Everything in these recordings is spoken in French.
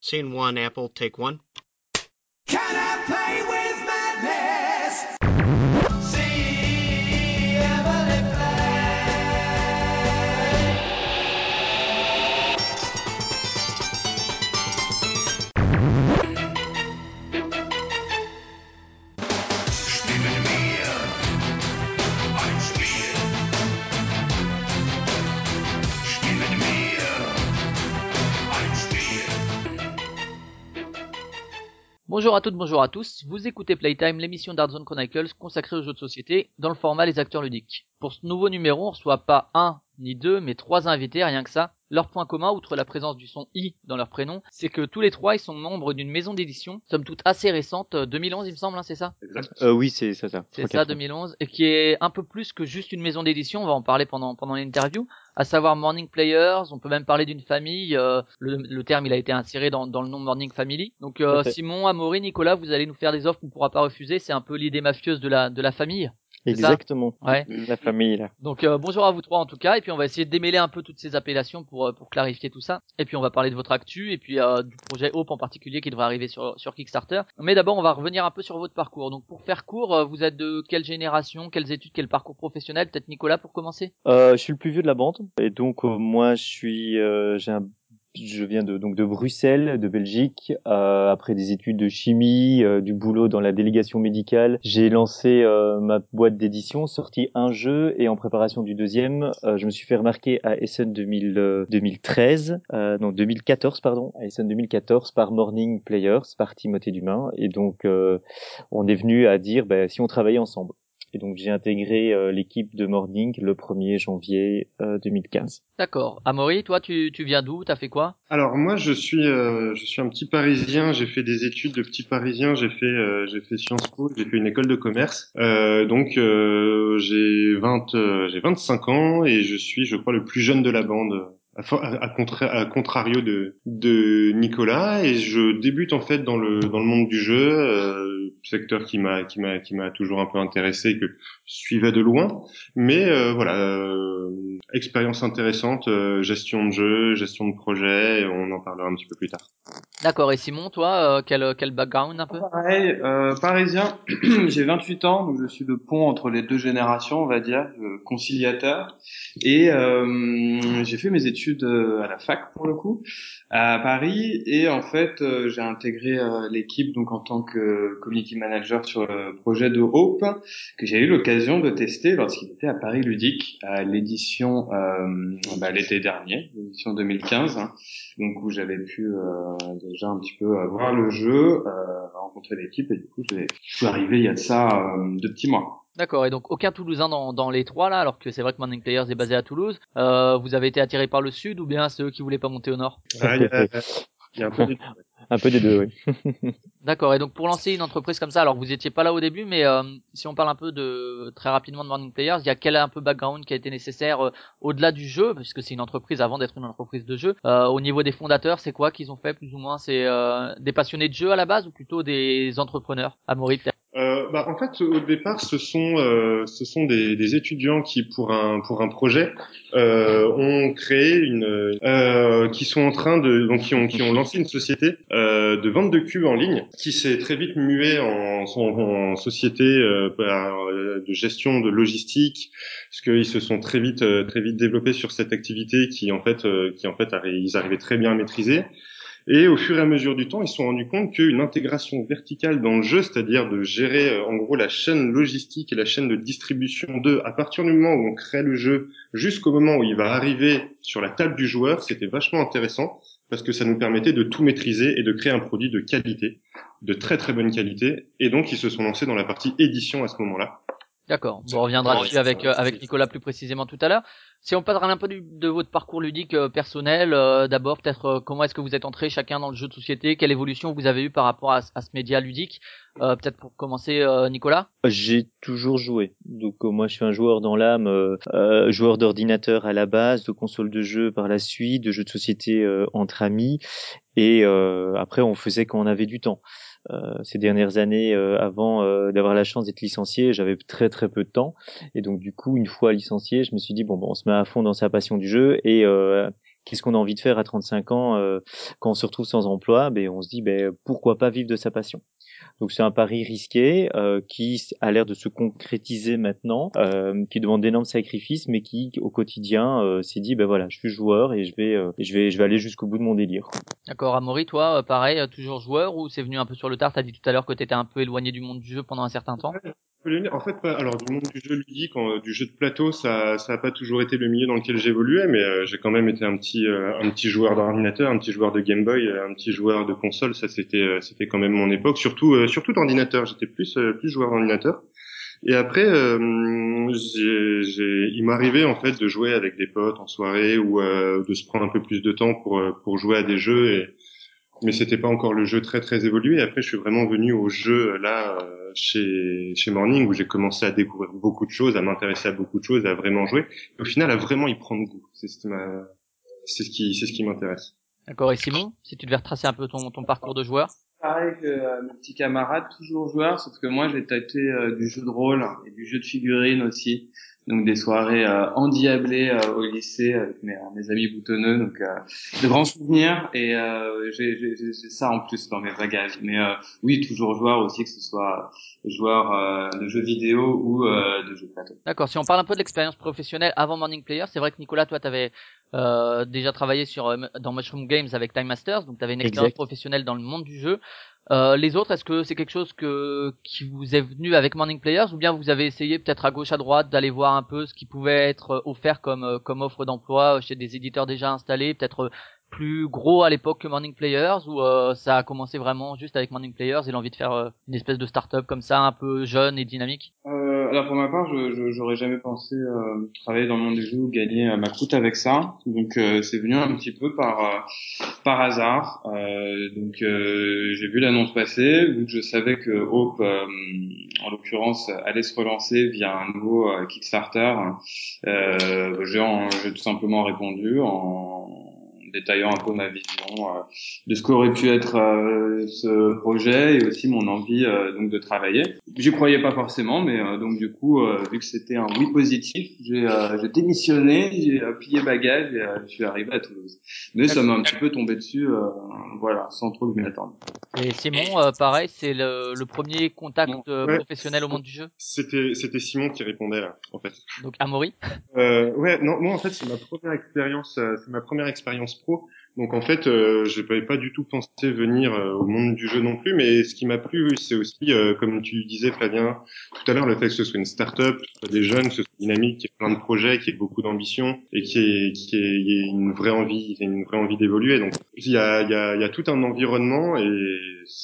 Scene one, Apple, take one. Can I play with madness? See Emily Stimmen mir ein Spiel. Stimmen mir ein Spiel. Bonjour à toutes, bonjour à tous, vous écoutez Playtime, l'émission d'Artzone Chronicles consacrée aux jeux de société dans le format Les Acteurs Ludiques. Pour ce nouveau numéro, on reçoit pas un ni deux, mais trois invités, rien que ça. Leur point commun, outre la présence du son I dans leur prénom, c'est que tous les trois ils sont membres d'une maison d'édition, somme toute assez récente, 2011 il me semble, hein, c'est ça ? Oui, c'est ça. C'est ça, 2011, et qui est un peu plus que juste une maison d'édition, on va en parler pendant l'interview, à savoir Morning Players, on peut même parler d'une famille, le terme il a été inséré dans le nom Morning Family. Donc Okay. Simon, Amaury, Nicolas, vous allez nous faire des offres qu'on pourra pas refuser, c'est un peu l'idée mafieuse de la famille. C'est ça ? Exactement. Ouais. La famille, là. Donc bonjour à vous trois en tout cas, et puis on va essayer de démêler un peu toutes ces appellations pour clarifier tout ça. Et puis on va parler de votre actu, et puis du projet Hope en particulier qui devrait arriver sur Kickstarter. Mais d'abord on va revenir un peu sur votre parcours. Donc pour faire court, vous êtes de quelle génération, quelles études, quel parcours professionnel ? Peut-être Nicolas pour commencer ? Je suis le plus vieux de la bande, et donc moi je viens de Bruxelles, de Belgique. Après des études de chimie, du boulot dans la délégation médicale, j'ai lancé ma boîte d'édition, sorti un jeu, et en préparation du deuxième, je me suis fait remarquer à Essen 2014 pardon, à Essen 2014 par Morning Players, par Timothée Dumain, et donc on est venu à dire si on travaillait ensemble. Et donc j'ai intégré l'équipe de Morning le 1er janvier 2015. D'accord. Amaury, toi tu viens d'où ? T'as fait quoi ? Alors moi je suis un petit Parisien, j'ai fait des études de petit Parisien, j'ai fait Sciences Po, j'ai fait une école de commerce. J'ai 25 ans et je suis je crois le plus jeune de la bande. À contrario de Nicolas, et je débute en fait dans le monde du jeu, secteur qui m'a toujours un peu intéressé, que je suivais de loin, mais expérience intéressante, gestion de jeu, gestion de projet, et on en parlera un petit peu plus tard. D'accord. Et Simon, toi, quel background un peu ? Pareil, parisien, j'ai 28 ans, donc je suis le pont entre les deux générations, on va dire, conciliateur. Et j'ai fait mes études à la fac, pour le coup, à Paris. Et en fait, j'ai intégré l'équipe donc en tant que community manager sur le projet de Hope, que j'ai eu l'occasion de tester lorsqu'il était à Paris Ludique, à l'édition l'été dernier, l'édition 2015, hein, donc où j'avais pu déjà un petit peu voir le jeu, rencontrer l'équipe, et du coup je suis arrivé il y a de ça 2 petits mois. D'accord, et donc aucun Toulousain dans les trois là, alors que c'est vrai que Morning Players est basé à Toulouse. Vous avez été attiré par le sud ou bien c'est eux qui voulaient pas monter au nord ? Il y a un peu Un peu des deux, oui. D'accord, et donc pour lancer une entreprise comme ça, alors vous étiez pas là au début, mais si on parle un peu très rapidement de Morning Players, il y a quel un peu background qui a été nécessaire au-delà du jeu, puisque c'est une entreprise avant d'être une entreprise de jeu. Au niveau des fondateurs, c'est quoi qu'ils ont fait plus ou moins ? C'est des passionnés de jeu à la base ou plutôt des entrepreneurs ? Amaury peut-être ? En fait, au départ, ce sont des étudiants qui, pour un projet, ont créé qui sont en train qui ont lancé une société de vente de cubes en ligne, qui s'est très vite muée en société de gestion de logistique, parce qu'ils se sont très vite développés sur cette activité ils arrivaient très bien à maîtriser. Et au fur et à mesure du temps, ils se sont rendus compte qu'une intégration verticale dans le jeu, c'est-à-dire de gérer en gros la chaîne logistique et la chaîne de distribution à partir du moment où on crée le jeu jusqu'au moment où il va arriver sur la table du joueur, c'était vachement intéressant parce que ça nous permettait de tout maîtriser et de créer un produit de qualité, de très très bonne qualité. Et donc ils se sont lancés dans la partie édition à ce moment-là. D'accord, on reviendra dessus avec Nicolas plus précisément tout à l'heure. Si on parle un peu de votre parcours ludique personnel, d'abord peut-être comment est-ce que vous êtes entré chacun dans le jeu de société, quelle évolution vous avez eu par rapport à ce média ludique, peut-être pour commencer Nicolas. J'ai toujours joué, donc moi je suis un joueur dans l'âme, joueur d'ordinateur à la base, de console de jeu par la suite, de jeux de société entre amis, et après on faisait quand on avait du temps. Ces dernières années, avant d'avoir la chance d'être licencié, j'avais très très peu de temps, et donc du coup une fois licencié, je me suis dit on se met à fond dans sa passion du jeu, et qu'est-ce qu'on a envie de faire à 35 ans quand on se retrouve sans emploi? Ben on se dit pourquoi pas vivre de sa passion. Donc c'est un pari risqué qui a l'air de se concrétiser maintenant, qui demande d'énormes sacrifices, mais qui au quotidien s'est dit voilà, je suis joueur et je vais aller jusqu'au bout de mon délire. D'accord, Amaury, toi, pareil, toujours joueur ou c'est venu un peu sur le tard? T'as dit tout à l'heure que t'étais un peu éloigné du monde du jeu pendant un certain temps. En fait, pas. Alors, du monde du jeu ludique, du jeu de plateau, ça a pas toujours été le milieu dans lequel j'évoluais, mais j'ai quand même été un petit joueur d'ordinateur, un petit joueur de Game Boy, un petit joueur de console. Ça, c'était quand même mon époque. Surtout d'ordinateur. J'étais plus joueur d'ordinateur. Et après, il m'arrivait en fait de jouer avec des potes en soirée ou de se prendre un peu plus de temps pour jouer à des jeux. Mais c'était pas encore le jeu très très évolué. Après, je suis vraiment venu au jeu là chez Morning où j'ai commencé à découvrir beaucoup de choses, à m'intéresser à beaucoup de choses, à vraiment jouer. Et au final, à vraiment y prendre goût. C'est ce qui m'intéresse. D'accord, et Simon, si tu devais retracer un peu ton parcours de joueur? Pareil que mes petits camarades, toujours joueurs, sauf que moi j'ai tâté du jeu de rôle et du jeu de figurines aussi. Donc des soirées endiablées au lycée avec mes amis boutonneux, donc de grands souvenirs et j'ai ça en plus dans mes bagages. Mais oui, toujours joueur aussi, que ce soit joueur de jeux vidéo ou de jeux de plateau. D'accord, si on parle un peu de l'expérience professionnelle avant Morning Player, c'est vrai que Nicolas, toi t'avais déjà travaillé dans Mushroom Games avec Time Masters, donc t'avais une expérience professionnelle dans le monde du jeu. Les autres, est-ce que c'est quelque chose qui vous est venu avec Morning Players ou bien vous avez essayé peut-être à gauche à droite d'aller voir un peu ce qui pouvait être offert comme offre d'emploi chez des éditeurs déjà installés, peut-être plus gros à l'époque que Morning Players, ou ça a commencé vraiment juste avec Morning Players et l'envie de faire une espèce de start-up comme ça un peu jeune et dynamique? Alors pour ma part, j'aurais jamais pensé travailler dans le monde du jeu ou gagner ma croûte avec ça. Donc c'est venu un petit peu par hasard. Donc j'ai vu l'annonce passer, vu que je savais que Hope, en l'occurrence, allait se relancer via un nouveau Kickstarter. J'ai tout simplement répondu en détaillant un peu ma vision de ce qu'aurait pu être ce projet et aussi mon envie donc de travailler. J'y croyais pas forcément, mais donc du coup, vu que c'était un oui positif, j'ai démissionné, j'ai plié bagage et je suis arrivé à Toulouse. Mais ça m'a un petit peu tombé dessus, voilà, sans trop que je m'y attende. Et Simon, pareil, c'est le premier contact professionnel au monde du jeu? C'était Simon qui répondait là, en fait. Donc Amaury? Ouais, non, moi en fait c'est ma première expérience pro. Donc en fait, je n'avais pas du tout pensé venir au monde du jeu non plus, mais ce qui m'a plu, c'est aussi, comme tu disais Flavien tout à l'heure, le fait que ce soit une start-up, que ce soit des jeunes, que ce soit dynamique, qu'il y ait plein de projets, qu'il y ait beaucoup d'ambition et il y ait une vraie envie d'évoluer. Donc il y a tout un environnement et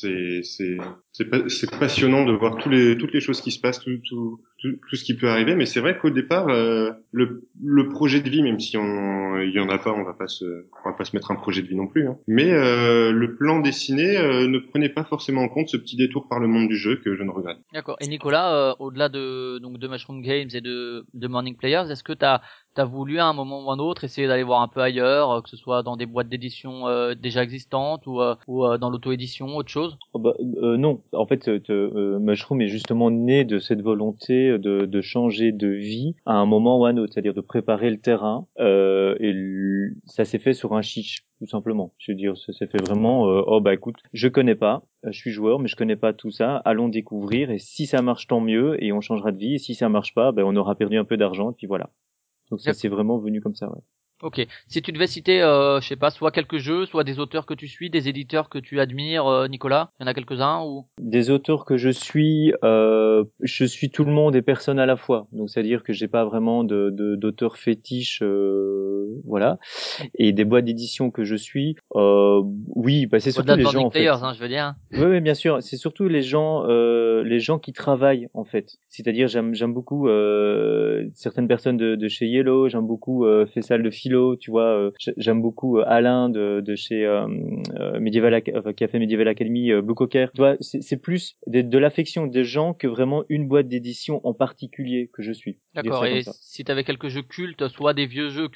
c'est passionnant de voir toutes les choses qui se passent, tout ce qui peut arriver. Mais c'est vrai qu'au départ, le projet de vie, même si il y en a pas, on va pas se mettre un projet de vie non plus, hein. Mais le plan dessiné ne prenait pas forcément en compte ce petit détour par le monde du jeu que je ne regrette. D'accord. Et Nicolas, au-delà de Mushroom Games et de Morning Players, est-ce que t'as voulu à un moment ou un autre essayer d'aller voir un peu ailleurs, que ce soit dans des boîtes d'édition déjà existantes ou dans l'auto-édition, autre chose? Non, en fait, Mushroom est justement né de cette volonté de changer de vie à un moment ou à un autre, c'est-à-dire de préparer le terrain. Ça s'est fait sur un chiche, tout simplement. Je veux dire, ça s'est fait vraiment. Écoute, je connais pas, je suis joueur, mais je connais pas tout ça. Allons découvrir, et si ça marche, tant mieux, et on changera de vie. Et si ça marche pas, on aura perdu un peu d'argent, et puis voilà. Donc ça, c'est vraiment venu comme ça, ouais. Ok. Si tu devais citer, je sais pas, soit quelques jeux, soit des auteurs que tu suis, des éditeurs que tu admires, Nicolas, il y en a quelques-uns ou? Des auteurs que je suis tout le monde et personne à la fois. Donc c'est-à-dire que j'ai pas vraiment d'auteurs fétiches, voilà. Et des boîtes d'édition que je suis, oui, c'est surtout les gens en fait. Players, hein, je veux dire. Oui, bien sûr. C'est surtout les gens qui travaillent en fait. C'est-à-dire j'aime beaucoup certaines personnes de chez Yellow. J'aime beaucoup Fessal de Philo, tu vois. J'aime beaucoup Alain de chez qui a fait Medieval Academy, Blue Cocker. Tu vois, c'est plus de l'affection des gens que vraiment une boîte d'édition en particulier que je suis. D'accord. Et si t'avais quelques jeux cultes, soit des vieux jeux cultes que tu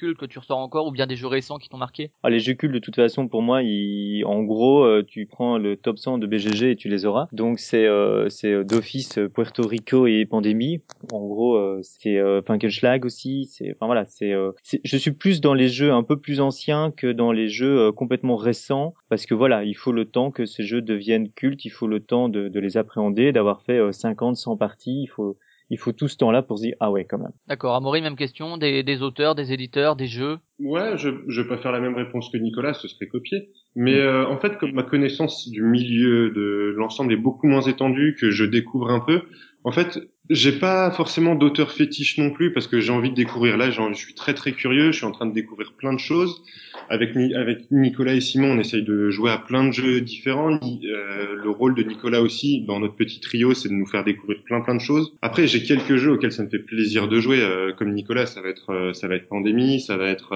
ressors encore, ou bien des jeux récents qui t'ont marqué? Ah, les jeux cultes, de toute façon, pour moi, en gros, tu prends le top 100 de BGG et tu les auras. Donc c'est d'office Puerto Rico et Pandémie. En gros, c'est Funkelschlag aussi. Enfin voilà, je suis plus dans les jeux un peu plus anciens que dans les jeux complètement récents, parce que voilà, il faut le temps que ces jeux deviennent cultes, il faut le temps de les appréhender, d'avoir fait 50, 100 parties. Il faut tout ce temps-là pour se dire ah ouais quand même. D'accord. Amaury, même question, des auteurs, des éditeurs, des jeux? Ouais, je vais pas faire la même réponse que Nicolas, ce serait copier. Mais en fait, comme ma connaissance du milieu de l'ensemble est beaucoup moins étendue, que je découvre un peu, en fait, j'ai pas forcément d'auteur fétiche non plus, parce que j'ai envie de découvrir. Là, je suis très très curieux, je suis en train de découvrir plein de choses. Avec Nicolas et Simon, on essaye de jouer à plein de jeux différents. Le rôle de Nicolas aussi, dans notre petit trio, c'est de nous faire découvrir plein de choses. Après, j'ai quelques jeux auxquels ça me fait plaisir de jouer, comme Nicolas, ça va être Pandémie, ça va être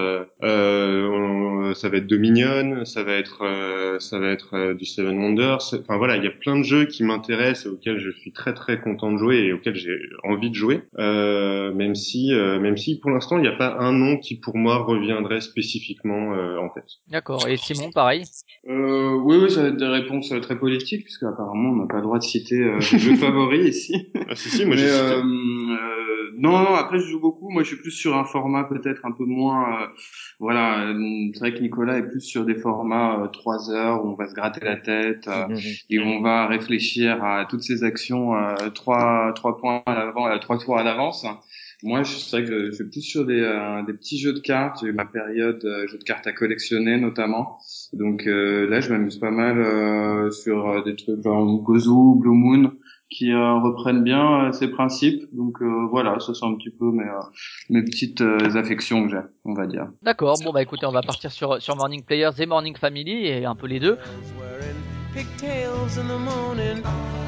Dominion, ça va être du Seven Wonders. Enfin voilà, il y a plein de jeux qui m'intéressent et auxquels je suis très très content de jouer et auxquels j'ai envie de jouer. Même si pour l'instant il n'y a pas un nom qui pour moi reviendrait spécifiquement en tête. D'accord. Et Simon, pareil? Oui, ça va être des réponses très politiques, puisque apparemment on n'a pas le droit de citer des jeux favoris ici. Ah si, moi Mais j'ai cité. non, après je joue beaucoup. Moi, je suis plus sur un format peut-être un peu moins. Voilà, c'est vrai que Nicolas est plus sur des formats 3 heures où on va se gratter la tête et où on va réfléchir à toutes ces actions trois points à l'avant, 3 tours à l'avance. Moi, c'est vrai que je suis plus sur des petits jeux de cartes. J'ai eu ma période jeux de cartes à collectionner notamment. Donc là, je m'amuse pas mal sur des trucs genre Gozo, Blue Moon, qui reprennent bien ces principes. Donc voilà, ça c'est un petit peu mes petites affections que j'ai, on va dire. D'accord. Bon, bah écoutez, on va partir sur Morning Players et Morning Family, et un peu les deux. Wearing pigtails in the morning,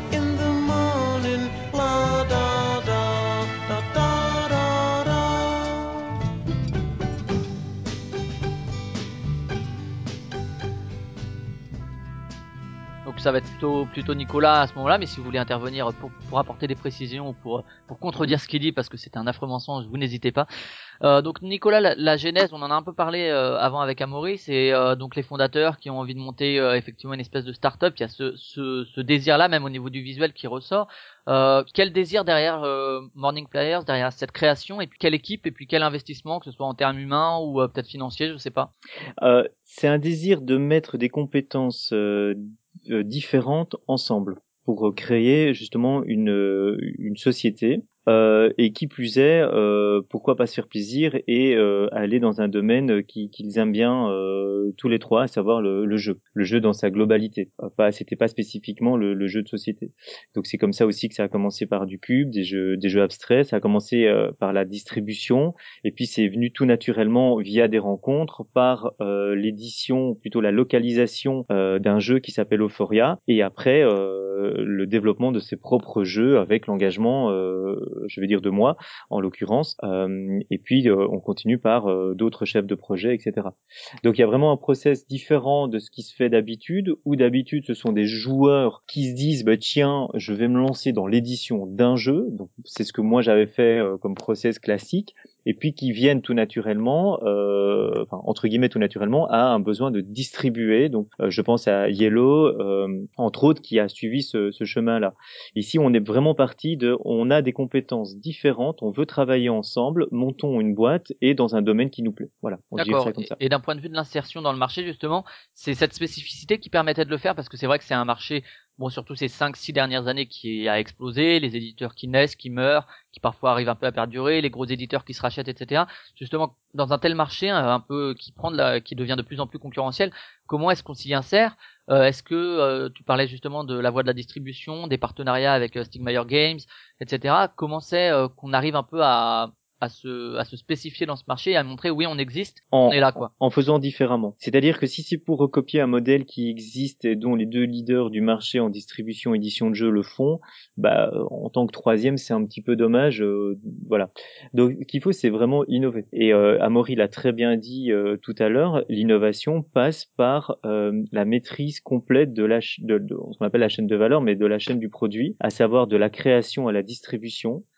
la da da da da da da. Donc ça va être plutôt Nicolas à ce moment-là, mais si vous voulez intervenir pour apporter des précisions ou pour contredire ce qu'il dit, parce que c'est un affreux mensonge, vous n'hésitez pas. Donc Nicolas, la genèse, on en a un peu parlé avant avec Amaury, c'est donc les fondateurs qui ont envie de monter effectivement une espèce de start-up. Il y a ce désir-là, même au niveau du visuel, qui ressort. Quel désir derrière Morning Players, derrière cette création, et puis quelle équipe, et puis quel investissement, que ce soit en termes humains ou peut-être financiers, je sais pas. C'est un désir de mettre des compétences différentes ensemble pour créer justement une société. Et qui plus est, pourquoi pas se faire plaisir et aller dans un domaine qu'ils aiment bien tous les trois, à savoir le jeu dans sa globalité. C'était pas spécifiquement le jeu de société. Donc c'est comme ça aussi que ça a commencé par du cube, des jeux abstraits. Ça a commencé par la distribution, et puis c'est venu tout naturellement via des rencontres par l'édition, plutôt la localisation d'un jeu qui s'appelle Euphoria, et après le développement de ses propres jeux avec l'engagement je vais dire de moi en l'occurrence, et puis on continue par d'autres chefs de projet, etc. Donc il y a vraiment un process différent de ce qui se fait d'habitude, où d'habitude ce sont des joueurs qui se disent bah tiens, je vais me lancer dans l'édition d'un jeu, donc c'est ce que moi j'avais fait comme process classique, et puis qui viennent tout naturellement, enfin entre guillemets tout naturellement, à un besoin de distribuer. Donc je pense à Yellow entre autres, qui a suivi ce chemin-là. Ici on est vraiment parti on a des compétences différentes, on veut travailler ensemble, montons une boîte et dans un domaine qui nous plaît. Voilà, on dirait ça comme ça. Et d'un point de vue de l'insertion dans le marché, justement, c'est cette spécificité qui permettait de le faire, parce que c'est vrai que c'est un marché, bon, surtout ces 5-6 dernières années, qui a explosé, les éditeurs qui naissent, qui meurent, qui parfois arrivent un peu à perdurer, les gros éditeurs qui se rachètent, etc. Justement, dans un tel marché, un peu qui devient de plus en plus concurrentiel, comment est-ce qu'on s'y insère? Est-ce que tu parlais justement de la voie de la distribution, des partenariats avec Stigmeyer Games, etc. Comment c'est qu'on arrive un peu à se spécifier dans ce marché et à montrer oui on existe, on est là quoi. En faisant différemment. C'est-à-dire que si c'est pour recopier un modèle qui existe et dont les deux leaders du marché en distribution édition de jeux le font, bah en tant que troisième c'est un petit peu dommage. Voilà. Donc ce qu'il faut c'est vraiment innover. Et Amaury l'a très bien dit tout à l'heure, l'innovation passe par la maîtrise complète de ce qu'on appelle la chaîne de valeur, mais de la chaîne du produit, à savoir de la création à la distribution.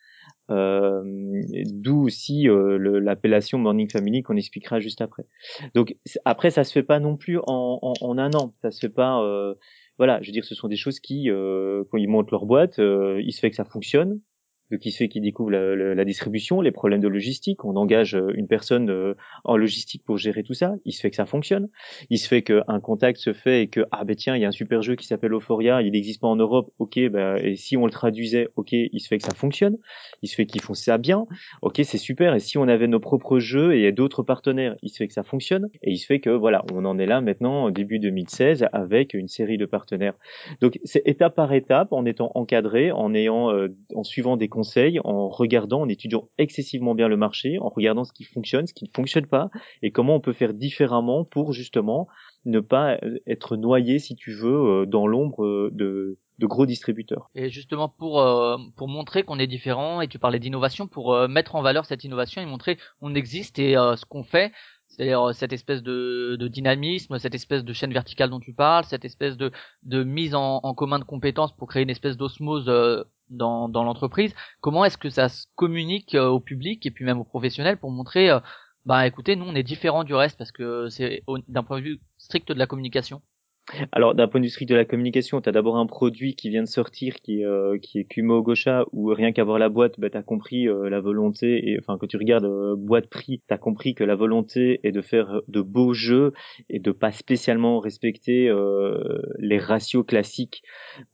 D'où aussi l'appellation Morning Family qu'on expliquera juste après. Donc après, ça se fait pas non plus en un an. Ça se fait pas. Voilà, je veux dire, ce sont des choses qui, quand ils montent leur boîte, il se fait que ça fonctionne. Donc, il se fait qu'ils découvrent la distribution, les problèmes de logistique. On engage une personne en logistique pour gérer tout ça. Il se fait que ça fonctionne. Il se fait qu'un contact se fait et que tiens, il y a un super jeu qui s'appelle Euphoria, il n'existe pas en Europe. Ok, et si on le traduisait, ok, il se fait que ça fonctionne. Il se fait qu'ils font ça bien. Ok, c'est super. Et si on avait nos propres jeux et d'autres partenaires, il se fait que ça fonctionne. Et il se fait que voilà, on en est là maintenant début 2016 avec une série de partenaires. Donc c'est étape par étape, en étant encadré, en suivant des conseils, en regardant, en étudiant excessivement bien le marché, en regardant ce qui fonctionne, ce qui ne fonctionne pas, et comment on peut faire différemment pour justement ne pas être noyé, si tu veux, dans l'ombre de gros distributeurs. Et justement pour montrer qu'on est différent, et tu parlais d'innovation, pour mettre en valeur cette innovation et montrer on existe et ce qu'on fait, c'est-à-dire cette espèce de dynamisme, cette espèce de chaîne verticale dont tu parles, cette espèce de mise en commun de compétences pour créer une espèce d'osmose dans l'entreprise. Comment est-ce que ça se communique au public et puis même aux professionnels pour montrer écoutez, nous on est différent du reste, parce que c'est d'un point de vue strict de la communication. Alors, d'un point de vue strict de la communication, tu as d'abord un produit qui vient de sortir, qui est Kumo Gosha, où rien qu'à voir la boîte, t'as compris la volonté, et enfin, quand tu regardes boîte prix, t'as compris que la volonté est de faire de beaux jeux et de pas spécialement respecter les ratios classiques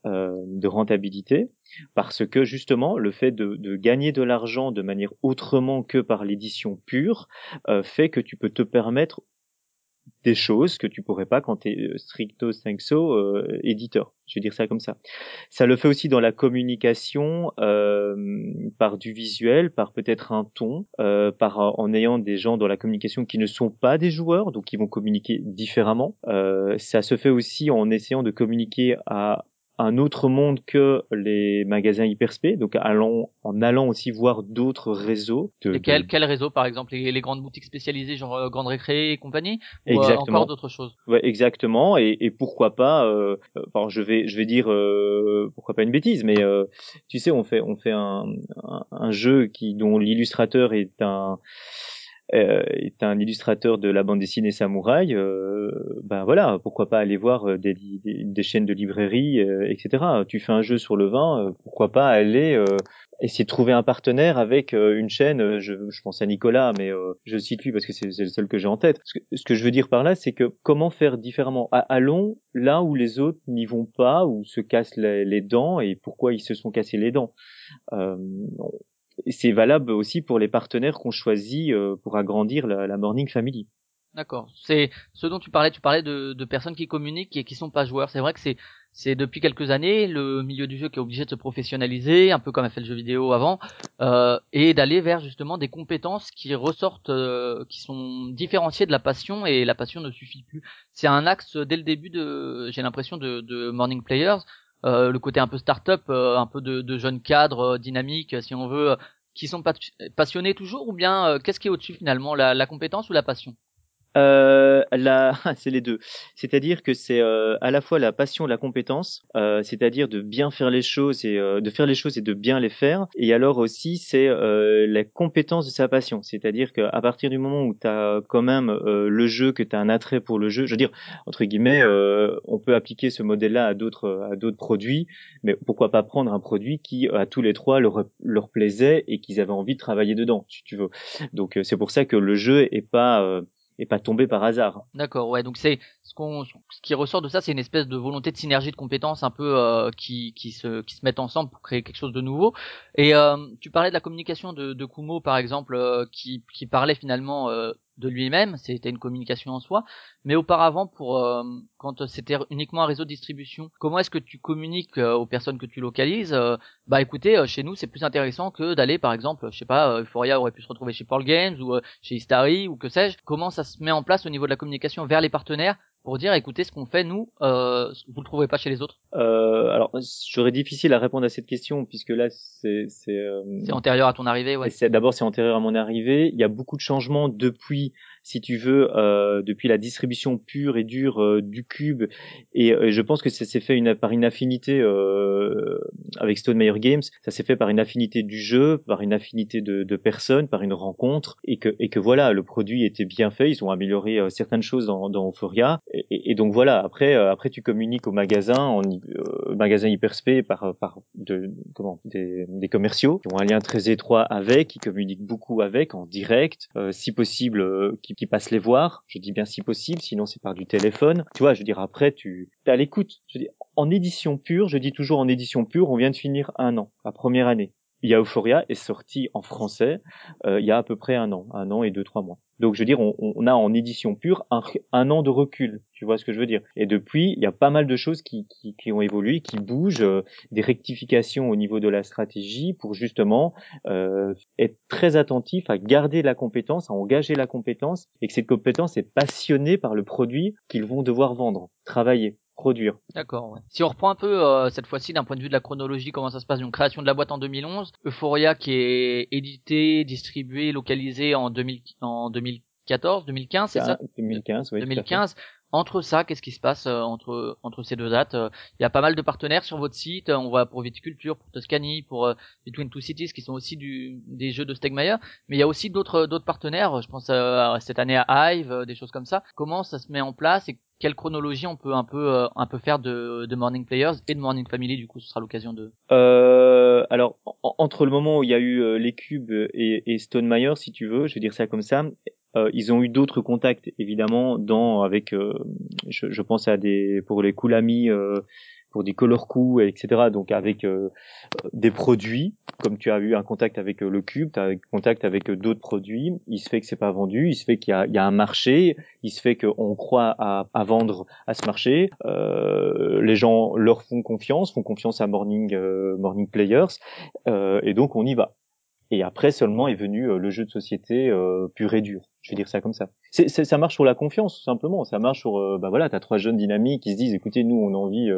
de rentabilité, parce que justement, le fait de gagner de l'argent de manière autrement que par l'édition pure fait que tu peux te permettre des choses que tu pourrais pas quand tu es stricto sensu éditeur. Je vais dire ça comme ça. Ça le fait aussi dans la communication par du visuel, par peut-être un ton, en ayant des gens dans la communication qui ne sont pas des joueurs, donc qui vont communiquer différemment. Ça se fait aussi en essayant de communiquer à un autre monde que les magasins Hyperspé, donc en allant aussi voir d'autres réseaux. Et quel réseau, par exemple, les grandes boutiques spécialisées, genre Grande Récré et compagnie, ou Exactement. encore d'autres choses? Ouais, exactement. Et pourquoi pas enfin, je vais dire pourquoi pas une bêtise, mais tu sais, on fait un jeu dont l'illustrateur est un illustrateur de la bande dessinée Samouraï. Voilà, pourquoi pas aller voir des chaînes de librairie, etc. Tu fais un jeu sur le vin, pourquoi pas aller essayer de trouver un partenaire avec une chaîne. Je pense à Nicolas, mais je cite lui parce que c'est le seul que j'ai en tête. Ce que je veux dire par là, c'est que comment faire différemment. Allons là où les autres n'y vont pas, où se cassent les dents, et pourquoi ils se sont cassés les dents. Et c'est valable aussi pour les partenaires qu'on choisit pour agrandir la Morning Family. D'accord. C'est ce dont tu parlais de personnes qui communiquent et qui sont pas joueurs. C'est vrai que c'est depuis quelques années le milieu du jeu qui est obligé de se professionnaliser, un peu comme a fait le jeu vidéo avant, et d'aller vers justement des compétences qui ressortent, qui sont différenciées de la passion, et la passion ne suffit plus. C'est un axe dès le début j'ai l'impression de Morning Players. Le côté un peu start-up, un peu de jeunes cadres dynamiques, si on veut, qui sont passionnés toujours, ou bien qu'est-ce qui est au-dessus finalement, la compétence ou la passion? C'est les deux. C'est-à-dire que c'est à la fois la passion, la compétence, c'est-à-dire de bien faire les choses et de faire les choses et de bien les faire. Et alors aussi, c'est la compétence de sa passion. C'est-à-dire qu'à partir du moment où tu as quand même le jeu, que tu as un attrait pour le jeu, je veux dire, entre guillemets, on peut appliquer ce modèle-là à d'autres produits, mais pourquoi pas prendre un produit qui, à tous les trois, leur plaisait et qu'ils avaient envie de travailler dedans, si tu veux. Donc c'est pour ça que le jeu est pas tombé par hasard. D'accord, ouais, donc c'est ce qui ressort de ça, c'est une espèce de volonté de synergie de compétences un peu qui se mettent ensemble pour créer quelque chose de nouveau. Et tu parlais de la communication de Kumo par exemple, qui parlait finalement de lui-même, c'était une communication en soi, mais auparavant quand c'était uniquement un réseau de distribution, comment est-ce que tu communiques aux personnes que tu localises? Écoutez, chez nous c'est plus intéressant que d'aller par exemple, je sais pas, Euphoria aurait pu se retrouver chez Paul Games ou chez Istari ou que sais-je. Comment ça se met en place au niveau de la communication vers les partenaires pour dire écoutez ce qu'on fait nous, vous le trouvez pas chez les autres? Alors, j'aurais difficile à répondre à cette question puisque là, C'est antérieur à ton arrivée, ouais. D'abord, c'est antérieur à mon arrivée. Il y a beaucoup de changements depuis, si tu veux, depuis la distribution pure et dure du cube. Et je pense que ça s'est fait par une affinité avec Stone Meyer Games. Ça s'est fait par une affinité du jeu, par une affinité de personnes, par une rencontre, et que voilà, le produit était bien fait. Ils ont amélioré certaines choses dans Euphoria. Et donc voilà. Après, tu communiques au magasin, magasin Hyperspé par des commerciaux qui ont un lien très étroit avec, qui communiquent beaucoup avec en direct, si possible qui passent les voir. Je dis bien si possible, sinon c'est par du téléphone. Tu vois, je veux dire après tu es à l'écoute. Je dis en édition pure, je dis toujours en édition pure, on vient de finir 1 an, la première année. Il y a Euphoria est sorti en français il y a à peu près 1 an et 2-3 mois. Donc je veux dire, on a en édition pure un an de recul, tu vois ce que je veux dire. Et depuis, il y a pas mal de choses qui ont évolué, qui bougent, des rectifications au niveau de la stratégie pour justement être très attentif à garder la compétence, à engager la compétence, et que cette compétence est passionnée par le produit qu'ils vont devoir vendre, travailler, produire. D'accord, ouais. Si on reprend un peu cette fois-ci d'un point de vue de la chronologie, comment ça se passe? Donc création de la boîte en 2011, Euphoria qui est édité, distribué, localisé en 2014, 2015, c'est ça? 2015, oui. 2015. Entre ça, qu'est-ce qui se passe entre ces deux dates? Il y a pas mal de partenaires sur votre site. On voit pour Viticulture, pour Toscany, pour Between Two Cities, qui sont aussi des jeux de Stegmaier. Mais il y a aussi d'autres partenaires. Je pense cette année à Hive, des choses comme ça. Comment ça se met en place et quelle chronologie on peut un peu faire de Morning Players et de Morning Family? Du coup, ce sera l'occasion de. Alors entre le moment où il y a eu les cubes et Stone Meyer, si tu veux, je vais dire ça comme ça. Ils ont eu d'autres contacts évidemment avec je pense à pour les Koulami, pour des color coups, etc. Donc avec des produits, comme tu as eu un contact avec le cube, tu as un contact avec d'autres produits. Il se fait que c'est pas vendu, il se fait qu'il y a un marché, il se fait qu'on croit à vendre à ce marché. Les gens leur font confiance à Morning Players, et donc on y va. Et après seulement est venu le jeu de société pur et dur. Je vais dire ça comme ça. Ça marche sur la confiance, tout simplement. Ça marche sur, voilà, t'as 3 jeunes dynamiques qui se disent, écoutez, nous, on a envie,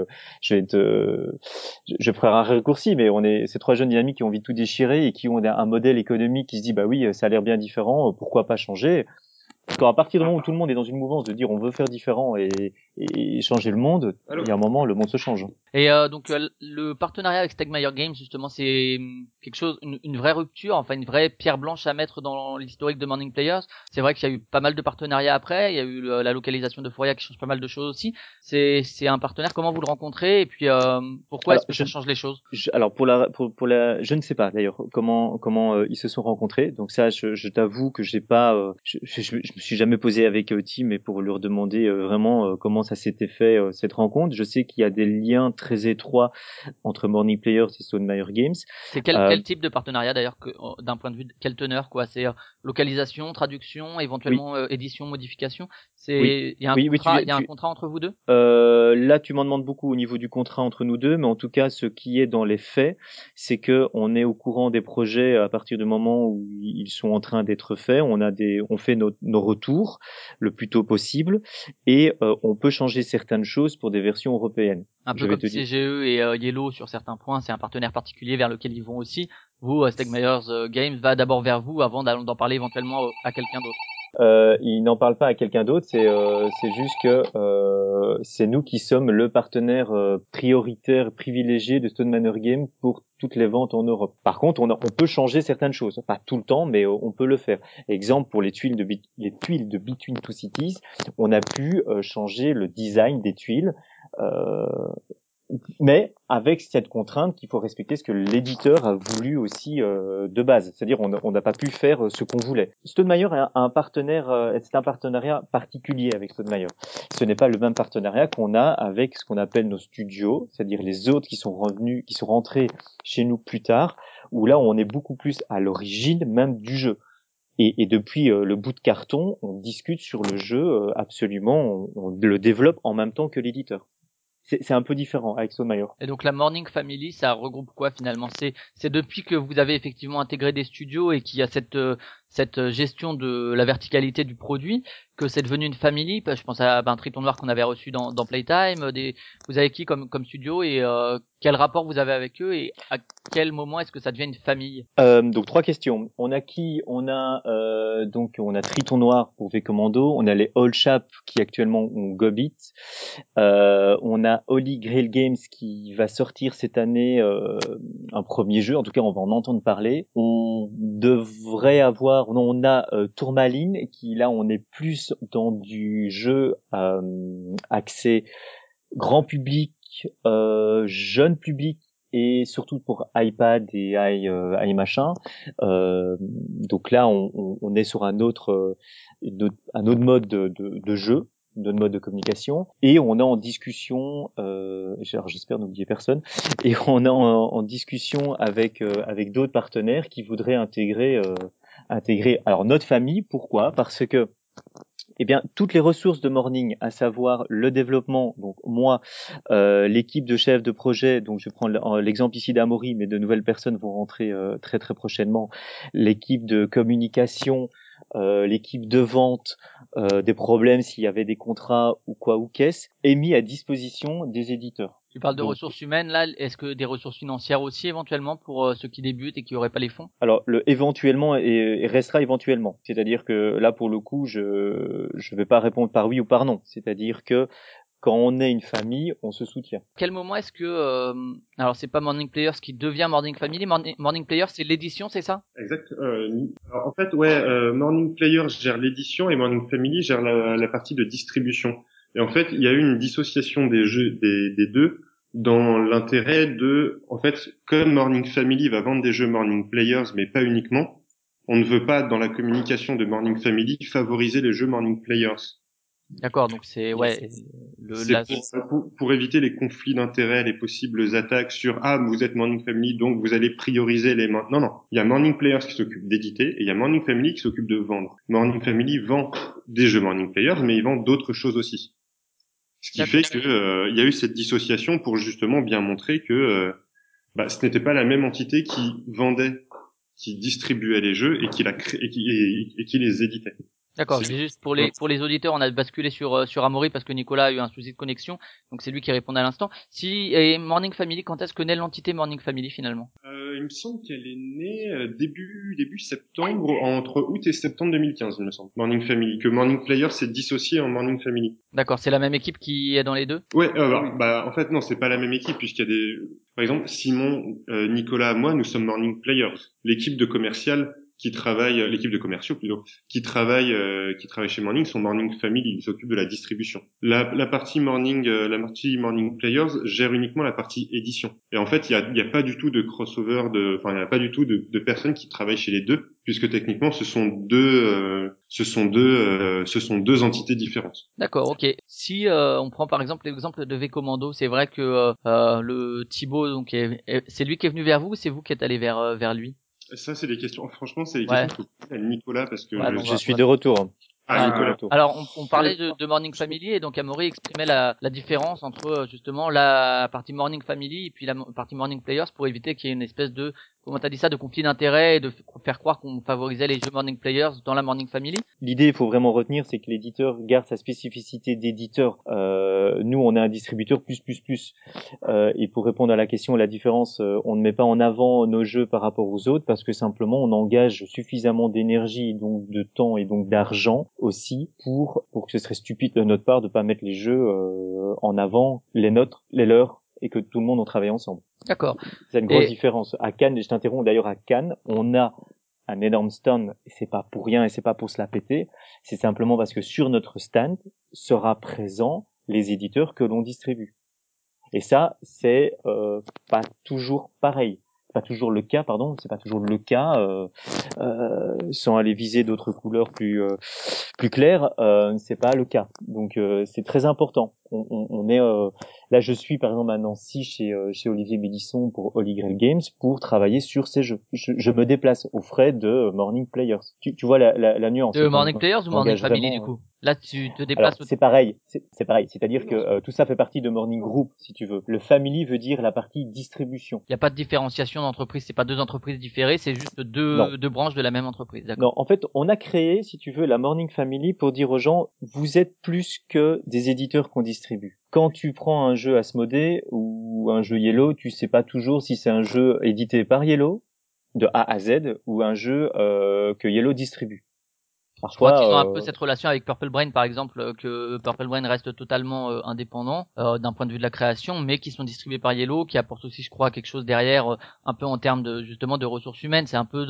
je ferai un raccourci, mais ces 3 jeunes dynamiques qui ont envie de tout déchirer et qui ont un modèle économique qui se dit, bah oui, ça a l'air bien différent, pourquoi pas changer? Parce qu'à partir du moment où tout le monde est dans une mouvance de dire on veut faire différent et changer le monde, il y a un moment, le monde se change. Et donc le partenariat avec Stegmaier Games, justement, c'est quelque chose, une vraie rupture, enfin une vraie pierre blanche à mettre dans l'historique de Morning Players. C'est vrai qu'il y a eu pas mal de partenariats après, il y a eu la localisation d'Euphoria qui change pas mal de choses aussi. C'est un partenaire, comment vous le rencontrez et puis pourquoi est-ce que ça change les choses? Alors pour la je ne sais pas d'ailleurs comment ils se sont rencontrés. Donc ça je t'avoue que j'ai pas je me suis jamais posé avec Tim et pour leur demander vraiment comment ça s'était fait cette rencontre. Je sais qu'il y a des liens très étroits entre Morning Players et Stone Meyer Games. C'est quel type de partenariat d'ailleurs, d'un point de vue quelle teneur, quoi? C'est localisation, traduction, éventuellement édition, modification. Il y a un contrat entre vous deux? Là tu m'en demandes beaucoup au niveau du contrat entre nous deux, mais en tout cas ce qui est dans les faits, c'est que on est au courant des projets à partir du moment où ils sont en train d'être faits. On fait nos retours le plus tôt possible et on peut changer certaines choses pour des versions européennes. Un peu comme CGE et Yellow sur certains points, c'est un partenaire particulier vers lequel ils vont aussi. Vous, Stegmaier Games va d'abord vers vous avant d'en parler éventuellement à quelqu'un d'autre. Il n'en parle pas à quelqu'un d'autre, c'est juste que c'est nous qui sommes le partenaire prioritaire, privilégié de Stone Meyer Games pour toutes les ventes en Europe. Par contre, on peut changer certaines choses, pas tout le temps, mais on peut le faire. Exemple, pour les tuiles de Between Two Cities, on a pu changer le design des tuiles, mais avec cette contrainte qu'il faut respecter ce que l'éditeur a voulu aussi de base. C'est-à-dire on n'a pas pu faire ce qu'on voulait. Stone Meyer a un partenaire, c'est un partenariat particulier avec Stone Meyer. Ce n'est pas le même partenariat qu'on a avec ce qu'on appelle nos studios, c'est-à-dire les autres qui sont rentrés chez nous plus tard, où là on est beaucoup plus à l'origine même du jeu. Et depuis le bout de carton, on discute sur le jeu absolument, on le développe en même temps que l'éditeur. C'est un peu différent avec Stone Meyer. Et donc la Morning Family, ça regroupe quoi finalement? C'est depuis que vous avez effectivement intégré des studios et qu'il y a cette gestion de la verticalité du produit que c'est devenu une famille. Je pense à Triton Noir qu'on avait reçu dans Playtime. Vous avez qui comme studio et quel rapport vous avez avec eux et à quel moment est-ce que ça devient une famille? Donc 3 questions. On a Triton Noir pour V-Commando, on a les All Chap qui actuellement ont Gobit, on a Holy Grail Games qui va sortir cette année un premier jeu, en tout cas on va en entendre parler. On a Tourmaline qui là on est plus dans du jeu axé grand public, jeune public et surtout pour iPad et iMachin. Donc là, on est sur un autre mode de jeu, un autre mode de communication, et on est en discussion. J'espère n'oublier personne. Et on est en discussion avec d'autres partenaires qui voudraient intégrer alors notre famille. Pourquoi? Parce que toutes les ressources de Morning, à savoir le développement, donc moi, l'équipe de chefs de projet, donc je prends l'exemple ici d'Amaury, mais de nouvelles personnes vont rentrer très très prochainement, l'équipe de communication, l'équipe de vente, des problèmes s'il y avait des contrats ou quoi ou qu'est-ce, est mis à disposition des éditeurs. Tu parles de ressources humaines, là, est-ce que des ressources financières aussi éventuellement pour ceux qui débutent et qui n'auraient pas les fonds? Alors éventuellement et restera éventuellement. C'est-à-dire que là pour le coup je vais pas répondre par oui ou par non. C'est-à-dire que quand on est une famille, on se soutient. Quel moment est-ce que alors c'est pas Morning Players qui devient Morning Family, Morning Players c'est l'édition, c'est ça? Exact. Alors, en fait, Morning Players gère l'édition et Morning Family gère la partie de distribution. Et en fait, il y a eu une dissociation des jeux des deux dans l'intérêt de, en fait, comme Morning Family va vendre des jeux Morning Players, mais pas uniquement, on ne veut pas dans la communication de Morning Family favoriser les jeux Morning Players. D'accord, donc c'est pour éviter les conflits d'intérêts, les possibles attaques sur vous êtes Morning Family donc vous allez prioriser les non, il y a Morning Players qui s'occupe d'éditer et il y a Morning Family qui s'occupe de vendre. Morning Family vend des jeux Morning Players mais il vend d'autres choses aussi. Ce qui fait que il y a eu cette dissociation pour justement bien montrer que ce n'était pas la même entité qui vendait, qui distribuait les jeux et qui les éditait. D'accord, c'est juste pour les auditeurs, on a basculé sur Amaury parce que Nicolas a eu un souci de connexion, donc c'est lui qui répondait à l'instant. Et Morning Family, quand est-ce que naît l'entité Morning Family finalement? Il me semble qu'elle est née début septembre, entre août et septembre 2015, il me semble. Morning Family, que Morning Player s'est dissocié en Morning Family. D'accord, c'est la même équipe qui est dans les deux? Ouais, en fait non, c'est pas la même équipe puisqu'il y a par exemple Simon, Nicolas, moi, nous sommes Morning Players. L'équipe de commercial l'équipe de commerciaux plutôt, qui travaille chez Morning, sont Morning Family, ils s'occupent de la distribution. La partie Morning Players gère uniquement la partie édition. Et en fait, il y a pas du tout de crossover il y a pas du tout de personnes qui travaillent chez les deux, puisque techniquement ce sont deux entités différentes. D'accord, ok. Si on prend par exemple l'exemple de V-Commando, c'est vrai que le Thibaut, donc c'est lui qui est venu vers vous ou c'est vous qui êtes allé vers lui? Ça, c'est des questions. Franchement, c'est des questions que Nicolas parce que je suis de retour. Nicolas. Alors, on parlait de Morning Family et donc Amaury exprimait la différence entre justement la partie Morning Family et puis la partie Morning Players pour éviter qu'il y ait une espèce de, comment t'as dit ça, de conflit d'intérêts et de faire croire qu'on favorisait les jeux Morning Players dans la Morning Family. L'idée, il faut vraiment retenir, c'est que l'éditeur garde sa spécificité d'éditeur. Nous, on est un distributeur plus. Et pour répondre à la question, la différence, on ne met pas en avant nos jeux par rapport aux autres parce que simplement, on engage suffisamment d'énergie, donc de temps et donc d'argent aussi pour que ce serait stupide de notre part de pas mettre les jeux en avant, les nôtres, les leurs, et que tout le monde en travaille ensemble. D'accord. C'est une grosse différence. À Cannes, et je t'interromps d'ailleurs, à Cannes, on a un énorme stand, et c'est pas pour rien et c'est pas pour se la péter, c'est simplement parce que sur notre stand sera présent les éditeurs que l'on distribue. Et ça, c'est pas toujours pareil. C'est pas toujours le cas, sans aller viser d'autres couleurs plus claires, c'est pas le cas. Donc c'est très important. on est là, je suis par exemple à Nancy chez Olivier Mélisson pour Holy Grail Games pour travailler sur ces jeux. Je me déplace aux frais de Morning Players. Tu vois la nuance. De Morning Players ou Morning Family, du vraiment, coup? Là, tu te alors, déplaces. c'est pareil. C'est pareil. C'est-à-dire que tout ça fait partie de Morning Group, si tu veux. Le family veut dire la partie distribution. Il n'y a pas de différenciation d'entreprise, c'est pas deux entreprises différées, c'est juste Non. deux branches de la même entreprise, Non, d'accord. en fait, on a créé, si tu veux, la Morning Family pour dire aux gens, vous êtes plus que des éditeurs qu'on distribue. Quand tu prends un jeu Asmodée ou un jeu Yellow, tu sais pas toujours si c'est un jeu édité par Yellow, de A à Z, ou un jeu que Yellow distribue. Je crois qu'ils ont un Parfois, peu cette relation avec Purple Brain, par exemple, que Purple Brain reste totalement indépendant d'un point de vue de la création, mais qui sont distribués par Yellow, qui apporte aussi, je crois, quelque chose derrière, un peu en termes de justement de ressources humaines. C'est un peu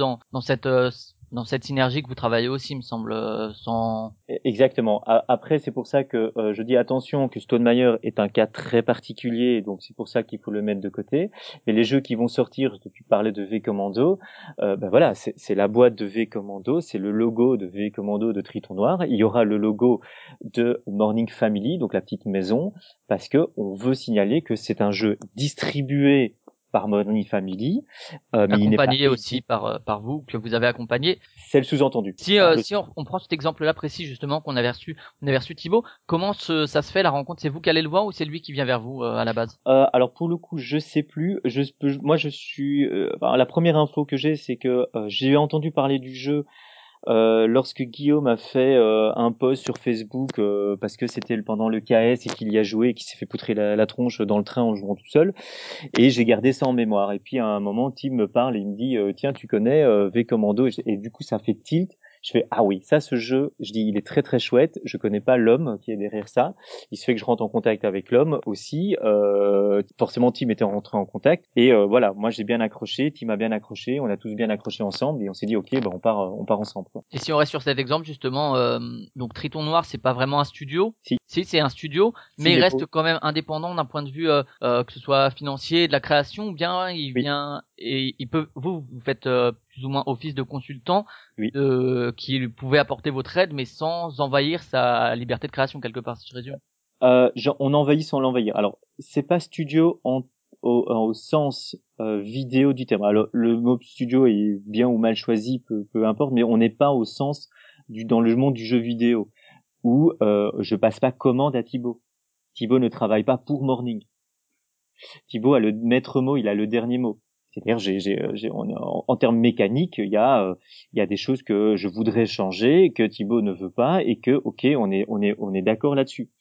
dans cette synergie que vous travaillez aussi, me semble, sans. Exactement. Après, c'est pour ça que je dis attention que Stone Meyer est un cas très particulier, donc c'est pour ça qu'il faut le mettre de côté. Mais les jeux qui vont sortir, tu parlais de V Commando, ben voilà, c'est la boîte de V Commando, c'est le logo de V Commando de Triton Noir. Il y aura le logo de Morning Family, donc la petite maison, parce que on veut signaler que c'est un jeu distribué par Morning Family, mais il n'est pas Accompagné aussi par vous, que vous avez accompagné. c'est le sous-entendu. Si on prend cet exemple-là précis justement qu'on avait reçu Thibaut, comment ça se fait la rencontre? C'est vous qui allez le voir ou c'est lui qui vient vers vous à la base? Alors pour le coup, je sais plus. Moi, je suis. La première info que j'ai, c'est que j'ai entendu parler du jeu lorsque Guillaume a fait un post sur Facebook parce que c'était pendant le KS et qu'il y a joué et qu'il s'est fait poutrer la tronche dans le train en jouant tout seul. Et j'ai gardé ça en mémoire. Et puis à un moment, Tim me parle et il me dit tiens, tu connais V Commando et du coup, ça fait tilt. Je fais ah oui, ça ce jeu, je dis il est très très chouette. Je connais pas l'homme qui est derrière ça. Il se fait que je rentre en contact avec l'homme aussi. Forcément, Tim était rentré en contact et voilà, moi j'ai bien accroché, Tim a bien accroché, on a tous bien accroché ensemble et on s'est dit ok, ben on part ensemble. Quoi. Et si on reste sur cet exemple justement, donc Triton Noir, c'est pas vraiment un studio. Si c'est un studio, si, mais il reste quand même indépendant d'un point de vue que ce soit financier, de la création, ou bien il vient et il peut vous faites plus ou moins office de consultant qui pouvait apporter votre aide, mais sans envahir sa liberté de création quelque part, si je résume. On envahit sans l'envahir. Alors c'est pas studio au sens vidéo du terme. Alors le mot studio est bien ou mal choisi, peu importe, mais on n'est pas au sens dans le monde du jeu vidéo où je passe pas commande à Thibaut. Thibaut ne travaille pas pour Morning. Thibaut a le maître mot, il a le dernier mot. C'est-à-dire, en termes mécaniques, il y a des choses que je voudrais changer, que Thibaut ne veut pas, et que, ok, on est d'accord là-dessus.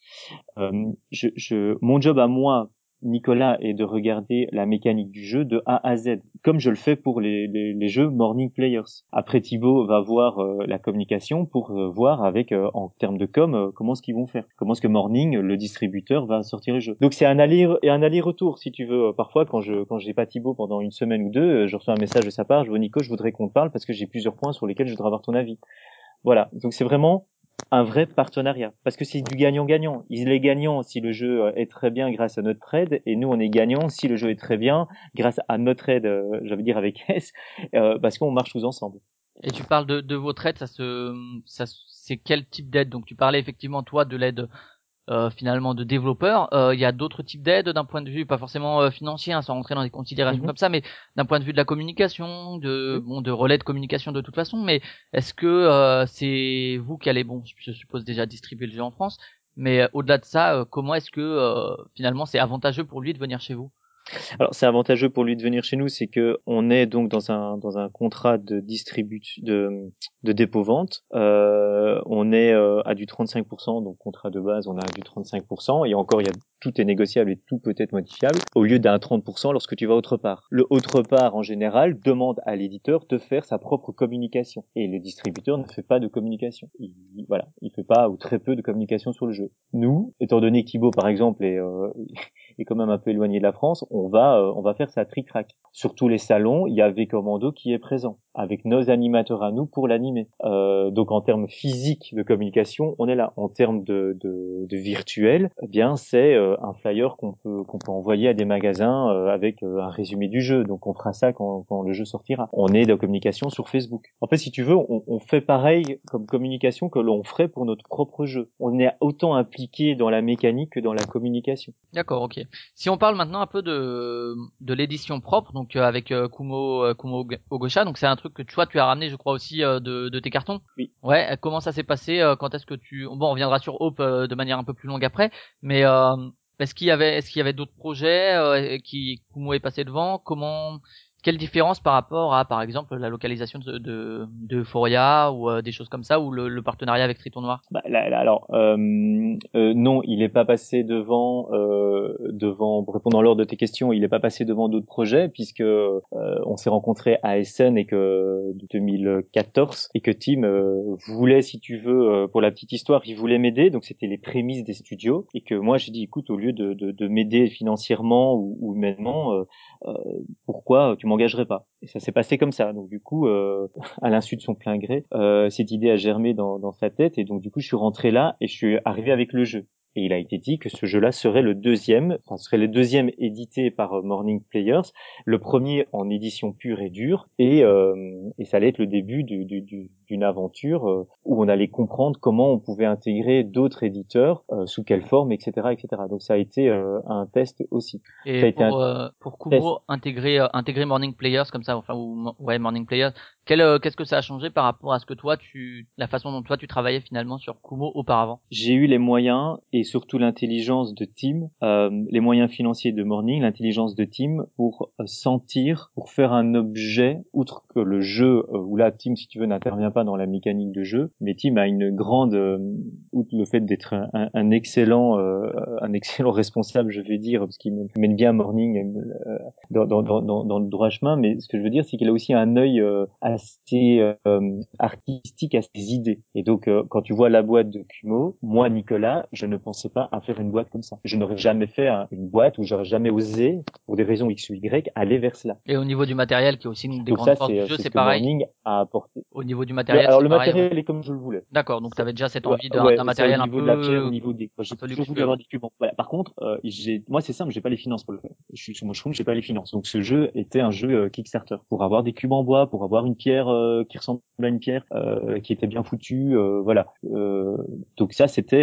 Mon job à moi, Nicolas, est de regarder la mécanique du jeu de A à Z, comme je le fais pour les jeux Morning Players. Après, Thibaut va voir la communication pour voir avec, en termes de comment est-ce qu'ils vont faire. Comment est-ce que Morning, le distributeur, va sortir les jeux. Donc c'est un aller-retour, si tu veux. Parfois, quand j'ai pas Thibaut pendant une semaine ou deux, je reçois un message de sa part, je vois Nico, je voudrais qu'on te parle parce que j'ai plusieurs points sur lesquels je voudrais avoir ton avis. Voilà. Donc c'est vraiment un vrai partenariat parce que c'est du gagnant-gagnant. Il est gagnant si le jeu est très bien grâce à notre aide et nous on est gagnant si le jeu est très bien grâce à notre aide, j'allais dire avec S, parce qu'on marche tous ensemble. Et tu parles de votre aide, c'est quel type d'aide? Donc tu parlais effectivement toi de l'aide finalement de développeurs. Il y a d'autres types d'aides d'un point de vue pas forcément financier, sans rentrer dans des considérations comme ça, mais d'un point de vue de la communication, de relais de communication de toute façon. Mais est-ce que c'est vous qui allez, je suppose déjà distribuer le jeu en France, mais au-delà de ça, comment est-ce que finalement c'est avantageux pour lui de venir chez vous? Alors c'est avantageux pour lui de venir chez nous, c'est que on est donc dans un contrat de de dépôt-vente. On est à du 35%, donc contrat de base, on a du 35%, et encore tout est négociable et tout peut être modifiable, au lieu d'un 30% lorsque tu vas autre part. Le autre part, en général, demande à l'éditeur de faire sa propre communication. Et le distributeur ne fait pas de communication. Il fait pas ou très peu de communication sur le jeu. Nous, étant donné que Thibaut, par exemple, est quand même un peu éloigné de la France, on va faire ça tric-trac. Sur tous les salons, il y a V Commando qui est présent. avec nos animateurs à nous pour l'animer. Donc en termes physiques de communication, on est là. En termes de virtuel, eh bien c'est un flyer qu'on peut envoyer à des magasins avec un résumé du jeu. Donc on fera ça quand le jeu sortira. On est de communication sur Facebook. En fait, si tu veux, on fait pareil comme communication que l'on ferait pour notre propre jeu. On est autant impliqué dans la mécanique que dans la communication. D'accord, ok. Si on parle maintenant un peu de l'édition propre, donc avec Kumo Ogosha, donc c'est un truc que tu as ramené, je crois aussi de tes cartons. Oui. Ouais. Comment ça s'est passé? Quand est-ce que on reviendra sur Hope de manière un peu plus longue après, mais est-ce qu'il y avait d'autres projets qui Kumo est passé devant? Quelle différence par rapport à, par exemple, la localisation de Euphoria ou des choses comme ça, ou le partenariat avec Triton Noir? Alors, non, il n'est pas passé devant, pour répondre en l'ordre de tes questions, il n'est pas passé devant d'autres projets, puisque on s'est rencontrés à Essen et que 2014, et que Tim voulait, si tu veux, pour la petite histoire, il voulait m'aider, donc c'était les prémices des studios, et que moi j'ai dit, écoute, au lieu de m'aider financièrement ou humainement, pourquoi tu m'engagerais pas? Et ça s'est passé comme ça. Donc du coup, à l'insu de son plein gré, cette idée a germé dans sa tête, et donc du coup je suis rentré là et je suis arrivé avec le jeu. Et il a été dit que ce jeu-là serait le deuxième édité par Morning Players, le premier en édition pure et dure, et ça allait être le début d'une aventure où on allait comprendre comment on pouvait intégrer d'autres éditeurs, sous quelle forme, etc., etc. Donc ça a été un test aussi. Et ça a été pour Kumo intégrer Morning Players comme ça, enfin Morning Players, qu'est-ce que ça a changé par rapport à ce que la façon dont toi tu travaillais finalement sur Kumo auparavant? J'ai eu les moyens et surtout l'intelligence de Tim, les moyens financiers de Morning, l'intelligence de Tim pour pour faire un objet, outre que le jeu, où là Tim, si tu veux, n'intervient pas dans la mécanique de jeu, mais Tim a une grande, outre le fait d'être un excellent responsable, je vais dire, parce qu'il mène bien Morning dans le droit chemin, mais ce que je veux dire, c'est qu'il a aussi un œil assez artistique à ses idées. Et donc, quand tu vois la boîte de Kumo, moi, Nicolas, je ne pensais pas à faire une boîte comme ça. Je n'aurais jamais fait une boîte, ou j'aurais jamais osé, pour des raisons X ou Y, aller vers cela. Et au niveau du matériel, qui est aussi une des donc grandes ça, forces du jeu, c'est ce que pareil. Morning a apporté. Au niveau du matériel, Alors c'est le pareil, matériel est comme je le voulais. D'accord, donc tu avais déjà cette envie d'un matériel au un niveau peu de la pierre, au niveau des, j'ai toujours voulu luxueux. avoir des cubes. Voilà. Par contre, moi c'est simple, j'ai pas les finances pour le faire. Je suis sur Mushroom, j'ai pas les finances. Donc ce jeu était un jeu Kickstarter pour avoir des cubes en bois, pour avoir une pierre qui ressemble à une pierre, qui était bien foutue, voilà. Donc ça c'était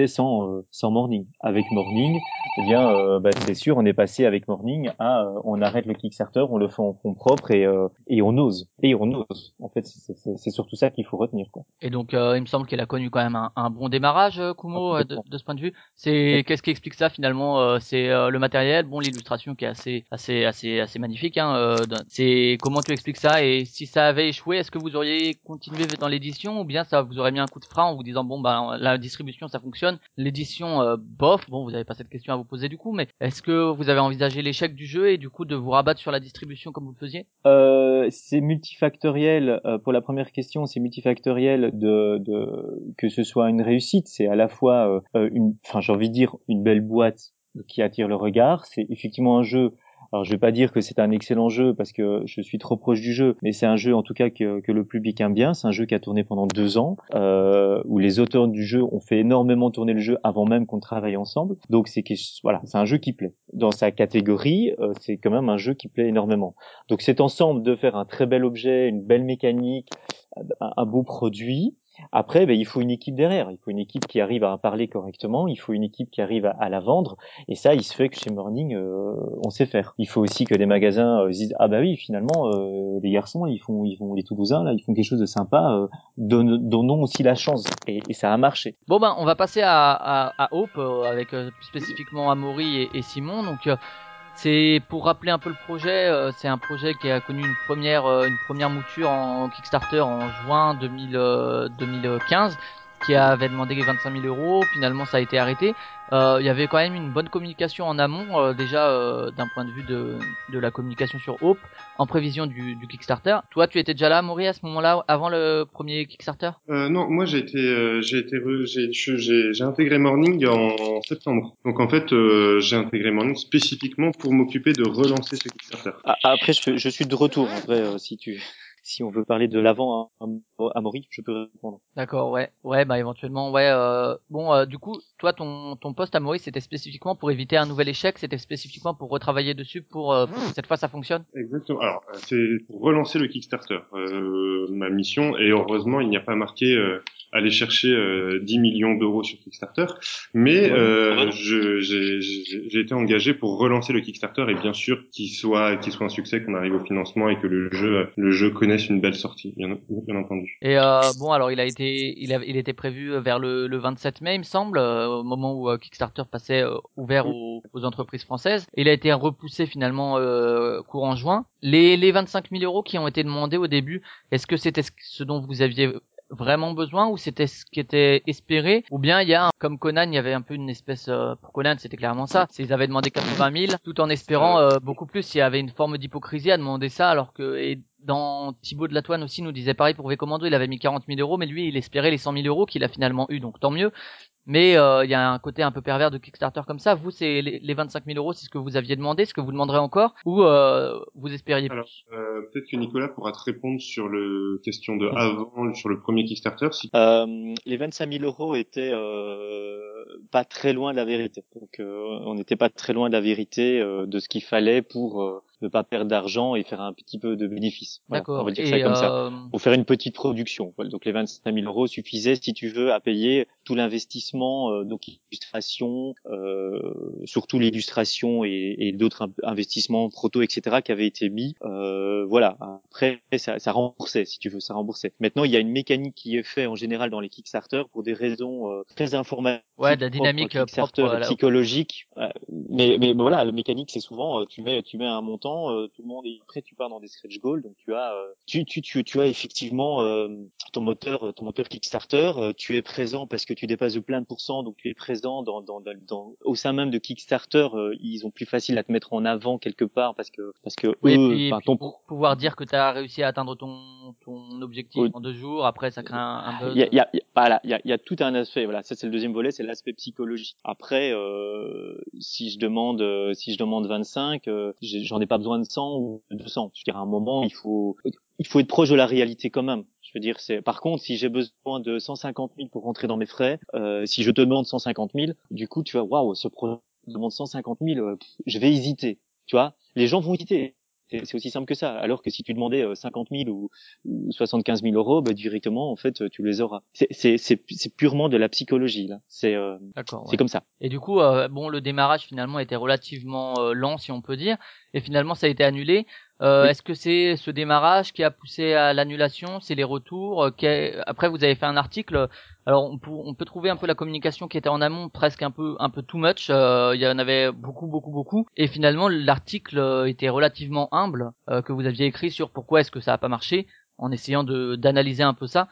sans Morning. Avec Morning, eh bien c'est sûr, on est passé avec Morning à on arrête le Kickstarter, on le fait en fonds propres et on ose. Et on ose. En fait, c'est surtout ça qu'il faut retenir, quoi. Et donc il me semble qu'elle a connu quand même un bon démarrage, Kumo, de ce point de vue. Qu'est-ce qui explique ça finalement? C'est le matériel, bon, l'illustration qui est assez magnifique, hein. C'est comment tu expliques ça? Et si ça avait échoué, est-ce que vous auriez continué dans l'édition, ou bien ça vous aurait mis un coup de frein en vous disant bon ben la distribution ça fonctionne, l'édition bof. Bon, vous avez pas cette question à vous poser du coup, mais est-ce que vous avez envisagé l'échec du jeu et du coup de vous rabattre sur la distribution comme vous le faisiez? C'est multifactoriel. Pour la première question, c'est multifactoriel que ce soit une réussite. C'est à la fois j'ai envie de dire une belle boîte qui attire le regard. C'est effectivement un jeu. Alors je vais pas dire que c'est un excellent jeu parce que je suis trop proche du jeu, mais c'est un jeu en tout cas que le public aime bien. C'est un jeu qui a tourné pendant 2 ans, où les auteurs du jeu ont fait énormément tourner le jeu avant même qu'on travaille ensemble. Donc c'est un jeu qui plaît. Dans sa catégorie, c'est quand même un jeu qui plaît énormément. Donc cet ensemble de faire un très bel objet, une belle mécanique, un beau produit. Après, il faut une équipe derrière. Il faut une équipe qui arrive à en parler correctement. Il faut une équipe qui arrive à la vendre. Et ça, il se fait que chez Morning, on sait faire. Il faut aussi que les magasins se disent oui, finalement, les garçons, ils font les Toulousains là, ils font quelque chose de sympa. Donnons aussi la chance. Et ça a marché. Bon on va passer à Hope avec spécifiquement Amaury et Simon. Donc c'est pour rappeler un peu le projet, c'est un projet qui a connu une première mouture en Kickstarter en juin 2015, qui avait demandé 25 000 €. Finalement, ça a été arrêté. Il y avait quand même une bonne communication en amont, déjà d'un point de vue de la communication sur Hope, en prévision du Kickstarter. Toi, tu étais déjà là, Maury, à ce moment-là, avant le premier Kickstarter? Non, moi j'ai intégré Morning en septembre. Donc en fait, j'ai intégré Morning spécifiquement pour m'occuper de relancer ce Kickstarter. Après, je suis de retour, en vrai, si tu... si on veut parler de l'avant Amaury, je peux répondre. D'accord, ouais, bah éventuellement, ouais. Du coup, toi, ton poste Amaury, c'était spécifiquement pour éviter un nouvel échec, c'était spécifiquement pour retravailler dessus pour que cette fois ça fonctionne. Exactement. Alors, c'est pour relancer le Kickstarter, ma mission. Et heureusement, il n'y a pas marqué aller chercher 10 millions d'euros sur Kickstarter, mais j'ai été engagé pour relancer le Kickstarter et bien sûr qu'il soit un succès, qu'on arrive au financement et que le jeu connaisse une belle sortie, bien entendu. Et alors il était prévu vers le 27 mai, il me semble, au moment où Kickstarter passait ouvert aux entreprises françaises. Il a été repoussé finalement courant juin. Les 25 000 euros qui ont été demandés au début, est-ce que c'était ce dont vous aviez vraiment besoin ou c'était ce qui était espéré, ou bien comme Conan, il y avait un peu une espèce pour Conan c'était clairement ça, ils avaient demandé 80 000 tout en espérant beaucoup plus. Il y avait une forme d'hypocrisie à demander ça, alors que dans Thibaut de Latoine aussi nous disait pareil pour V-Commando, il avait mis 40 000 euros, mais lui il espérait les 100 000 euros qu'il a finalement eu, donc tant mieux. Mais il y a un côté un peu pervers de Kickstarter comme ça. Vous, c'est les 25 000 euros, c'est ce que vous aviez demandé, ce que vous demanderez encore, ou vous espériez plus? Alors, peut-être que Nicolas pourra te répondre sur le question de avant, sur le premier Kickstarter. Les 25 000 euros étaient pas très loin de la vérité. Donc, on n'était pas très loin de la vérité de ce qu'il fallait pour ne pas perdre d'argent et faire un petit peu de bénéfice. Voilà, D'accord. on va dire ça comme ça. Pour faire une petite production. Voilà, donc les 25 000 euros suffisaient, si tu veux, à payer tout l'investissement, donc illustration, surtout l'illustration et d'autres investissements proto, etc., qui avaient été mis. Voilà. Après, ça remboursait, si tu veux, ça remboursait. Maintenant, il y a une mécanique qui est faite en général dans les Kickstarter pour des raisons très informatiques. Ouais, de la dynamique Kickstarter propre, psychologique. Mais voilà, la mécanique, c'est souvent tu mets un montant, tout le monde est prêt, tu pars dans des stretch goals, donc tu as effectivement ton moteur Kickstarter, tu es présent parce que tu dépasses de plein de pourcents, donc tu es présent dans au sein même de Kickstarter, ils ont plus facile à te mettre en avant quelque part parce que oui, eux, puis pour pouvoir dire que tu as réussi à atteindre ton objectif en 2 jours, après ça crée un buzz. Il y a tout un aspect, voilà, ça c'est le deuxième volet, c'est l'aspect psychologique. Après si je demande 25, j'en ai pas besoin de 100 ou de 200. Je veux dire, à un moment, il faut être proche de la réalité quand même. Je veux dire, par contre, si j'ai besoin de 150 000 pour rentrer dans mes frais, si je te demande 150 000, du coup, tu vas, waouh, ce projet demande 150 000, je vais hésiter. Tu vois, les gens vont hésiter. C'est aussi simple que ça. Alors que si tu demandais 50 000 ou 75 000 euros, bah, directement, en fait, tu les auras. C'est purement de la psychologie, là. D'accord, c'est comme ça. Et du coup, le démarrage finalement était relativement lent, si on peut dire, et finalement ça a été annulé. Oui. Est-ce que c'est ce démarrage qui a poussé à l'annulation? C'est les retours? Après, vous avez fait un article. Alors, on peut trouver un peu la communication qui était en amont, presque un peu too much. Il y en avait beaucoup. Et finalement, l'article était relativement humble que vous aviez écrit sur pourquoi est-ce que ça a pas marché, en essayant d'analyser un peu ça.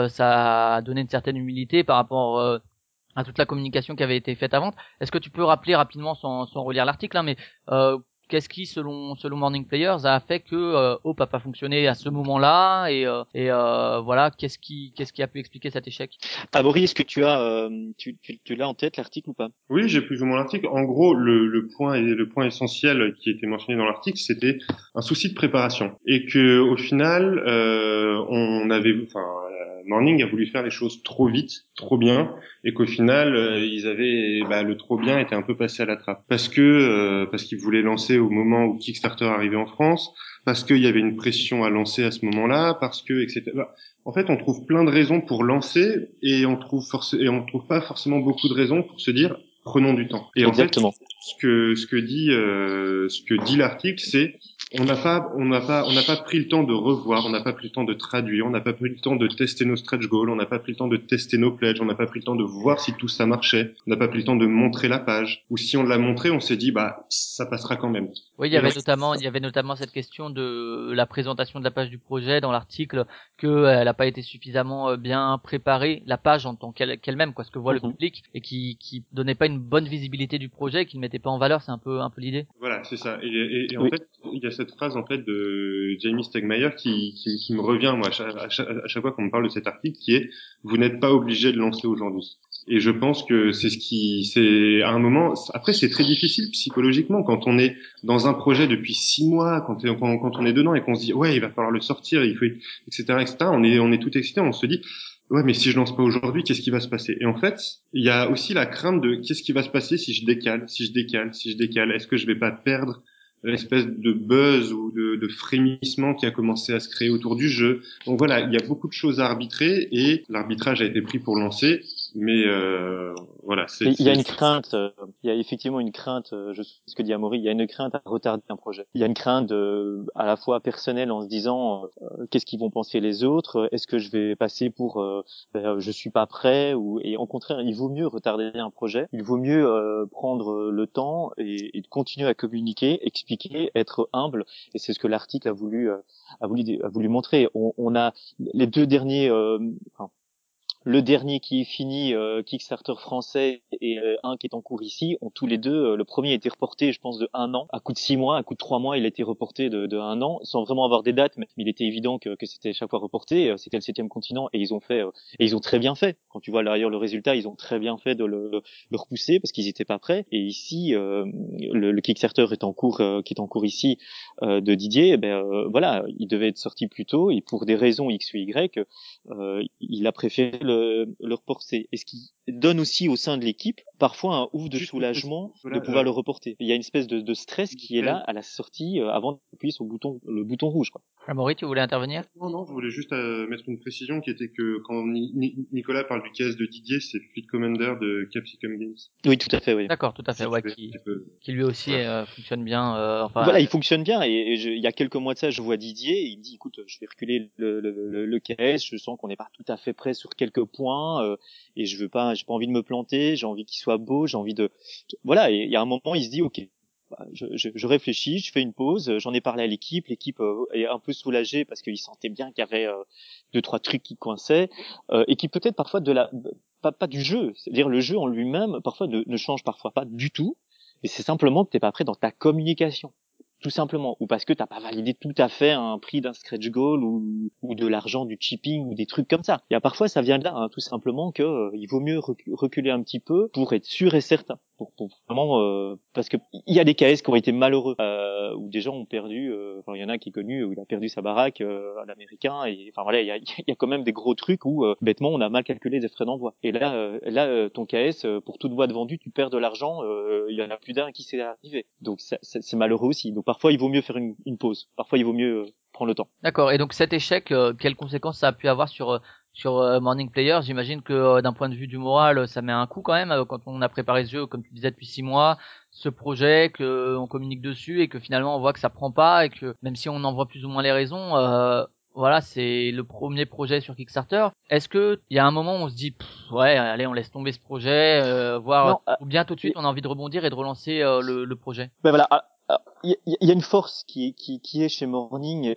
Ça a donné une certaine humilité par rapport à toute la communication qui avait été faite avant. Est-ce que tu peux rappeler rapidement, sans relire l'article, hein, mais qu'est-ce qui, selon Morning Players, a fait que Hope a pas fonctionné à ce moment-là, et voilà, qu'est-ce qui a pu expliquer cet échec? Amaury, est-ce que tu l'as en tête l'article ou pas? Oui, j'ai plus ou moins l'article. En gros, le point essentiel qui était mentionné dans l'article, c'était un souci de préparation, et que au final, Morning a voulu faire les choses trop vite, trop bien, et qu'au final, le trop bien était un peu passé à la trappe, parce qu'ils voulaient lancer au moment où Kickstarter arrivait en France, parce qu'il y avait une pression à lancer à ce moment-là, parce que etc. En fait, on trouve plein de raisons pour lancer, et on trouve pas forcément beaucoup de raisons pour se dire prenons du temps. Et exactement. En fait, ce que dit l'article, c'est on n'a pas pris le temps de revoir, on n'a pas pris le temps de traduire, on n'a pas pris le temps de tester nos stretch goals, on n'a pas pris le temps de tester nos pledges, on n'a pas pris le temps de voir si tout ça marchait, on n'a pas pris le temps de montrer la page, ou si on l'a montré, on s'est dit ça passera quand même. Oui, il y avait notamment cette question de la présentation de la page du projet dans l'article, que elle n'a pas été suffisamment bien préparée, la page en tant qu'elle-même, quoi, ce que voit le public, et qui donnait pas une bonne visibilité du projet, qui ne mettait pas en valeur. C'est un peu l'idée. Voilà, c'est ça. Et en fait, il y a cette phrase en fait de Jamie Stegmaier qui me revient moi à chaque fois qu'on me parle de cet article, qui est vous n'êtes pas obligé de lancer aujourd'hui. Et je pense que c'est à un moment. Après, c'est très difficile psychologiquement quand on est dans un projet depuis 6 mois, quand on est dedans et qu'on se dit ouais, il va falloir le sortir, il faut, etc., etc. On est tout excité, on se dit ouais, mais si je lance pas aujourd'hui, qu'est-ce qui va se passer? Et en fait, il y a aussi la crainte de qu'est-ce qui va se passer si je décale, si je décale, si je décale. Est-ce que je vais pas perdre l'espèce de buzz ou de frémissement qui a commencé à se créer autour du jeu? Donc voilà, il y a beaucoup de choses à arbitrer et l'arbitrage a été pris pour lancer. Mais voilà, Il y a une crainte, il y a effectivement une crainte, je sais ce que dit Amaury, il y a une crainte à retarder un projet. Il y a une crainte à la fois personnelle en se disant qu'est-ce qu'ils vont penser les autres, est-ce que je vais passer pour je suis pas prêt, et au contraire, il vaut mieux retarder un projet, il vaut mieux prendre le temps et de continuer à communiquer, expliquer, être humble, et c'est ce que l'article a voulu montrer. On a les deux derniers le dernier qui est fini, Kickstarter français, et un qui est en cours ici, ont tous les deux, le premier a été reporté, je pense, de 1 an, à coup de 6 mois, à coup de 3 mois, il a été reporté de 1 an, sans vraiment avoir des dates, mais il était évident que c'était chaque fois reporté, c'était le 7e continent, et ils ont très bien fait. Quand tu vois d'ailleurs le résultat, ils ont très bien fait de le repousser, parce qu'ils étaient pas prêts, et ici, le Kickstarter est en cours, qui est en cours ici, de Didier, voilà, il devait être sorti plus tôt, et pour des raisons X ou Y, il a préféré le reporter. Et ce qui donne aussi au sein de l'équipe parfois un ouf de soulagement de pouvoir le reporter. Il y a une espèce de stress qui est là à la sortie avant d'appuyer sur le bouton rouge, quoi. Amaury, tu voulais intervenir? Non, je voulais juste mettre une précision qui était que quand Nicolas parle du KS de Didier, c'est Fleet Commander de Capsicum Games. Oui, tout à fait, oui. D'accord, tout à fait, ouais, qui lui aussi fonctionne bien. Voilà, il fonctionne bien, et il y a quelques mois de ça, je vois Didier, et il me dit, écoute, je vais reculer le KS, je sens qu'on n'est pas tout à fait prêt sur quelques points, et j'ai pas envie de me planter, j'ai envie qu'il soit beau, j'ai envie voilà, et il y a un moment, il se dit, ok, je réfléchis, je fais une pause, j'en ai parlé à l'équipe est un peu soulagée parce qu'il sentait bien qu'il y avait 2-3 trucs qui coinçaient, et qui peut-être parfois pas du jeu, c'est-à-dire le jeu en lui-même parfois ne change parfois pas du tout, mais c'est simplement que t'es pas prêt dans ta communication, tout simplement, ou parce que t'as pas validé tout à fait un prix d'un stretch goal ou de l'argent du chipping ou des trucs comme ça. Il y a parfois ça vient de là, hein, tout simplement que il vaut mieux reculer un petit peu pour être sûr et certain, pour vraiment parce que il y a des KS qui ont été malheureux, où des gens ont perdu, il y en a un qui est connu où il a perdu sa baraque à l'américain, et enfin voilà, il y a quand même des gros trucs où bêtement on a mal calculé des frais d'envoi, et là ton KS, pour toute boîte vendue tu perds de l'argent, il y en a plus d'un qui s'est arrivé, donc c'est malheureux aussi. Donc parfois il vaut mieux faire une pause, parfois il vaut mieux prendre le temps. D'accord. Et donc cet échec, quelles conséquences ça a pu avoir sur Morning Player? J'imagine que d'un point de vue du moral, ça met un coup quand même quand on a préparé ce jeu, comme tu disais, depuis 6 mois, ce projet, que on communique dessus et que finalement on voit que ça prend pas, et que même si on en voit plus ou moins les raisons, voilà, c'est le premier projet sur Kickstarter. Est-ce que il y a un moment où on se dit ouais, allez, on laisse tomber ce projet, voir, ou bien tout de suite on a envie de rebondir et de relancer le projet? Ben voilà. Il y a une force qui est chez Morning,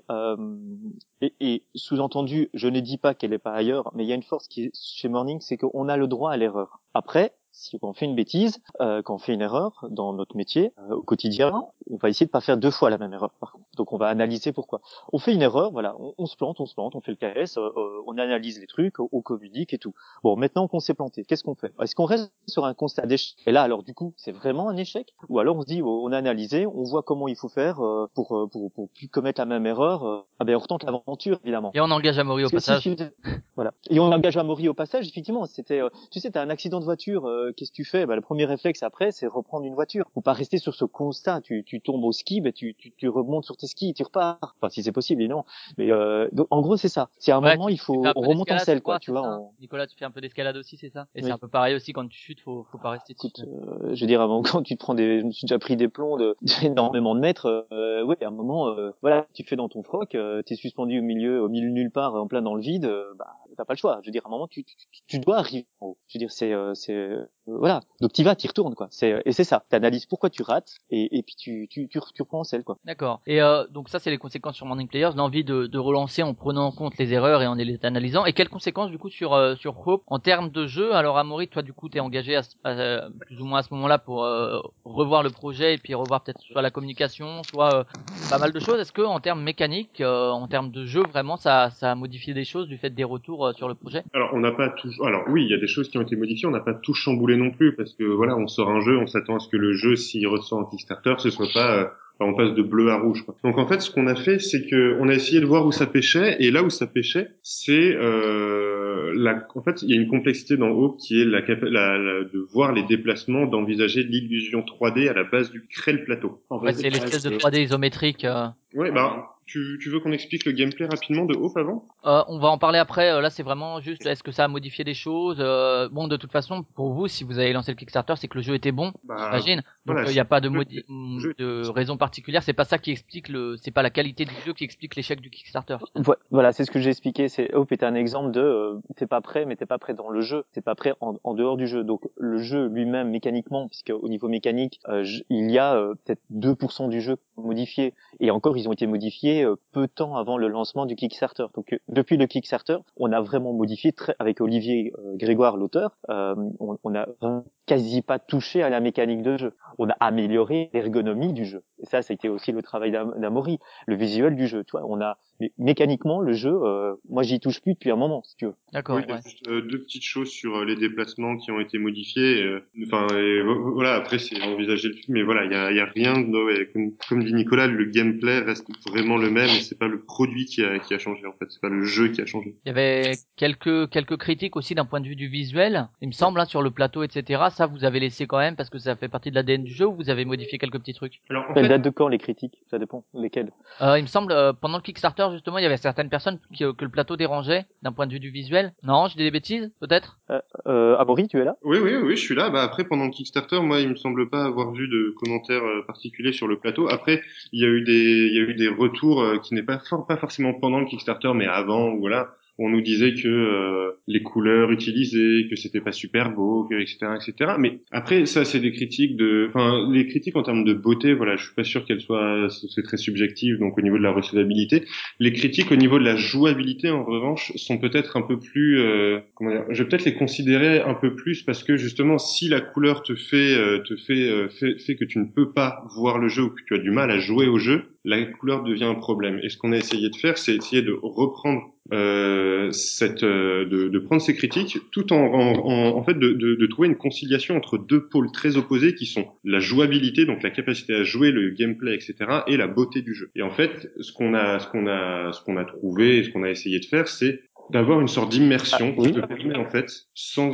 et sous-entendu, je ne dis pas qu'elle est pas ailleurs, mais il y a une force qui est chez Morning, c'est qu'on a le droit à l'erreur. Après, si on fait une bêtise, quand on fait une erreur dans notre métier au quotidien, on va essayer de pas faire 2 fois la même erreur, par contre. Donc on va analyser pourquoi. On fait une erreur, voilà, on se plante, on fait le KS, on analyse les trucs, on communique et tout. Bon, maintenant qu'on s'est planté, qu'est-ce qu'on fait? Est-ce qu'on reste sur un constat d'échec? Et là, alors du coup, c'est vraiment un échec? Ou alors on se dit, on a analysé, on voit comment il faut faire pour plus commettre la même erreur. On retente l'aventure, évidemment. Et on engage Amaury au passage. Voilà. Et on engage Amaury au passage, effectivement. C'était, tu sais, t'as un accident de voiture, qu'est-ce que tu fais? Le premier réflexe après, c'est reprendre une voiture. Faut pas rester sur ce constat. Tu tombes au ski, tu remontes sur tes skis, tu repars. Enfin, si c'est possible, évidemment. Mais donc, en gros, c'est ça. C'est à un moment, on remonte en selle, quoi. Tu vois. Nicolas, tu fais un peu d'escalade aussi, c'est ça? Et oui. C'est un peu pareil aussi quand tu chutes, faut pas rester dessus. Écoute, je veux dire, avant, quand tu te prends je me suis déjà pris des plombs d'énormément de mètres. Ouais, à un moment, voilà, tu fais dans ton froc, t'es suspendu au milieu nulle part, en plein dans le vide. T'as pas le choix. Je veux dire, à un moment, tu dois arriver en haut. Je veux dire, voilà. Donc t'y retournes quoi. C'est ça. T'analyses pourquoi tu rates et puis tu reprends en selle quoi. D'accord. Et donc ça, c'est les conséquences sur Morning Players, l'envie de relancer en prenant en compte les erreurs et en les analysant. Et quelles conséquences du coup sur Hope en termes de jeu? Alors Amaury, toi du coup t'es engagé plus ou moins à ce moment-là pour revoir le projet et puis revoir peut-être soit la communication, soit pas mal de choses. Est-ce que en termes mécaniques, en termes de jeu, vraiment ça a modifié des choses du fait des retours sur le projet? Alors, on n'a pas tout. Alors oui, il y a des choses qui ont été modifiées. On n'a pas tout chamboulé non plus parce que voilà, on sort un jeu, on s'attend à ce que le jeu, s'il ressort en Kickstarter, ce soit pas on passe de bleu à rouge, quoi. Donc en fait, ce qu'on a fait, c'est que on a essayé de voir où ça pêchait, et là où ça pêchait, c'est en fait, il y a une complexité dans Hope qui est de voir les déplacements, d'envisager l'illusion 3D à la base du créer le plateau. Ouais, c'est l'espèce de 3D isométrique. Ouais, tu veux qu'on explique le gameplay rapidement de Hope avant? On va en parler après. Là, c'est vraiment juste, est-ce que ça a modifié des choses? Bon, de toute façon, pour vous, si vous avez lancé le Kickstarter, c'est que le jeu était bon, j'imagine. Donc, voilà, il n'y a pas de raison particulière. C'est pas ça qui explique c'est pas la qualité du jeu qui explique l'échec du Kickstarter. Voilà, c'est ce que j'ai expliqué. Hope est un exemple de t'es pas prêt, mais t'es pas prêt dans le jeu. T'es pas prêt en dehors du jeu. Donc le jeu lui-même mécaniquement, puisque au niveau mécanique, il y a peut-être 2% du jeu modifié. Et encore, ils ont été modifiés peu de temps avant le lancement du Kickstarter. Donc depuis le Kickstarter, on a vraiment modifié avec Olivier Grégoire, l'auteur. On a quasi pas touché à la mécanique de jeu. On a amélioré l'ergonomie du jeu. Et ça a été aussi le travail d'Amaury, le visuel du jeu. Tu vois, mais mécaniquement, le jeu, moi j'y touche plus depuis un moment, si tu veux. D'accord. Oui, ouais. juste deux petites choses sur les déplacements qui ont été modifiés. Voilà, après c'est envisager le film, mais voilà, il y a rien comme dit Nicolas, le gameplay reste vraiment le même et c'est pas le produit qui a changé en fait, c'est pas le jeu qui a changé. Il y avait quelques critiques aussi d'un point de vue du visuel, il me semble, sur le plateau, etc. Ça, vous avez laissé quand même parce que ça fait partie de l'ADN du jeu, ou vous avez modifié quelques petits trucs? Alors en Elle fait, date de quand les critiques? Ça dépend lesquelles. Il me semble, pendant le Kickstarter, justement, il y avait certaines personnes que le plateau dérangeait d'un point de vue du visuel. Non, je dis des bêtises, peut-être? Amaury, tu es là? oui, je suis là. Après, pendant le Kickstarter, moi, il me semble pas avoir vu de commentaires particuliers sur le plateau. Après, il y a eu des retours qui n'est pas forcément pendant le Kickstarter, mais avant, ou voilà. On nous disait que les couleurs utilisées, que c'était pas super beau, etc. Mais après, ça, c'est des critiques les critiques en termes de beauté, voilà, je suis pas sûr qu'elles soient, c'est très subjectif, donc au niveau de la recevabilité. Les critiques au niveau de la jouabilité, en revanche, sont peut-être un peu plus, je vais peut-être les considérer un peu plus parce que justement, si la couleur fait que tu ne peux pas voir le jeu ou que tu as du mal à jouer au jeu, la couleur devient un problème. Et ce qu'on a essayé de faire, c'est essayer de reprendre de prendre ces critiques tout en fait de trouver une conciliation entre deux pôles très opposés qui sont la jouabilité, donc la capacité à jouer, le gameplay, etc., et la beauté du jeu. Et en fait, ce qu'on a trouvé et ce qu'on a essayé de faire, c'est d'avoir une sorte d'immersion qui te permet en fait, sans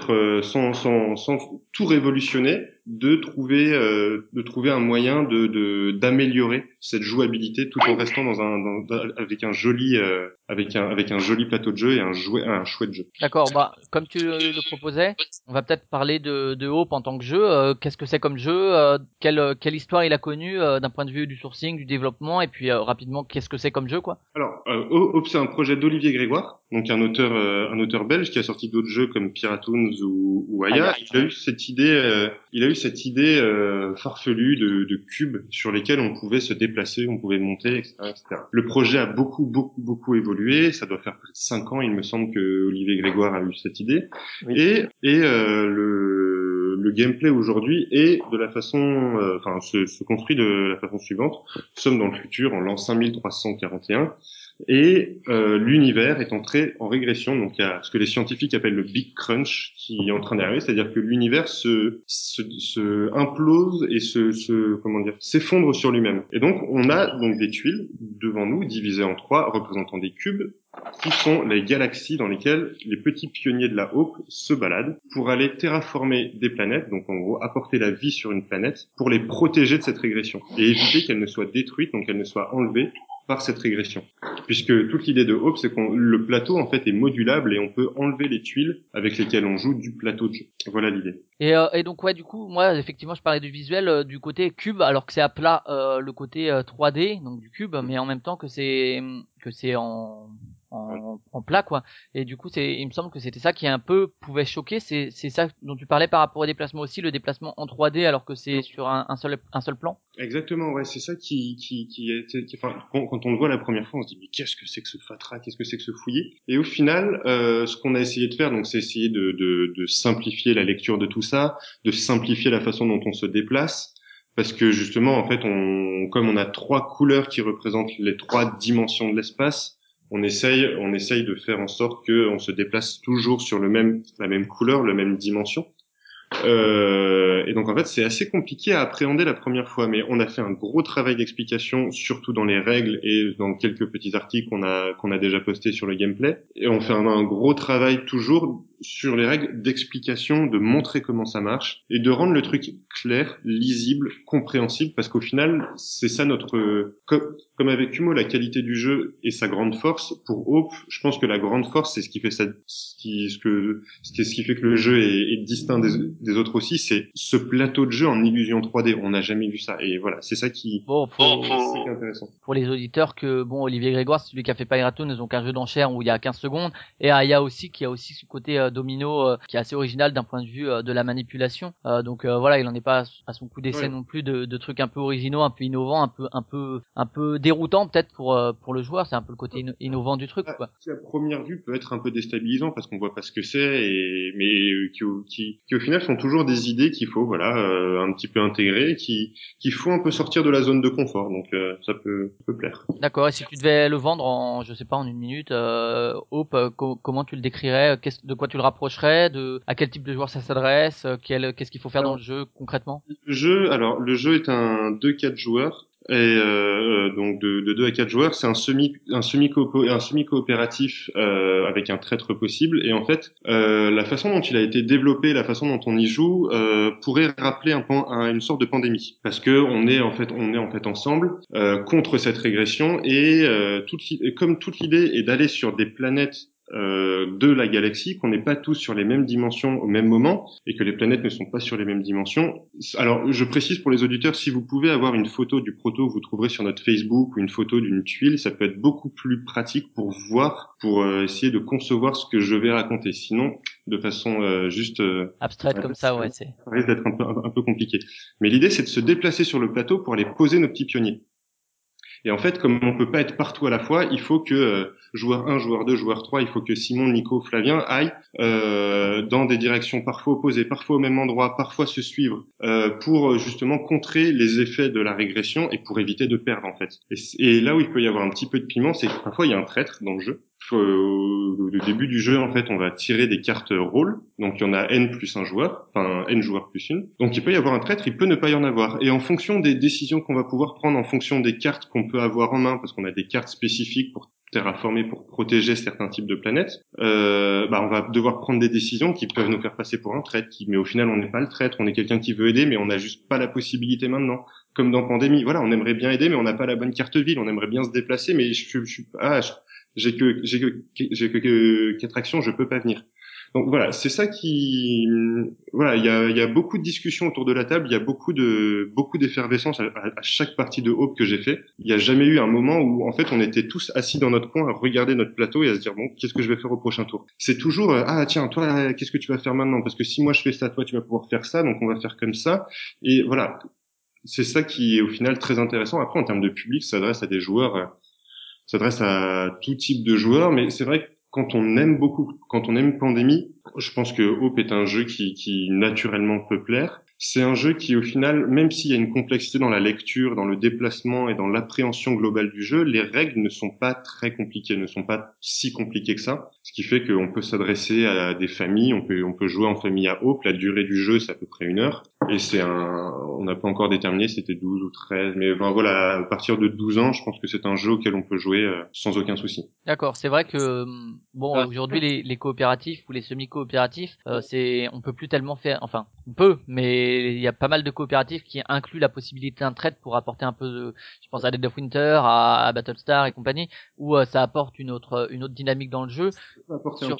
tout révolutionner, de trouver un moyen d'améliorer cette jouabilité tout en restant avec un joli plateau de jeu et un chouette jeu. D'accord, comme tu le proposais, on va peut-être parler de Hope en tant que jeu. Qu'est-ce que c'est comme jeu? Quelle histoire il a connue d'un point de vue du sourcing, du développement, et puis rapidement, qu'est-ce que c'est comme jeu, quoi? Alors, Hope, c'est un projet d'Olivier Grégoire, donc un auteur belge qui a sorti d'autres jeux comme Piratoons ou Aya. Il a eu cette idée farfelue de cubes sur lesquels on pouvait se déplacer, on pouvait monter, etc. Le projet a beaucoup évolué. Ça doit faire près de 5 ans, il me semble, que Olivier Grégoire a eu cette idée. Oui. Et le gameplay aujourd'hui est de la façon, se construit de la façon suivante. Nous sommes dans le futur, en l'an 5341. Et l'univers est entré en régression, donc il y a ce que les scientifiques appellent le Big Crunch qui est en train d'arriver, c'est-à-dire que l'univers se implose et s'effondre sur lui-même. Et donc on a donc des tuiles devant nous divisées en 3 représentant des cubes qui sont les galaxies dans lesquelles les petits pionniers de la Hope se baladent pour aller terraformer des planètes, donc en gros apporter la vie sur une planète pour les protéger de cette régression et éviter qu'elle ne soit détruite, donc qu'elle ne soit enlevée par cette régression. Puisque toute l'idée de Hope, c'est que le plateau en fait est modulable et on peut enlever les tuiles avec lesquelles on joue du plateau de jeu. Voilà l'idée. Et donc ouais, du coup, moi effectivement, je parlais du visuel du côté cube, alors que c'est à plat le côté 3D, donc du cube, mais en même temps que c'est en plat quoi. Et du coup il me semble que c'était ça qui un peu pouvait choquer, c'est ça dont tu parlais par rapport au déplacement aussi, le déplacement en 3D alors que c'est sur un seul plan. Exactement, ouais, c'est ça enfin, quand on le voit la première fois, on se dit mais qu'est-ce que c'est que ce fatras, qu'est-ce que c'est que ce fouillis? Et au final, ce qu'on a essayé de faire, donc c'est essayer de simplifier la lecture de tout ça, de simplifier la façon dont on se déplace, parce que justement, en fait, comme on a 3 couleurs qui représentent les 3 dimensions de l'espace, on essaye de faire en sorte que on se déplace toujours sur la même couleur, la même dimension. Et donc en fait c'est assez compliqué à appréhender la première fois, mais on a fait un gros travail d'explication, surtout dans les règles et dans quelques petits articles qu'on a déjà postés sur le gameplay. Et on fait un gros travail toujours sur les règles d'explication, de montrer comment ça marche et de rendre le truc clair, lisible, compréhensible, parce qu'au final c'est ça comme avec Humo, la qualité du jeu est sa grande force. Pour Hope, je pense que la grande force, c'est ce qui fait ce qui fait que le jeu est distinct des autres aussi, c'est ce plateau de jeu en illusion 3D. On n'a jamais vu ça. Et voilà, c'est ça qui est intéressant. Pour les auditeurs que, Olivier Grégoire, c'est celui qui a fait Pyratoon, donc un jeu d'enchères où il y a 15 secondes. Et Aya aussi, qui a aussi ce côté domino, qui est assez original d'un point de vue de la manipulation. Donc voilà, il en est pas à son coup d'essai non plus de trucs un peu originaux, un peu innovants, un peu déroutant peut-être pour le joueur. C'est un peu le côté innovant du truc, quoi. Qui à première vue peut être un peu déstabilisant parce qu'on voit pas ce que c'est, mais qui au final sont toujours des idées qu'il faut un petit peu intégrer, qu'il faut un peu sortir de la zone de confort. Donc ça peut plaire. D'accord. Et si tu devais le vendre en une minute, Hope, comment tu le décrirais? De quoi tu le rapprocherais? À quel type de joueur ça s'adresse? Qu'est-ce qu'il faut faire dans le jeu concrètement? Le jeu est un 2-4 joueurs. Et donc de 2 à 4 joueurs, c'est un semi coopératif avec un traître possible. Et en fait, la façon dont il a été développé, la façon dont on y joue, pourrait rappeler une sorte de pandémie, parce que on est en fait ensemble contre cette régression et comme toute l'idée est d'aller sur des planètes de la galaxie, qu'on n'est pas tous sur les mêmes dimensions au même moment et que les planètes ne sont pas sur les mêmes dimensions. Alors, je précise pour les auditeurs, si vous pouvez avoir une photo du proto que vous trouverez sur notre Facebook ou une photo d'une tuile, ça peut être beaucoup plus pratique pour essayer de concevoir ce que je vais raconter. Sinon, de façon juste abstraite comme ça, ouais, ça risque d'être un peu compliqué. Mais l'idée, c'est de se déplacer sur le plateau pour aller poser nos petits pionniers. Et en fait, comme on peut pas être partout à la fois, il faut que joueur 1, joueur 2, joueur 3, il faut que Simon, Nico, Flavien aillent dans des directions parfois opposées, parfois au même endroit, parfois se suivre, pour justement contrer les effets de la régression et pour éviter de perdre en fait. Et là où il peut y avoir un petit peu de piment, c'est que parfois il y a un traître dans le jeu. Au début du jeu, en fait, on va tirer des cartes rôle. Donc, il y en a N plus un joueur, enfin N joueurs plus une. Donc, il peut y avoir un traître, il peut ne pas y en avoir. Et en fonction des décisions qu'on va pouvoir prendre, en fonction des cartes qu'on peut avoir en main, parce qu'on a des cartes spécifiques pour terraformer, pour protéger certains types de planètes, on va devoir prendre des décisions qui peuvent nous faire passer pour un traître. Mais au final, on n'est pas le traître, on est quelqu'un qui veut aider, mais on n'a juste pas la possibilité maintenant. Comme dans Pandémie, voilà, on aimerait bien aider, mais on n'a pas la bonne carte ville. On aimerait bien se déplacer, mais j'ai que 4 actions, je peux pas venir. Donc voilà, c'est ça qui, voilà, il y a beaucoup de discussions autour de la table, il y a beaucoup d'effervescence à chaque partie de Hope que j'ai fait. Il y a jamais eu un moment où en fait on était tous assis dans notre coin à regarder notre plateau et à se dire bon, qu'est-ce que je vais faire au prochain tour. C'est toujours tiens, toi qu'est-ce que tu vas faire maintenant, parce que si moi je fais ça, toi tu vas pouvoir faire ça, donc on va faire comme ça. Et voilà, c'est ça qui est au final très intéressant. Après en termes de public, ça s'adresse à des joueurs, ça s'adresse à tout type de joueurs, mais c'est vrai que quand on aime Pandémie, je pense que Hope est un jeu qui naturellement peut plaire. C'est un jeu qui, au final, même s'il y a une complexité dans la lecture, dans le déplacement et dans l'appréhension globale du jeu, les règles ne sont pas très compliquées, ne sont pas si compliquées que ça. Ce qui fait qu'on peut s'adresser à des familles, on peut jouer en famille à Hope. La durée du jeu, c'est à peu près 1 heure. Et on n'a pas encore déterminé, c'était 12 ou 13. Mais voilà, à partir de 12 ans, je pense que c'est un jeu auquel on peut jouer sans aucun souci. D'accord, c'est vrai que aujourd'hui les coopératifs ou les semi-coopératifs, on peut plus tellement faire, enfin on peut, mais il y a pas mal de coopératifs qui incluent la possibilité d'un trade pour apporter un peu je pense à Dead of Winter, à Battlestar et compagnie, où ça apporte une autre dynamique dans le jeu.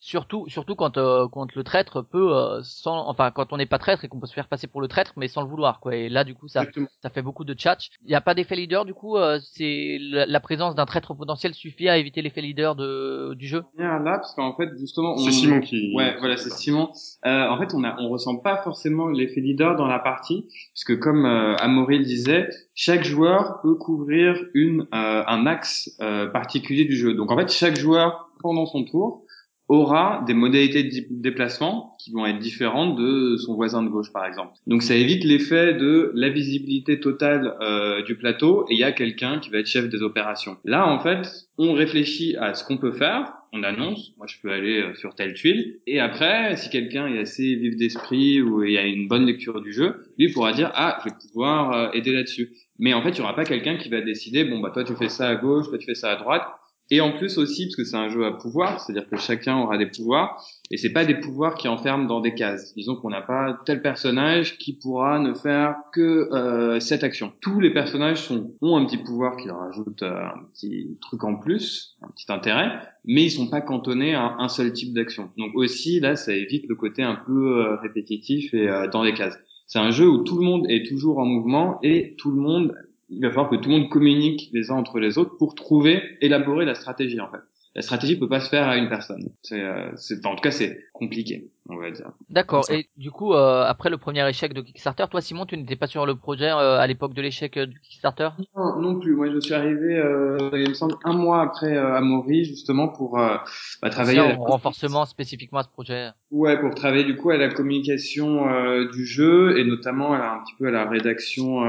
Surtout quand le traître peut quand on n'est pas traître et qu'on peut se faire passer pour le traître mais sans le vouloir quoi. Et là du coup ça Exactement. fait beaucoup de tchatch. Il y a pas d'effet leader du coup, c'est la présence d'un traître potentiel suffit à éviter l'effet leader du jeu. Là, parce qu'en fait, justement, C'est Simon qui. ouais, voilà, c'est Simon. En fait, on ressent pas forcément l'effet leader dans la partie, puisque comme Amaury le disait, chaque joueur peut couvrir un axe particulier du jeu. Donc, en fait, chaque joueur pendant son tour aura des modalités de déplacement qui vont être différentes de son voisin de gauche, par exemple. Donc, ça évite l'effet de la visibilité totale du plateau et il y a quelqu'un qui va être chef des opérations. Là, en fait, on réfléchit à ce qu'on peut faire, on annonce, moi je peux aller sur telle tuile, et après, si quelqu'un est assez vif d'esprit ou il y a une bonne lecture du jeu, lui pourra dire, ah, je vais pouvoir aider là-dessus. Mais en fait, il y aura pas quelqu'un qui va décider, bon, bah toi tu fais ça à gauche, toi tu fais ça à droite. Et en plus aussi, parce que c'est un jeu à pouvoir, c'est-à-dire que chacun aura des pouvoirs, et c'est pas des pouvoirs qui enferment dans des cases. Disons qu'on n'a pas tel personnage qui pourra ne faire que cette action. Tous les personnages ont un petit pouvoir qui leur ajoute un petit truc en plus, un petit intérêt, mais ils sont pas cantonnés à un seul type d'action. Donc aussi, là, ça évite le côté un peu répétitif et dans les cases. C'est un jeu où tout le monde est toujours en mouvement et il va falloir que tout le monde communique les uns entre les autres pour élaborer la stratégie en fait. La stratégie peut pas se faire à une personne. En tout cas, c'est compliqué, on va dire. D'accord. Et du coup, après le premier échec de Kickstarter, toi Simon, tu n'étais pas sur le projet à l'époque de l'échec du Kickstarter? Non plus. Moi, je suis arrivé, il me semble, un mois après Amaury, justement, pour travailler en renforcement spécifiquement à ce projet. Ouais, pour travailler du coup à la communication du jeu et notamment un petit peu à la rédaction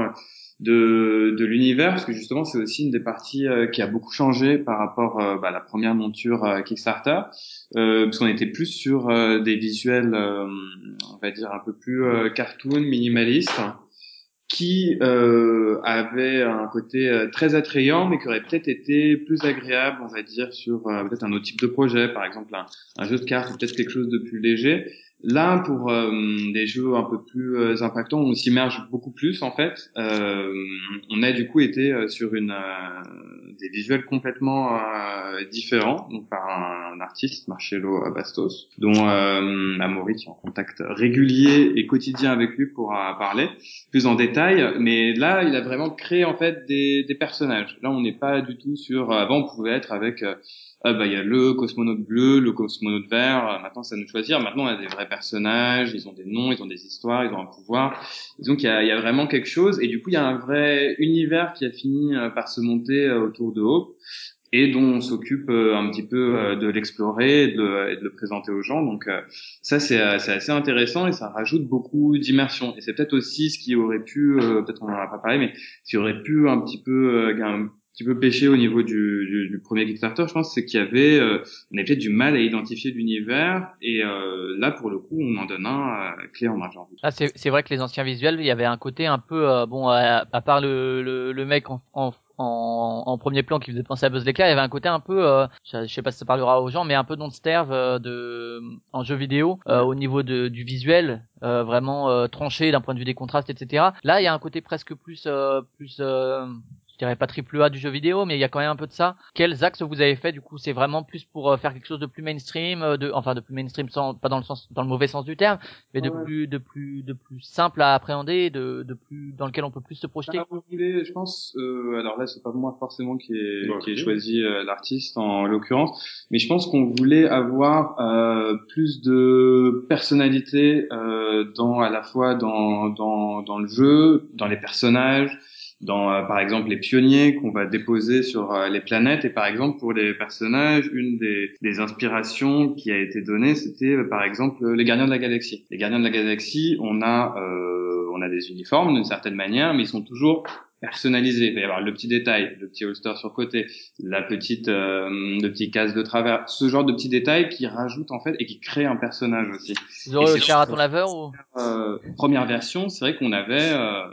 de l'univers, parce que justement c'est aussi une des parties qui a beaucoup changé par rapport à la première monture Kickstarter, parce qu'on était plus sur des visuels, on va dire un peu plus cartoon, minimaliste, qui avait un côté très attrayant, mais qui aurait peut-être été plus agréable, on va dire, sur peut-être un autre type de projet, par exemple un jeu de cartes ou peut-être quelque chose de plus léger. Là, pour des jeux un peu plus impactants, on s'immerge beaucoup plus en fait. On a du coup été sur des visuels complètement différents, donc par un artiste, Marcello Bastos, dont Amaury qui est en contact régulier et quotidien avec lui pourra parler plus en détail. Mais là, il a vraiment créé en fait des personnages. Là, on n'est pas du tout sur. Avant, on pouvait être avec il y a le cosmonaute bleu, le cosmonaute vert. Maintenant, c'est à nous de choisir. Maintenant, on a des vrais personnages. Ils ont des noms, ils ont des histoires, ils ont un pouvoir. Donc, il y a vraiment quelque chose. Et du coup, il y a un vrai univers qui a fini par se monter autour de Hope et dont on s'occupe un petit peu de l'explorer et de le présenter aux gens. Donc, ça, c'est assez intéressant et ça rajoute beaucoup d'immersion. Et c'est peut-être aussi ce qui aurait pu, peut-être on n'en a pas parlé, mais ce qui aurait pu un petit peu pêcher au niveau du premier Kickstarter, je pense, c'est qu'il y avait, on avait peut-être du mal à identifier l'univers, et là, pour le coup, on en donne un clé en main, j'ai envie. Là, c'est vrai que les anciens visuels, il y avait un côté un peu, à part le mec en premier plan qui faisait penser à Buzz l'éclair, il y avait un côté un peu, je sais pas si ça parlera aux gens, mais un peu Don't Starve en jeu vidéo, au niveau du visuel, vraiment tranché d'un point de vue des contrastes, etc. Là, il y a un côté presque plus je dirais pas triple A du jeu vidéo, mais il y a quand même un peu de ça. Quels axes vous avez fait du coup? C'est vraiment plus pour faire quelque chose de plus mainstream, de plus mainstream pas dans le mauvais sens du terme, mais de plus simple à appréhender, de plus dans lequel on peut plus se projeter. Vous voulez, je pense. Alors là, c'est pas moi forcément qui ai choisi l'artiste en l'occurrence, mais je pense qu'on voulait avoir plus de personnalité à la fois dans le jeu, dans les personnages, dans par exemple les pionniers qu'on va déposer sur les planètes. Et par exemple pour les personnages, une des inspirations qui a été donnée, c'était par exemple les Gardiens de la Galaxie. Les Gardiens de la Galaxie, on a des uniformes d'une certaine manière, mais ils sont toujours personnalisés. Il va y avoir le petit détail, le petit holster sur côté, le petit casque de travers, ce genre de petits détails qui rajoutent en fait et qui créent un personnage aussi. Vous aurez le fer à ton laveur ou première version, c'est vrai qu'on avait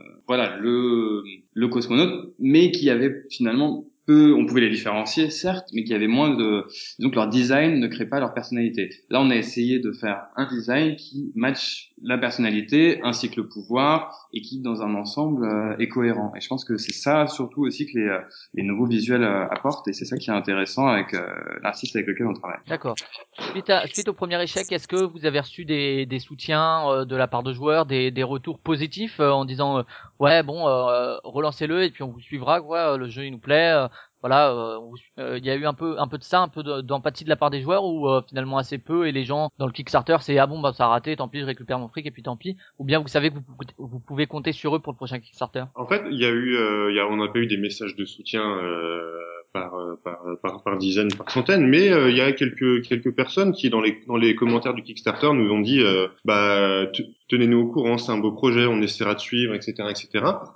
le cosmonaute, mais qui avait finalement on pouvait les différencier certes, mais qui avait moins donc leur design ne crée pas leur personnalité. Là, on a essayé de faire un design qui match la personnalité ainsi que le pouvoir et qui dans un ensemble est cohérent. Et je pense que c'est ça surtout aussi que les nouveaux visuels apportent, et c'est ça qui est intéressant avec l'artiste avec lequel on travaille. D'accord. Suite au premier échec, est-ce que vous avez reçu des soutiens de la part de joueurs, des retours positifs en disant ouais bon relancez-le et puis on vous suivra quoi, le jeu il nous plaît, voilà, il y a eu un peu de ça, un peu d'empathie de la part des joueurs, ou finalement assez peu, et les gens dans le Kickstarter c'est ah bon bah ça a raté, tant pis je récupère mon fric et puis tant pis, ou bien vous savez que vous pouvez compter sur eux pour le prochain Kickstarter? En fait, il y a eu, on n'a pas eu des messages de soutien par dizaines, par centaines, mais il y a quelques personnes qui dans les commentaires du Kickstarter nous ont dit, tenez-nous au courant, c'est un beau projet, on essaiera de suivre, etc., etc.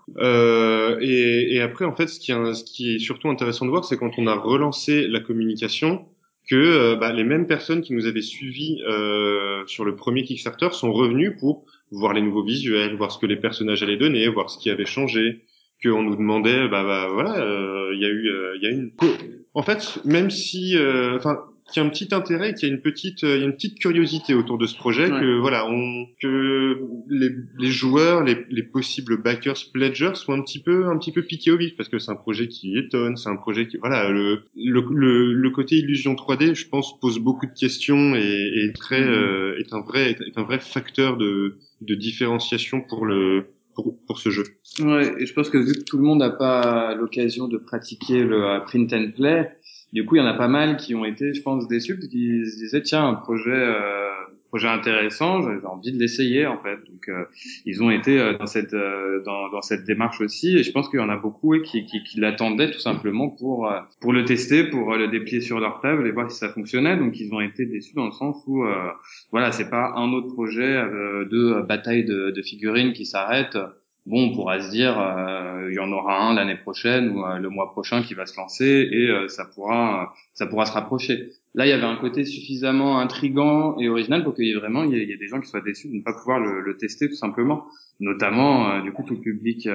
Et après, en fait, ce qui est surtout intéressant de voir, c'est quand on a relancé la communication, que les mêmes personnes qui nous avaient suivis sur le premier Kickstarter sont revenues pour voir les nouveaux visuels, voir ce que les personnages allaient donner, voir ce qui avait changé, qu'on nous demandait, voilà, il y a une, en fait, même si, qu'il y a un petit intérêt, qu'il y a il y a une petite curiosité autour de ce projet, Ouais. que voilà, que les joueurs, les possibles backers, pledgers sont un petit peu piqués au vif, parce que c'est un projet qui étonne, c'est un projet qui, voilà, le côté illusion 3D, je pense, pose beaucoup de questions et est un vrai facteur de différenciation pour ce jeu. Ouais, et je pense que vu que tout le monde n'a pas l'occasion de pratiquer le print and play, du coup, il y en a pas mal qui ont été, je pense, déçus parce qu'ils se disaient tiens, un projet intéressant, j'ai envie de l'essayer en fait. Donc, ils ont été dans cette démarche aussi, et je pense qu'il y en a beaucoup qui l'attendaient tout simplement pour le tester, pour le déplier sur leur table et voir si ça fonctionnait. Donc, ils ont été déçus dans le sens où voilà, c'est pas un autre projet de bataille de figurines qui s'arrête. Bon, on pourra se dire, il y en aura un l'année prochaine ou le mois prochain qui va se lancer, et ça pourra se rapprocher. Là, il y avait un côté suffisamment intriguant et original pour qu'il y ait vraiment, il y ait des gens qui soient déçus de ne pas pouvoir le tester tout simplement. Notamment, du coup, tout le public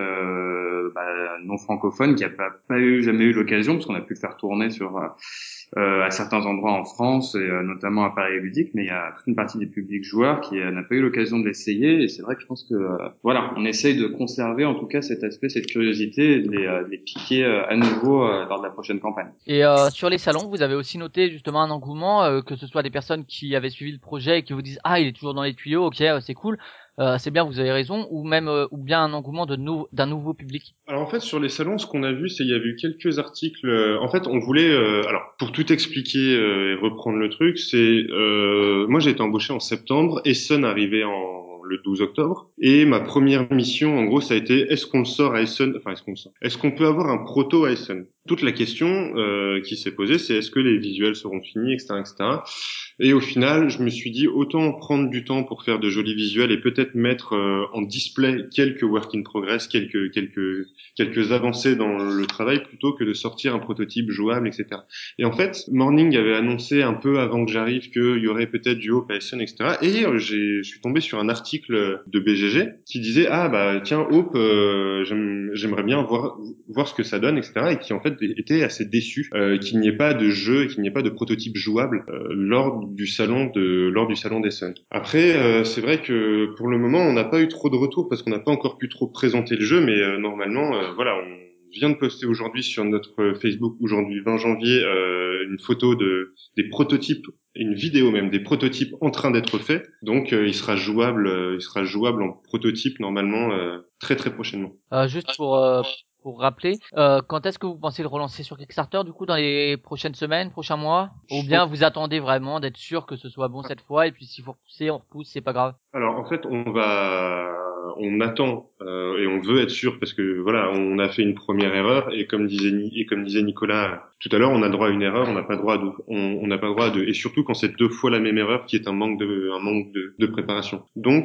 non francophone qui a jamais eu l'occasion, parce qu'on a pu le faire tourner sur à certains endroits en France, et notamment à Paris Ludique, mais il y a toute une partie des publics joueurs qui n'a pas eu l'occasion de l'essayer, et c'est vrai que je pense que voilà, on essaye de conserver en tout cas cet aspect, cette curiosité, et de les piquer à nouveau lors de la prochaine campagne. Et sur les salons, vous avez aussi noté justement un engouement, que ce soit des personnes qui avaient suivi le projet et qui vous disent ah il est toujours dans les tuyaux, ok c'est cool, c'est bien, vous avez raison, ou même ou bien un engouement d'un nouveau public. Alors en fait, sur les salons, ce qu'on a vu, c'est il y avait eu quelques articles. En fait, on voulait, alors pour tout expliquer et reprendre le truc, c'est moi j'ai été embauché en septembre, Essen arrivait le 12 octobre, et ma première mission, en gros, ça a été est-ce qu'on le sort à Essen, enfin est-ce qu'on le sort, est-ce qu'on peut avoir un proto à Essen. Toute la question qui s'est posée, c'est est-ce que les visuels seront finis, etc., etc. Et au final, je me suis dit autant prendre du temps pour faire de jolis visuels et peut-être mettre en display quelques work in progress, quelques avancées dans le travail, plutôt que de sortir un prototype jouable, etc. Et en fait, Morning avait annoncé un peu avant que j'arrive qu'il y aurait peut-être du Hope à Essen, etc. Et je suis tombé sur un article de BGG qui disait tiens, Hope, j'aimerais bien voir ce que ça donne, etc. Et qui en fait était assez déçu qu'il n'y ait pas de jeu et qu'il n'y ait pas de prototype jouable lors du salon d'Essen. Après, c'est vrai que pour le moment, on n'a pas eu trop de retours parce qu'on n'a pas encore pu trop présenter le jeu, mais normalement, voilà, on vient de poster aujourd'hui sur notre Facebook, aujourd'hui 20 janvier, une photo des prototypes, une vidéo même des prototypes en train d'être faits. Donc, il sera jouable en prototype normalement très très prochainement. Juste pour rappeler, quand est-ce que vous pensez le relancer sur Kickstarter, du coup, dans les prochaines semaines, prochains mois, ou bien vous attendez vraiment d'être sûr que ce soit bon cette fois, et puis s'il faut repousser, on repousse, c'est pas grave. Alors en fait, on attend et on veut être sûr parce que voilà, on a fait une première erreur, et comme disait Nicolas tout à l'heure, on a le droit à une erreur, on n'a pas le droit à deux, on n'a pas le droit à deux, et surtout quand c'est deux fois la même erreur, qui est un manque de préparation. Donc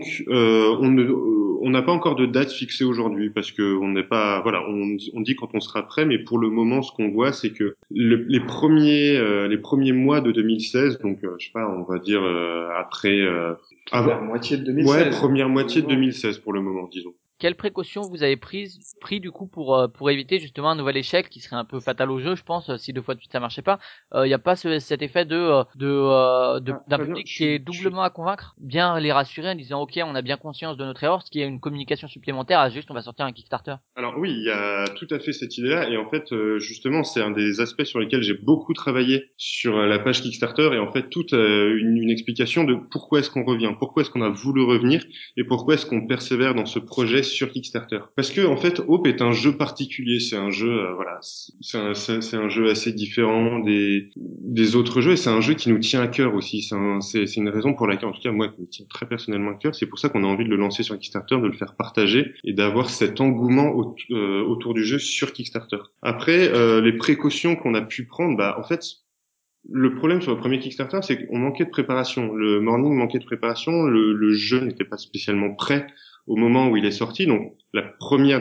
on n'a pas encore de date fixée aujourd'hui parce que on n'est pas, voilà, on dit quand on sera prêt, mais pour le moment, ce qu'on voit, c'est que les premiers mois de 2016, donc je sais pas, on va dire après. Première moitié de 2016. Ouais, première moitié de 2016 pour le moment, disons. quelles précautions vous avez pris du coup pour éviter justement un nouvel échec qui serait un peu fatal au jeu, je pense, si 2 fois de suite ça marchait pas. Il y a pas cet effet d'un très bien, public qui est doublement à convaincre, bien les rassurer en disant ok, on a bien conscience de notre erreur, ce qui est une communication supplémentaire à juste on va sortir un Kickstarter. Alors oui, il y a tout à fait cette idée-là, et en fait, justement, c'est un des aspects sur lesquels j'ai beaucoup travaillé sur la page Kickstarter, et en fait, toute une explication de pourquoi est-ce qu'on revient, pourquoi est-ce qu'on a voulu revenir, et pourquoi est-ce qu'on persévère dans ce projet sur Kickstarter. Parce que en fait, Hope est un jeu particulier, c'est un jeu, voilà, c'est un jeu assez différent des autres jeux, et c'est un jeu qui nous tient à cœur aussi. C'est une raison pour laquelle, en tout cas, moi, qui me tient très personnellement à cœur, c'est pour ça qu'on a envie de le lancer sur Kickstarter, de le faire partager, et d'avoir cet engouement autour du jeu sur Kickstarter. Après, les précautions qu'on a pu prendre, bah en fait, le problème sur le premier Kickstarter, c'est qu'on manquait de préparation. Le morning manquait de préparation, le jeu n'était pas spécialement prêt au moment où il est sorti. Donc la première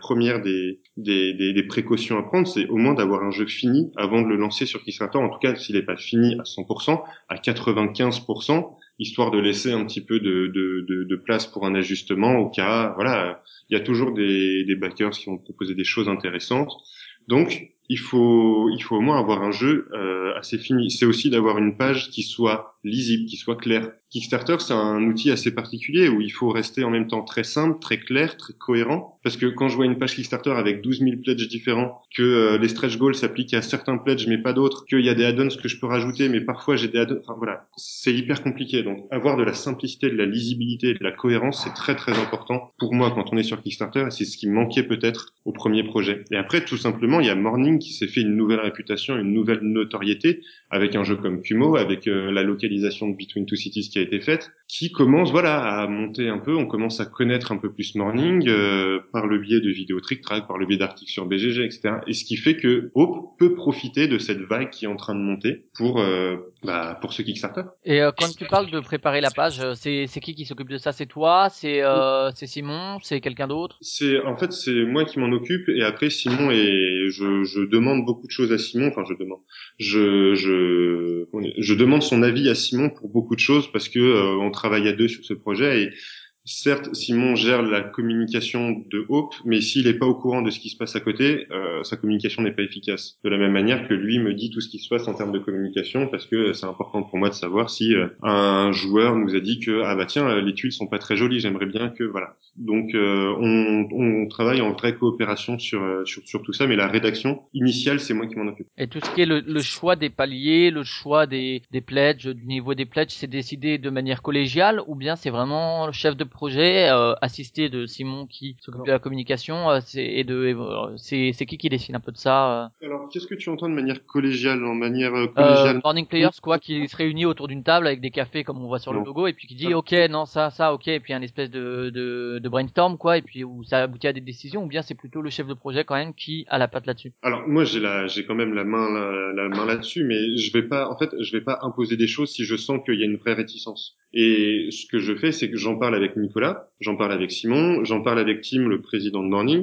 des précautions à prendre, c'est au moins d'avoir un jeu fini avant de le lancer sur Kickstarter. En tout cas, s'il n'est pas fini à 100%, à 95%, histoire de laisser un petit peu de place pour un ajustement au cas, voilà, il y a toujours des backers qui vont proposer des choses intéressantes. Donc, il faut au moins avoir un jeu assez fini. C'est aussi d'avoir une page qui soit lisible, qui soit claire. Kickstarter, c'est un outil assez particulier où il faut rester en même temps très simple, très clair, très cohérent. Parce que quand je vois une page Kickstarter avec 12 000 pledges différents, que les stretch goals s'appliquent à certains pledges mais pas d'autres, qu'il y a des add-ons que je peux rajouter mais parfois j'ai des add-ons, enfin voilà, c'est hyper compliqué. Donc avoir de la simplicité, de la lisibilité, de la cohérence, c'est très très important pour moi quand on est sur Kickstarter, et c'est ce qui me manquait peut-être au premier projet. Et après, tout simplement, il y a Morning qui s'est fait une nouvelle réputation, une nouvelle notoriété avec un jeu comme Kumo, avec la localisation de Between Two Cities qui a été faite, qui commence voilà à monter un peu. On commence à connaître un peu plus Morning par le biais de vidéos Trick Track, par le biais d'articles sur BGG, etc. Et ce qui fait que Hope peut profiter de cette vague qui est en train de monter pour ce Kickstarter. Et quand tu parles de préparer la page, c'est qui s'occupe de ça? C'est toi? C'est Simon? C'est quelqu'un d'autre? C'est moi qui m'en occupe, et après Simon, et je demande beaucoup de choses à Simon. Enfin, je demande son avis à Simon pour beaucoup de choses parce que on travaille à deux sur ce projet. Et certes, Simon gère la communication de Hope, mais s'il n'est pas au courant de ce qui se passe à côté, sa communication n'est pas efficace. De la même manière que lui me dit tout ce qui se passe en termes de communication, parce que c'est important pour moi de savoir si un joueur nous a dit que ah bah tiens, les tuiles sont pas très jolies, j'aimerais bien que voilà. Donc on travaille en vraie coopération sur tout ça, mais la rédaction initiale, c'est moi qui m'en occupe. Et tout ce qui est le choix des paliers, le choix des pledges, du niveau des pledges, c'est décidé de manière collégiale ou bien c'est vraiment le chef de projet assisté de Simon qui s'occupe de la communication c'est qui décide un peu de ça Alors, qu'est-ce que tu entends de manière collégiale, en manière collégiale? Morning Players quoi, qui se réunit autour d'une table avec des cafés comme on voit sur le logo et puis qui dit ok non ça ok, et puis un espèce de brainstorm quoi, et puis où ça aboutit à des décisions, ou bien c'est plutôt le chef de projet quand même qui a la patte là-dessus? Alors moi j'ai quand même la main là-dessus, mais je vais pas imposer des choses si je sens qu'il y a une vraie réticence. Et ce que je fais, c'est que j'en parle avec Nicolas, j'en parle avec Simon, j'en parle avec Tim, le président de Morning.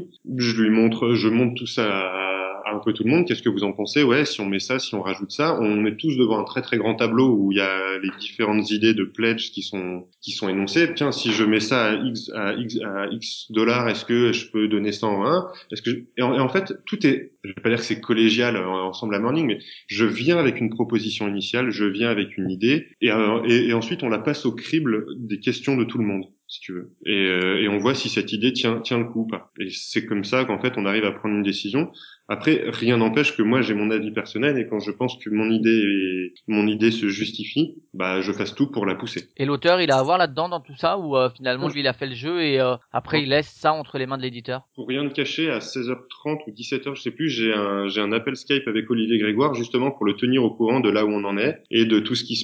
Je montre tout ça à un peu tout le monde. Qu'est-ce que vous en pensez? Ouais, si on met ça, si on rajoute ça, on est tous devant un très très grand tableau où il y a les différentes idées de pledge qui sont énoncées. Tiens, si je mets ça à X dollars, est-ce que je peux donner ça en 1? Et en fait, tout est, je vais pas dire que c'est collégial ensemble à Morning, mais je viens avec une proposition initiale, je viens avec une idée, et ensuite on la passe au crible des questions de tout le monde, si tu veux. Et on voit si cette idée tient le coup ou pas. Et c'est comme ça qu'en fait on arrive à prendre une décision. Après, rien n'empêche que moi j'ai mon avis personnel, et quand je pense que mon idée se justifie, bah je fasse tout pour la pousser. Et l'auteur, il a à voir là-dedans dans tout ça, ou finalement lui il a fait le jeu et après il laisse ça entre les mains de l'éditeur? Pour rien de cacher, à 16h30 ou 17h, je sais plus, j'ai un appel Skype avec Olivier Grégoire justement pour le tenir au courant de là où on en est et de tout ce qui se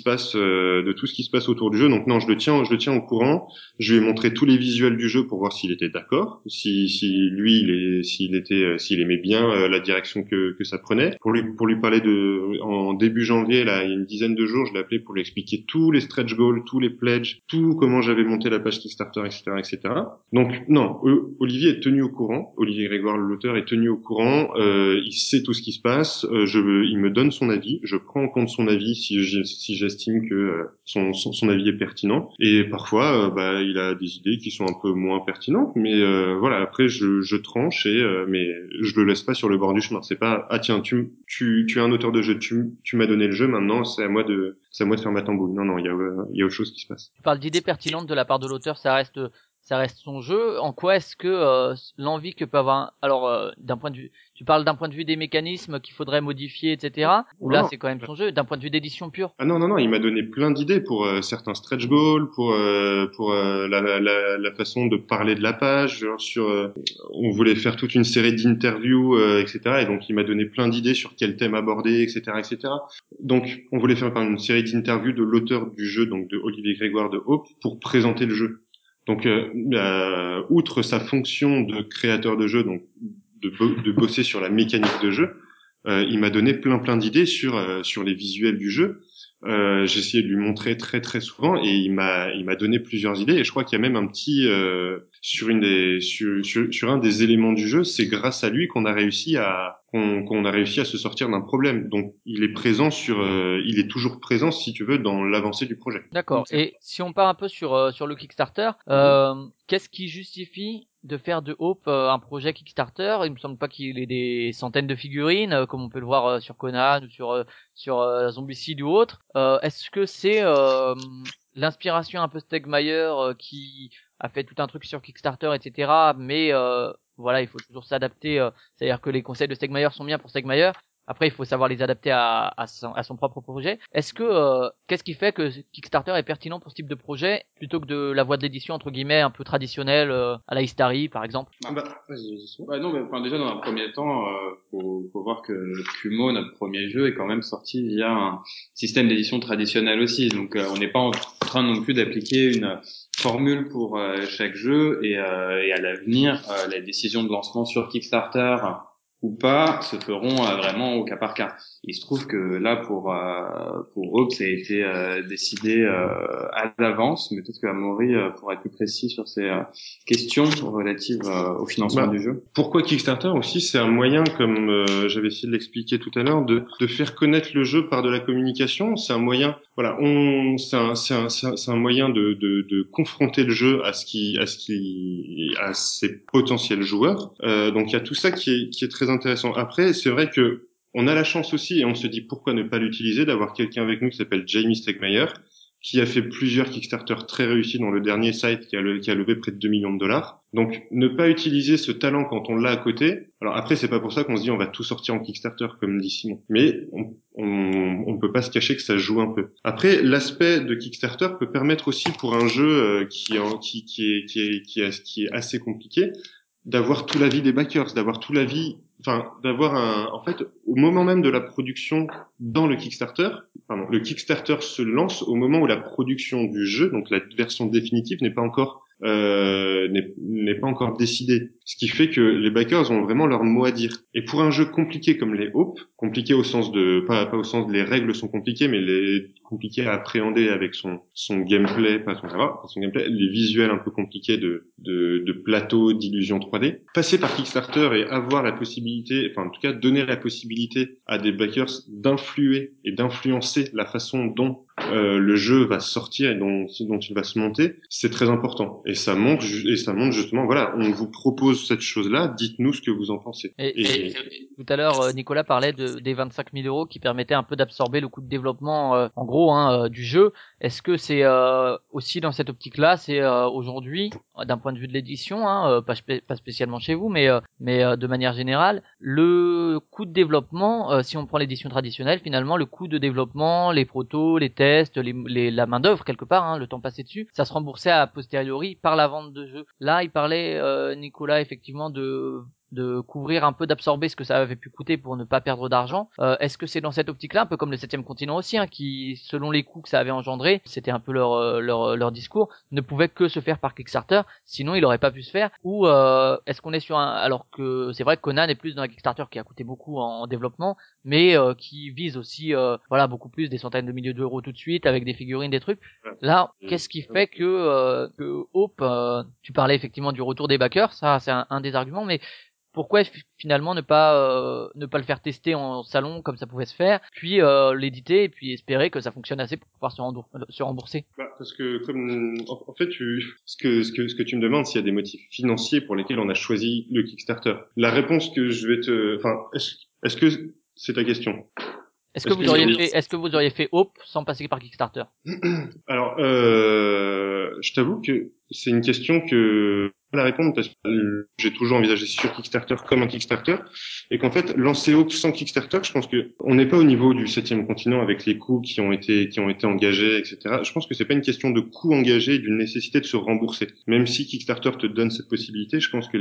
passe autour du jeu. Donc non, je le tiens au courant. Je lui ai montré tous les visuels du jeu pour voir s'il était d'accord, s'il aimait bien la direction que ça prenait. Pour lui parler en début janvier, là, il y a une dizaine de jours, je l'ai appelé pour lui expliquer tous les stretch goals, tous les pledges, tout comment j'avais monté la page Kickstarter, etc., etc. Donc, non, Olivier est tenu au courant. Olivier Grégoire, l'auteur, est tenu au courant. Il sait tout ce qui se passe. Il me donne son avis. Je prends en compte son avis si j'estime que son avis est pertinent. Et parfois, il a des idées qui sont un peu moins pertinentes. Mais voilà, après, je tranche mais je le laisse pas sur le bord du chemin. C'est pas tiens, tu es un auteur de jeu, tu m'as donné le jeu, maintenant c'est à moi de faire ma tambouille. Non, il y a autre chose qui se passe. Tu parles d'idées pertinentes de la part de l'auteur, ça reste son jeu. En quoi est-ce que l'envie que peut avoir d'un point de vue, tu parles d'un point de vue des mécanismes qu'il faudrait modifier, etc. Ou là c'est quand même son jeu, d'un point de vue d'édition pure. Ah non, il m'a donné plein d'idées pour certains stretch goals, pour la façon de parler de la page, genre on voulait faire toute une série d'interviews, etc. Et donc il m'a donné plein d'idées sur quel thème aborder, etc., etc. Donc on voulait faire une série d'interviews de l'auteur du jeu, donc de Olivier Grégoire de Hope, pour présenter le jeu. Donc, outre sa fonction de créateur de jeu, donc de bosser sur la mécanique de jeu, il m'a donné plein d'idées sur les visuels du jeu. J'ai essayé de lui montrer très très souvent et il m'a donné plusieurs idées. Et je crois qu'il y a même un petit sur un des éléments du jeu, c'est grâce à lui qu'on a réussi à se sortir d'un problème. Donc il est toujours présent, si tu veux, dans l'avancée du projet. D'accord. Et si on part un peu sur le Kickstarter, qu'est-ce qui justifie de faire de Hope un projet Kickstarter? Il me semble pas qu'il ait des centaines de figurines comme on peut le voir sur Conan ou sur Zombicide ou autre. Est-ce que c'est l'inspiration un peu Stegmaier qui a fait tout un truc sur Kickstarter, etc. Mais voilà, il faut toujours s'adapter. C'est-à-dire que les conseils de Stegmaier sont bien pour Stegmaier. Après, il faut savoir les adapter à son propre projet. Est-ce que qu'est-ce qui fait que Kickstarter est pertinent pour ce type de projet plutôt que de la voie de l'édition entre guillemets un peu traditionnelle à la Histari par exemple? Déjà dans un premier temps, faut voir que Kumo, notre premier jeu, est quand même sorti via un système d'édition traditionnel aussi. Donc on n'est pas en train non plus d'appliquer une formule pour chaque jeu et à l'avenir, les décisions de lancement sur Kickstarter ou pas se feront vraiment au cas par cas. Il se trouve que là pour Hope ça a été décidé à l'avance, mais peut-être que Amaury pourra être plus précis sur ces questions relatives au financement du jeu. Pourquoi Kickstarter aussi, c'est un moyen, comme j'avais essayé de l'expliquer tout à l'heure, de faire connaître le jeu par de la communication. C'est un moyen, voilà, c'est un moyen de confronter le jeu à ses potentiels joueurs. Donc il y a tout ça qui est très intéressant. Après, c'est vrai que on a la chance aussi, et on se dit pourquoi ne pas l'utiliser, d'avoir quelqu'un avec nous qui s'appelle Jamie Stegmaier, qui a fait plusieurs Kickstarter très réussis, dans le dernier site qui a levé près de 2 millions de dollars. Donc, ne pas utiliser ce talent quand on l'a à côté. Alors après, c'est pas pour ça qu'on se dit on va tout sortir en Kickstarter, comme dit Simon. Mais on peut pas se cacher que ça joue un peu. Après, l'aspect de Kickstarter peut permettre aussi pour un jeu qui est assez compliqué, d'avoir tout l'avis des backers, en fait, au moment même de la production dans le Kickstarter, le Kickstarter se lance au moment où la production du jeu, donc la version définitive, n'est pas encore décidée. Ce qui fait que les backers ont vraiment leur mot à dire. Et pour un jeu compliqué comme les Hope, compliqué au sens de, pas au sens de les règles sont compliquées, mais compliqué à appréhender avec son gameplay, son gameplay, les visuels un peu compliqués de plateau, d'illusion 3D. Passer par Kickstarter et avoir la possibilité, en tout cas donner la possibilité à des backers d'influer et d'influencer la façon dont le jeu va sortir et dont il va se monter, c'est très important. Et ça montre justement, voilà, on vous propose cette chose-là, dites-nous ce que vous en pensez. Et tout à l'heure, Nicolas parlait des 25 000 euros qui permettaient un peu d'absorber le coût de développement, en gros, du jeu. Est-ce que c'est aussi dans cette optique-là, c'est aujourd'hui, d'un point de vue de l'édition, pas spécialement chez vous, mais de manière générale, le coût de développement, si on prend l'édition traditionnelle, finalement, le coût de développement, les protos, les tests, la main d'œuvre quelque part, le temps passé dessus, ça se remboursait a posteriori par la vente de jeux. Là, il parlait Nicolas effectivement de de couvrir un peu, d'absorber ce que ça avait pu coûter pour ne pas perdre d'argent. Est-ce que c'est dans cette optique-là, un peu comme le 7e continent aussi, hein, qui, selon les coûts que ça avait engendré, c'était un peu leur discours, ne pouvait que se faire par Kickstarter, sinon il aurait pas pu se faire. Ou est-ce qu'on est sur alors que c'est vrai que Conan est plus dans un Kickstarter qui a coûté beaucoup en développement, mais qui vise aussi voilà, beaucoup plus, des centaines de milliers d'euros tout de suite, avec des figurines, des trucs. Là, qu'est-ce qui fait que Hope, tu parlais effectivement du retour des backers, ça c'est un des arguments, mais pourquoi finalement ne pas le faire tester en salon comme ça pouvait se faire, puis l'éditer et puis espérer que ça fonctionne assez pour pouvoir se rembourser? Parce que comme en fait ce que tu me demandes, s'il y a des motifs financiers pour lesquels on a choisi le Kickstarter. La réponse que je vais est-ce que c'est ta question? Est-ce que vous auriez fait Hope sans passer par Kickstarter? Alors, je t'avoue que c'est une question que je peux pas la répondre parce que j'ai toujours envisagé sur Kickstarter comme un Kickstarter et qu'en fait lancer Hope sans Kickstarter, je pense que on n'est pas au niveau du 7e continent avec les coûts qui ont été engagés, etc. Je pense que c'est pas une question de coûts engagés, d'une nécessité de se rembourser. Même si Kickstarter te donne cette possibilité, je pense que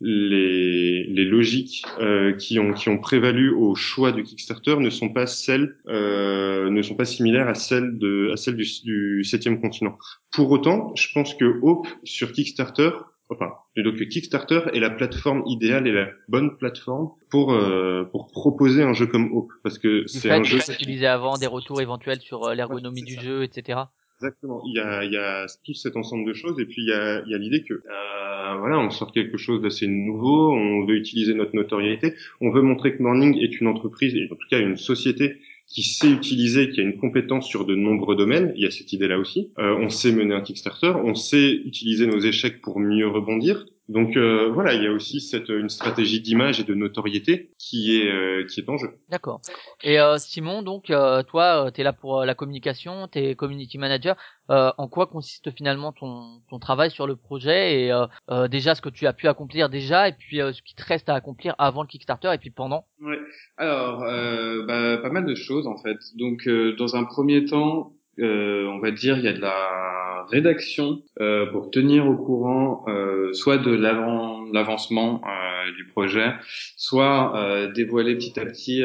les logiques qui ont prévalu au choix du Kickstarter ne sont pas similaires à celles du 7e continent. Pour autant, je pense que Hope sur Kickstarter, plutôt que Kickstarter est la plateforme idéale et la bonne plateforme pour proposer un jeu comme Hope, parce que c'est un jeu utilisé avant, des retours éventuels sur l'ergonomie du jeu, etc. Exactement. Il y a tout cet ensemble de choses, et puis il y a l'idée que voilà, on sort quelque chose d'assez nouveau, on veut utiliser notre notoriété, on veut montrer que Morning est une entreprise, et en tout cas une société qui sait utiliser, qui a une compétence sur de nombreux domaines. Il y a cette idée-là aussi. On sait mener un Kickstarter, on sait utiliser nos échecs pour mieux rebondir. Donc voilà, il y a aussi une stratégie d'image et de notoriété qui est en jeu. D'accord. Et Simon, donc toi, t'es là pour la communication, t'es community manager. En quoi consiste finalement ton travail sur le projet et déjà ce que tu as pu accomplir déjà et puis ce qui te reste à accomplir avant le Kickstarter et puis pendant? Ouais. Alors, pas mal de choses en fait. Donc, dans un premier temps, on va dire, il y a de la rédaction pour tenir au courant soit de l'avancement du projet, soit dévoiler petit à petit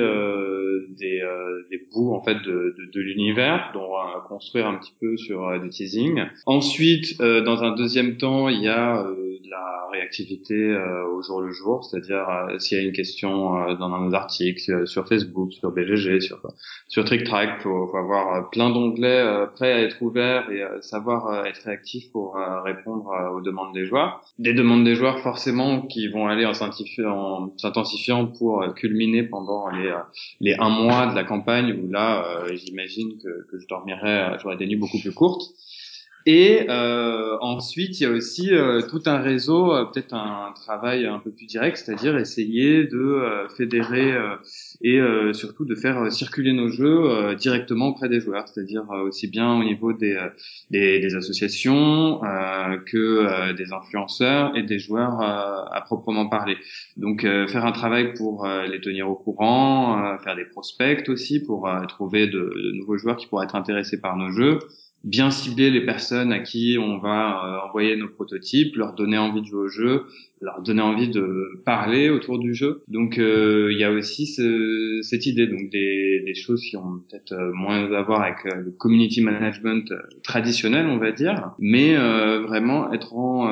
des bouts en fait de l'univers, dont construire un petit peu sur des teasings. Ensuite, dans un deuxième temps, il y a de la réactivité au jour le jour, c'est-à-dire s'il y a une question dans un article sur Facebook, sur BGG, sur TrickTrack, faut avoir plein d'onglets prêts à être ouverts et savoir être réactif pour répondre aux demandes des joueurs. Des demandes des joueurs forcément qui vont aller en s'intensifiant pour culminer pendant les 1 mois de la campagne où là j'imagine que j'aurais des nuits beaucoup plus courtes. Et ensuite, il y a aussi tout un réseau, peut-être un travail un peu plus direct, c'est-à-dire essayer de fédérer et surtout de faire circuler nos jeux directement auprès des joueurs, c'est-à-dire aussi bien au niveau des associations que des influenceurs et des joueurs à proprement parler. Donc faire un travail pour les tenir au courant, faire des prospects aussi pour trouver de nouveaux joueurs qui pourraient être intéressés par nos jeux. Bien cibler les personnes à qui on va envoyer nos prototypes, leur donner envie de jouer au jeu, leur donner envie de parler autour du jeu. Donc il y a aussi cette idée, donc des choses qui ont peut-être moins à voir avec le community management traditionnel, on va dire, mais vraiment être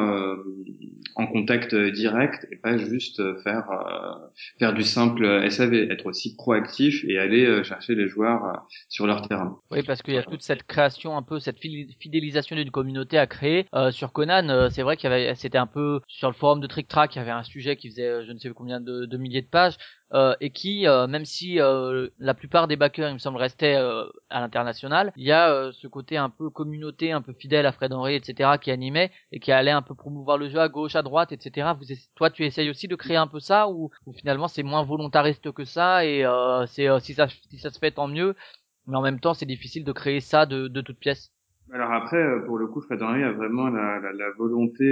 en contact direct et pas juste faire du simple SAV, être aussi proactif et aller chercher les joueurs sur leur terrain. Oui, parce qu'il y a toute cette création, un peu cette fidélisation d'une communauté à créer. Sur Conan, c'est vrai c'était un peu sur le forum de TrickTrack, il y avait un sujet qui faisait je ne sais combien de milliers de pages. Et qui, même si la plupart des backers, il me semble, restaient à l'international, il y a ce côté un peu communauté, un peu fidèle à Fred Henry, etc., qui animait et qui allait un peu promouvoir le jeu à gauche, à droite, etc. Toi, tu essayes aussi de créer un peu ça, ou finalement c'est moins volontariste que ça et c'est si ça se fait tant mieux, mais en même temps c'est difficile de créer ça de toute pièce. Alors après, pour le coup, Fred Henry a vraiment la volonté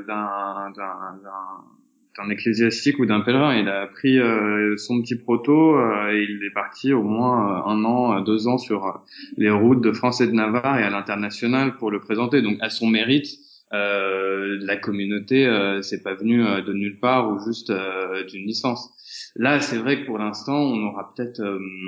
d'un ecclésiastique ou d'un pèlerin. Il a pris son petit proto et il est parti au moins 1 an, 2 ans sur les routes de France et de Navarre et à l'international pour le présenter. Donc à son mérite, La communauté, c'est pas venu de nulle part ou juste d'une licence. Là, c'est vrai que pour l'instant, on aura peut-être,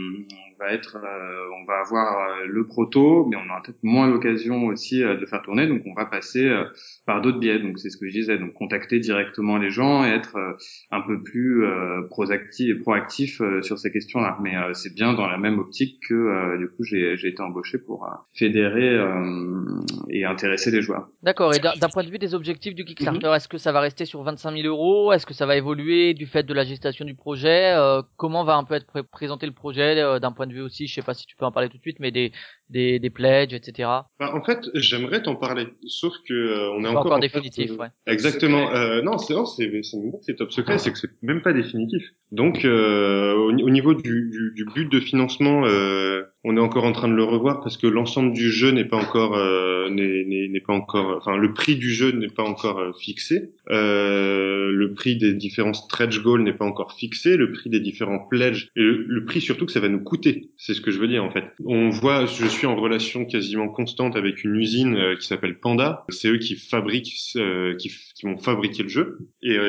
on va avoir le proto, mais on aura peut-être moins l'occasion aussi de faire tourner. Donc, on va passer par d'autres biais. Donc, c'est ce que je disais. Donc, contacter directement les gens et être un peu plus proactif sur ces questions-là. Mais c'est bien dans la même optique que du coup, j'ai été embauché pour fédérer et intéresser les joueurs. D'accord. Et d'un point de vue des objectifs du Kickstarter, est-ce que ça va rester sur 25 000 euros? Est-ce que ça va évoluer du fait de la gestation du projet? Comment va un peu être présenté le projet d'un point de vue aussi, je sais pas si tu peux en parler tout de suite, mais des pledges, etc. Bah, en fait, j'aimerais t'en parler, sauf que on est Pas encore encore en définitif, phase de- ouais. Exactement. Non, c'est même pas que c'est top secret, c'est que c'est même pas définitif. Donc, au niveau du but de financement, on est encore en train de le revoir parce que l'ensemble du jeu n'est pas encore n'est pas encore, enfin le prix du jeu n'est pas encore fixé. Le prix des différents stretch goals n'est pas encore fixé. Le prix des différents pledges et le prix surtout que ça va nous coûter. C'est ce que je veux dire en fait. On voit, je suis en relation quasiment constante avec une usine qui s'appelle Panda. C'est eux qui fabriquent, qui vont fabriquer le jeu.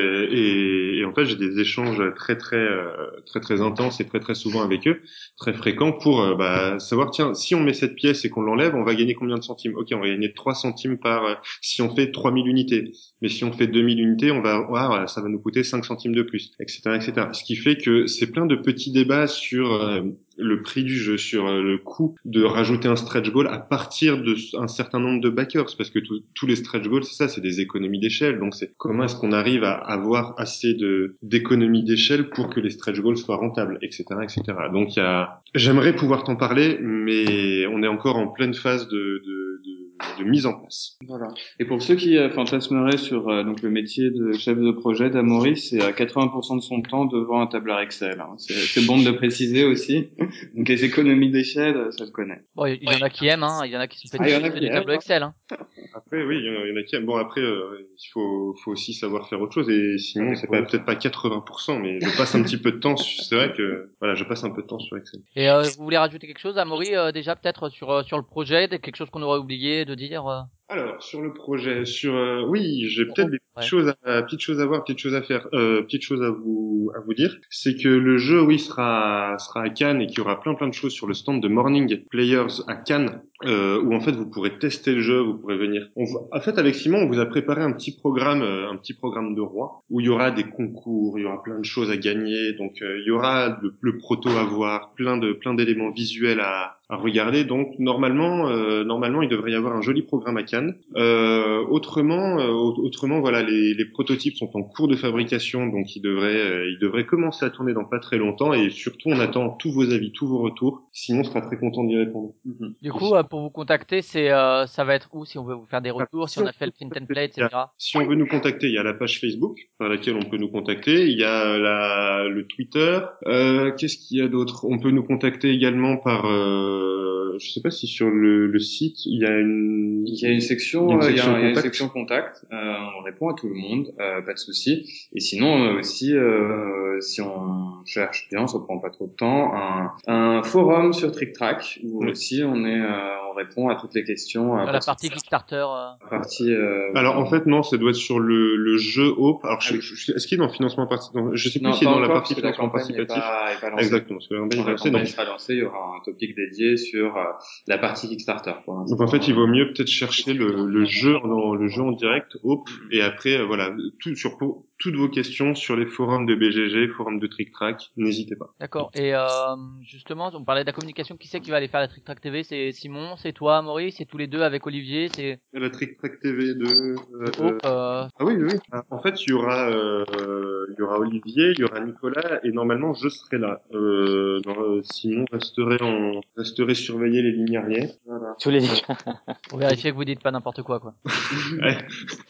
Et en fait, j'ai des échanges très intenses et très souvent avec eux, très fréquents pour savoir tiens, si on met cette pièce et qu'on l'enlève, on va gagner combien de centimes? Ok, on va gagner 3 centimes par si on fait 3000 unités. Mais si on fait 2000 unités, on va voir, ça va nous coûter 5 centimes de plus, etc., etc. Ce qui fait que c'est plein de petits débats sur le prix du jeu, sur le coût de rajouter un stretch goal à partir de un certain nombre de backers, parce que tous les stretch goals, c'est ça, c'est des économies d'échelle. Donc c'est comment est-ce qu'on arrive à avoir assez d'économies d'échelle pour que les stretch goals soient rentables, etc., etc. Donc j'aimerais pouvoir t'en parler, mais on est encore en pleine phase de mise en place. Voilà. Et pour ceux qui fantasmeraient sur donc le métier de chef de projet d'Amaury, c'est à 80% de son temps devant un tableur Excel. Hein. C'est bon de le préciser aussi. Donc les économies d'échelle, ça se connaît. Bon, il y en a qui aiment, hein. Il y en a qui sont il y en a fétichistes qui du aiment, tableau hein. Excel, hein. Après, oui, il y en a qui aiment. Bon, après, il faut aussi savoir faire autre chose. Et sinon, c'est peut-être pas 80%, mais je passe un petit peu de temps. C'est vrai que, voilà, je passe un peu de temps sur Excel. Et vous voulez rajouter quelque chose, Amaury, déjà peut-être sur le projet, quelque chose qu'on aurait oublié de dire Alors, sur le projet, oui, j'ai peut-être des Ouais. petites choses à voir, petites choses à faire, petites choses à vous dire. C'est que le jeu, oui, sera à Cannes et qu'il y aura plein de choses sur le stand de Morning Players à Cannes, où en fait vous pourrez tester le jeu, vous pourrez venir. En fait, avec Simon, on vous a préparé un petit programme de roi, où il y aura des concours, il y aura plein de choses à gagner, donc il y aura le proto à voir, plein d'éléments visuels à regarder. Donc normalement, il devrait y avoir un joli programme à Cannes. Autrement, voilà, les prototypes sont en cours de fabrication, donc ils devraient commencer à tourner dans pas très longtemps. Et surtout, on attend tous vos avis, tous vos retours. Simon sera très content d'y répondre. Du coup, pour vous contacter, ça va être où si on veut vous faire des retours, si on a fait le print template, etc. Si on veut nous contacter, il y a la page Facebook par laquelle on peut nous contacter. Il y a le Twitter. Qu'est-ce qu'il y a d'autre? On peut nous contacter également par, je sais pas si sur le site il y a une section, il y a une contact. section contact. On répond à tout le monde, pas de souci. Et sinon aussi, si on cherche bien, ça prend pas trop de temps, un forum sur TrickTrack où aussi on répond à toutes les questions. Dans la partie Kickstarter. Alors en fait non, ça doit être sur le jeu Hope. Alors est-ce qu'il est dans le financement participatif? Je sais plus s'il est dans la partie financement participatif. Exactement. Parce que la campagne est lancée, donc sera lancée, il y aura un topic dédié sur la partie Kickstarter. Donc en fait, il vaut mieux peut-être chercher le jeu en direct, Hope, et après voilà, toutes vos questions sur les forums de BGG, forums de Trick Track, n'hésitez pas. D'accord. Et justement, on parlait de la communication. Qui c'est qui va aller faire la Trick Track TV? C'est Simon, c'est toi, Amaury, c'est tous les deux avec Olivier, c'est La Trick Track TV de Hope, Ah oui. En fait, il y aura Olivier, il y aura Nicolas, et normalement je serai là. Simon resterait surveiller les lignes arrière. Voilà. Tous les pour vérifier que vous dites pas n'importe quoi, quoi. Ouais.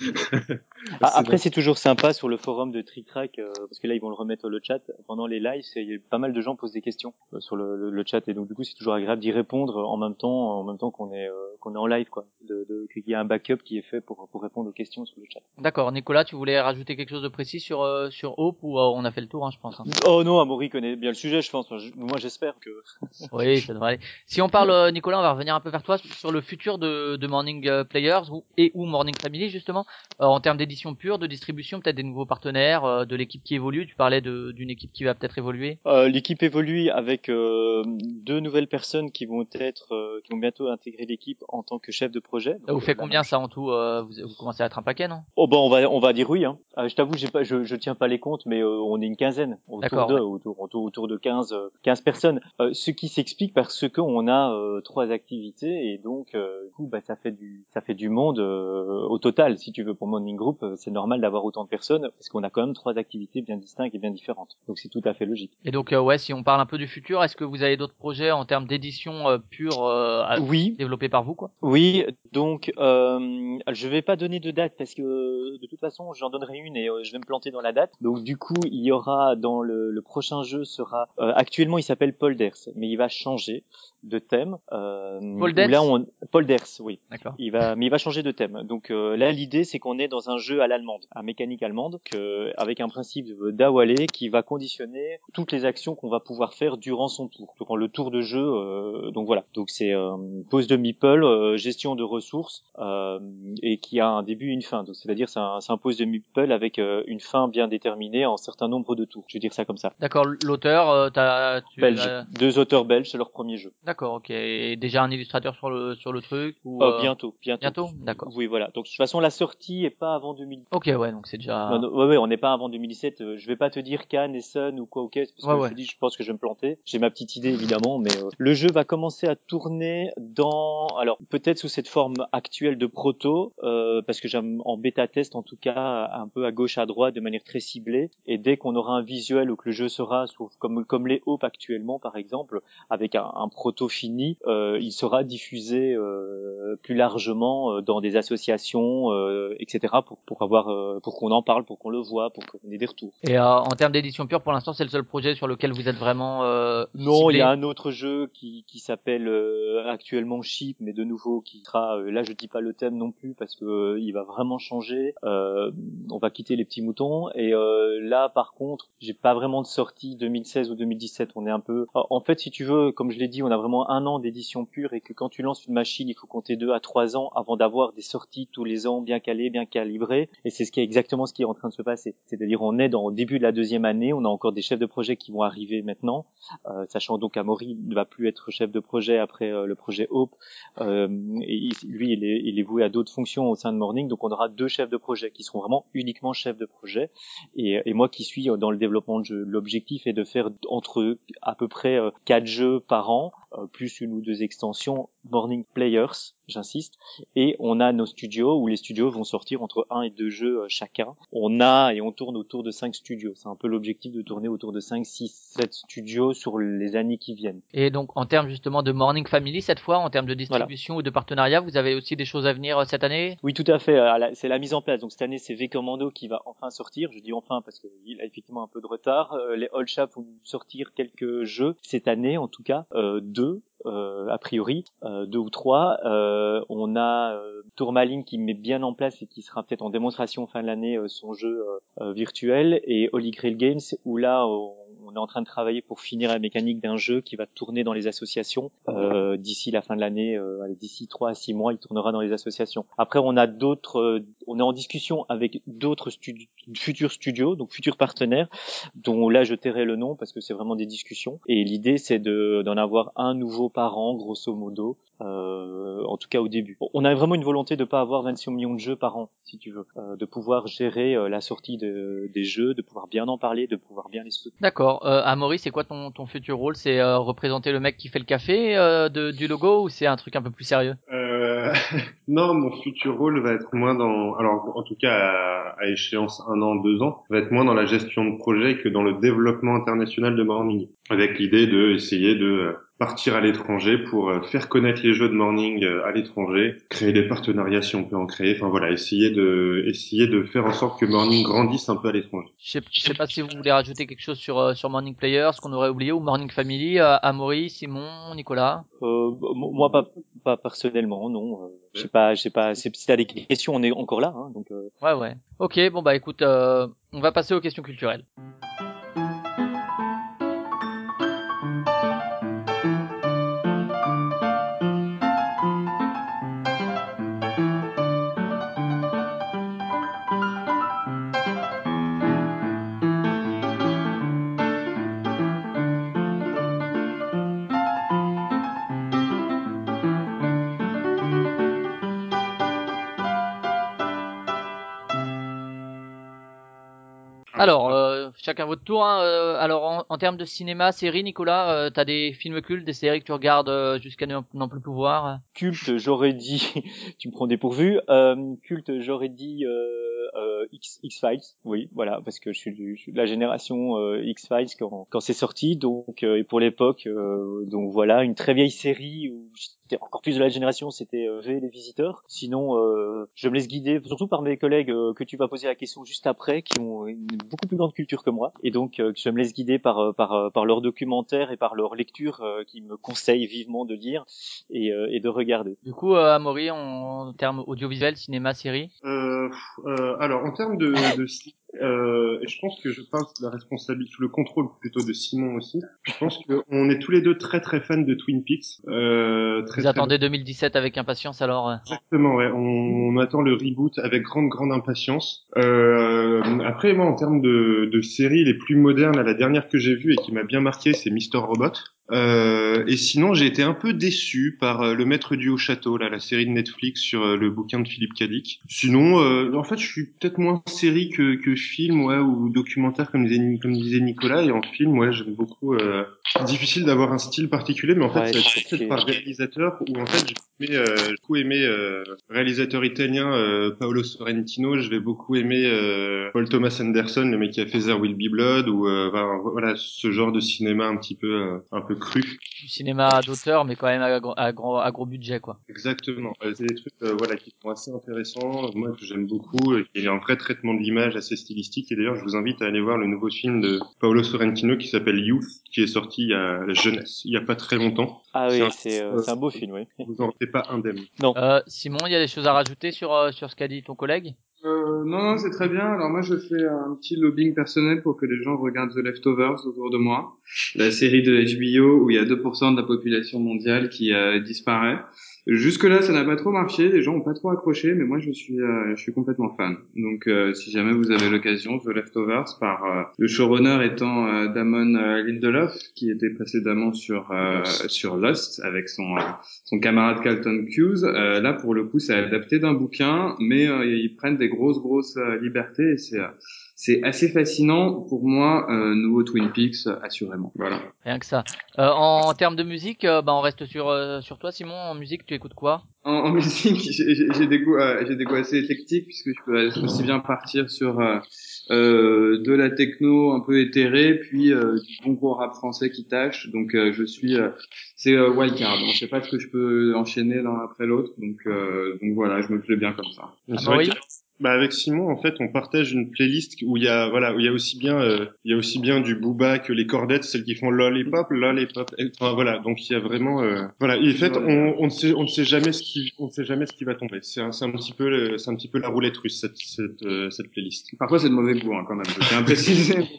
Après, c'est toujours sympa sur le forum de Trick Track, parce que là, ils vont le remettre le chat pendant les lives. Pas mal de gens posent des questions sur le chat, et donc du coup, c'est toujours agréable d'y répondre en même temps qu'on est en live, quoi, qu'il y a un backup qui est fait pour répondre aux questions sur le chat. D'accord. Nicolas, tu voulais rajouter quelque chose de précis sur Hope ou on a fait le tour, hein, je pense. Hein. Oh non, Amaury connaît bien le sujet, je pense. Enfin, moi, j'espère que. Oui, ça devrait aller. Si on parle, Nicolas, on va revenir un peu vers toi sur le futur de Morning Players ou Morning Family justement, en termes d'édition pure, de distribution, peut-être des nouveaux partenaires, de l'équipe qui évolue. Tu parlais d'une équipe qui va peut-être évoluer. L'équipe évolue avec 2 nouvelles personnes qui vont bientôt intégrer l'équipe en tant que chef de projet. Ça vous fait combien ça en tout vous commencez à être un paquet, non? Oh bon, on va dire oui. Hein. Je t'avoue, je tiens pas les comptes, mais on est une quinzaine autour de 15 personnes. Ce qui s'explique parce que on a 3 activités et donc du coup ça fait du monde au total. Si tu veux, pour Morning Group, c'est normal d'avoir autant de personnes parce qu'on a quand même 3 activités bien distinctes et bien différentes. Donc c'est tout à fait logique. Et donc si on parle un peu du futur, est-ce que vous avez d'autres projets en termes d'édition pure oui, développés par vous, quoi? Oui, donc je vais pas donner de date parce que de toute façon j'en donnerai une et je vais me planter dans la date. Donc du coup il y aura dans le prochain jeu sera actuellement il s'appelle Polders, mais il va changer de thème. Polders, Polders, oui. D'accord. Il va changer de thème. Donc là l'idée c'est qu'on est dans un jeu à l'allemande, à mécanique allemande, avec un principe d'Awale qui va conditionner toutes les actions qu'on va pouvoir faire durant son tour, durant le tour de jeu. Donc voilà. Donc c'est pose de meeple, gestion de ressources et qui a un début et une fin. Donc c'est-à-dire c'est un pose de meeple avec une fin bien déterminée en un certain nombre de tours. Je vais dire ça comme ça. D'accord. L'auteur, Belge. 2 auteurs belges, c'est leur premier jeu. D'accord, ok. Et déjà un illustrateur sur le truc ou Bientôt. Bientôt, d'accord. Oui, voilà. Donc de toute façon la sortie est pas avant 2000. Ok, ouais, donc c'est déjà. Non, ouais, on n'est pas avant 2017. Je vais pas te dire Cannes et Sun ou quoi, ok, parce que je te dis, je pense que je vais me planter. J'ai ma petite idée évidemment, mais le jeu va commencer à tourner alors peut-être sous cette forme actuelle de proto, parce que j'aime en bêta test en tout cas un peu à gauche à droite de manière très ciblée. Et dès qu'on aura un visuel ou que le jeu sera comme les Hope actuellement par exemple, avec un proto fini, il sera diffusé plus largement dans des associations, etc. pour qu'on en parle, pour qu'on le voit, pour qu'on ait des retours. Et en termes d'édition pure, pour l'instant, c'est le seul projet sur lequel vous êtes vraiment Non, ciblé. il y a un autre jeu qui s'appelle actuellement Sheep, mais de nouveau qui sera là je dis pas le thème non plus parce que il va vraiment changer. On va quitter les petits moutons et là par contre, j'ai pas vraiment de sortie 2016 ou 2017, on est un peu en fait si tu veux, comme je l'ai dit, on a vraiment 1 an d'édition pure et que quand tu lances une machine, il faut compter 2 à 3 ans avant d'avoir des sorties tous les ans bien calées, bien calibrées et c'est exactement ce qui est en train de se passer. C'est-à-dire on est au début de la 2e année, on a encore des chefs de projet qui vont arriver maintenant, sachant donc qu'Amaury ne va plus être chef de projet après le projet Hope, et lui il est voué à d'autres fonctions au sein de Morning, donc on aura 2 chefs de projet qui seront vraiment uniquement chefs de projet et moi qui suis dans le développement de jeu. L'objectif est de faire entre à peu près 4 jeux par an, plus 1 ou 2 extensions Morning Players, j'insiste, et on a nos studios où les studios vont sortir entre 1 et 2 jeux chacun. On tourne autour de 5 studios. C'est un peu l'objectif de tourner autour de 5, 6, 7 studios sur les années qui viennent. Et donc en termes justement de Morning Family cette fois, en termes de distribution ou de partenariat, vous avez aussi des choses à venir cette année? Oui, tout à fait. C'est la mise en place. Donc cette année, c'est V Commando qui va enfin sortir. Je dis enfin parce qu'il a effectivement un peu de retard. Les All Shop vont sortir quelques jeux cette année, en tout cas 2. A priori 2 ou 3. On a Tourmaline qui met bien en place et qui sera peut-être en démonstration fin de l'année son jeu virtuel, et Holy Grail Games où là on est en train de travailler pour finir la mécanique d'un jeu qui va tourner dans les associations d'ici la fin de l'année. D'ici 3 à 6 mois, il tournera dans les associations. Après, on est en discussion avec d'autres futurs studios, donc futurs partenaires, dont là je tairai le nom parce que c'est vraiment des discussions. Et l'idée, c'est d'en avoir un nouveau par an, grosso modo. En tout cas au début. On a vraiment une volonté de pas avoir 26 millions de jeux par an, si tu veux, de pouvoir gérer la sortie des jeux, de pouvoir bien en parler, de pouvoir bien les soutenir. D'accord. Amaury, c'est quoi ton futur rôle? C'est représenter le mec qui fait le café du logo ou c'est un truc un peu plus sérieux? Non, mon futur rôle va être moins alors en tout cas à échéance 1 an, 2 ans, va être moins dans la gestion de projet que dans le développement international de Morning, avec l'idée de essayer de partir à l'étranger pour faire connaître les jeux de Morning à l'étranger, créer des partenariats si on peut en créer, enfin voilà, essayer de faire en sorte que Morning grandisse un peu à l'étranger. Je sais pas si vous voulez rajouter quelque chose sur Morning Players, ce qu'on aurait oublié, ou Morning Family, Amaury, Simon, Nicolas. Moi pas personnellement, non. J'ai pas. Si t'as des questions, on est encore là, hein, donc. Ouais. Ok, bon bah écoute, on va passer aux questions culturelles. Alors, chacun votre tour. Hein. Alors, en termes de cinéma, série, Nicolas, t'as des films cultes, des séries que tu regardes jusqu'à n'en plus pouvoir. Culte, j'aurais dit, tu me prends dépourvu. Culte, j'aurais dit X-Files. Oui, voilà, parce que je suis de la génération X-Files quand c'est sorti, donc et pour l'époque, donc voilà, une très vieille série où j'étais encore plus de la génération, c'était V les Visiteurs. Sinon, je me laisse guider, surtout par mes collègues que tu vas poser la question juste après, qui ont une beaucoup plus grande culture que moi, et donc je me laisse guider par leurs documentaires et par leur lecture qui me conseillent vivement de lire et de regarder. Du coup, Amaury, en termes audiovisuels, cinéma, série. Alors, en termes et je pense que je parle sous la responsabilité, sous le contrôle plutôt de Simon aussi. Je pense qu'on est tous les deux très très fans de Twin Peaks. Vous attendez 2017 avec impatience alors. Exactement, ouais. On attend le reboot avec grande impatience. Après, moi, en termes de séries les plus modernes, là, la dernière que j'ai vue et qui m'a bien marqué, c'est Mr. Robot. Et sinon, j'ai été un peu déçu par Le Maître du Haut Château, là, la série de Netflix sur le bouquin de Philippe K. Dick. Sinon, en fait, je suis peut-être moins série que film, ouais, ou documentaire, comme disait Nicolas. Et en film, ouais, j'aime beaucoup. Difficile d'avoir un style particulier, mais en fait, Ouais, c'est peut-être par réalisateur où en fait, j'ai beaucoup aimé réalisateur italien Paolo Sorrentino. Je vais beaucoup aimer Paul Thomas Anderson, le mec qui a fait There Will Be Blood, ou voilà, ce genre de cinéma un peu cru. Du cinéma d'auteur, mais quand même à gros budget, quoi. Exactement. C'est des trucs voilà qui sont assez intéressants, moi que j'aime beaucoup, et il y a un vrai traitement de l'image assez stylistique. Et d'ailleurs, je vous invite à aller voir le nouveau film de Paolo Sorrentino qui s'appelle Youth, qui est sorti il y a la jeunesse, il y a pas très longtemps. Ah oui, c'est un beau film, oui. Vous en faites pas indemne. Non. Simon, il y a des choses à rajouter sur ce qu'a dit ton collègue? Non, c'est très bien. Alors moi, je fais un petit lobbying personnel pour que les gens regardent The Leftovers autour de moi, la série de HBO où il y a 2% de la population mondiale qui disparaît. Jusque-là, ça n'a pas trop marché, les gens ont pas trop accroché, mais moi, je suis complètement fan. Donc, si jamais vous avez l'occasion, The Leftovers, par le showrunner étant Damon Lindelof, qui était précédemment sur Lost avec son camarade Carlton Cuse. Là, pour le coup, c'est adapté d'un bouquin, mais ils prennent des grosses libertés, et c'est assez fascinant pour moi. Nouveau Twin Peaks, assurément. Voilà. Rien que ça. En termes de musique, on reste sur toi, Simon. En musique, tu écoutes quoi? En musique, j'ai des goûts assez éclectiques, puisque je peux aussi bien partir sur de la techno un peu éthérée, puis du bon gros rap français qui tâche. Donc c'est wildcard. Je sais pas ce que je peux enchaîner l'un après l'autre. Donc voilà, je me plais bien comme ça. C'est vrai que avec Simon, en fait, on partage une playlist où il y a aussi bien du Booba que les Cordettes, celles qui font lollipop. Enfin voilà, donc il y a vraiment voilà. Et en fait, on ne sait jamais ce qui va tomber. C'est un petit peu la roulette russe cette playlist. Parfois c'est de mauvais goût quand même. Je tiens à préciser.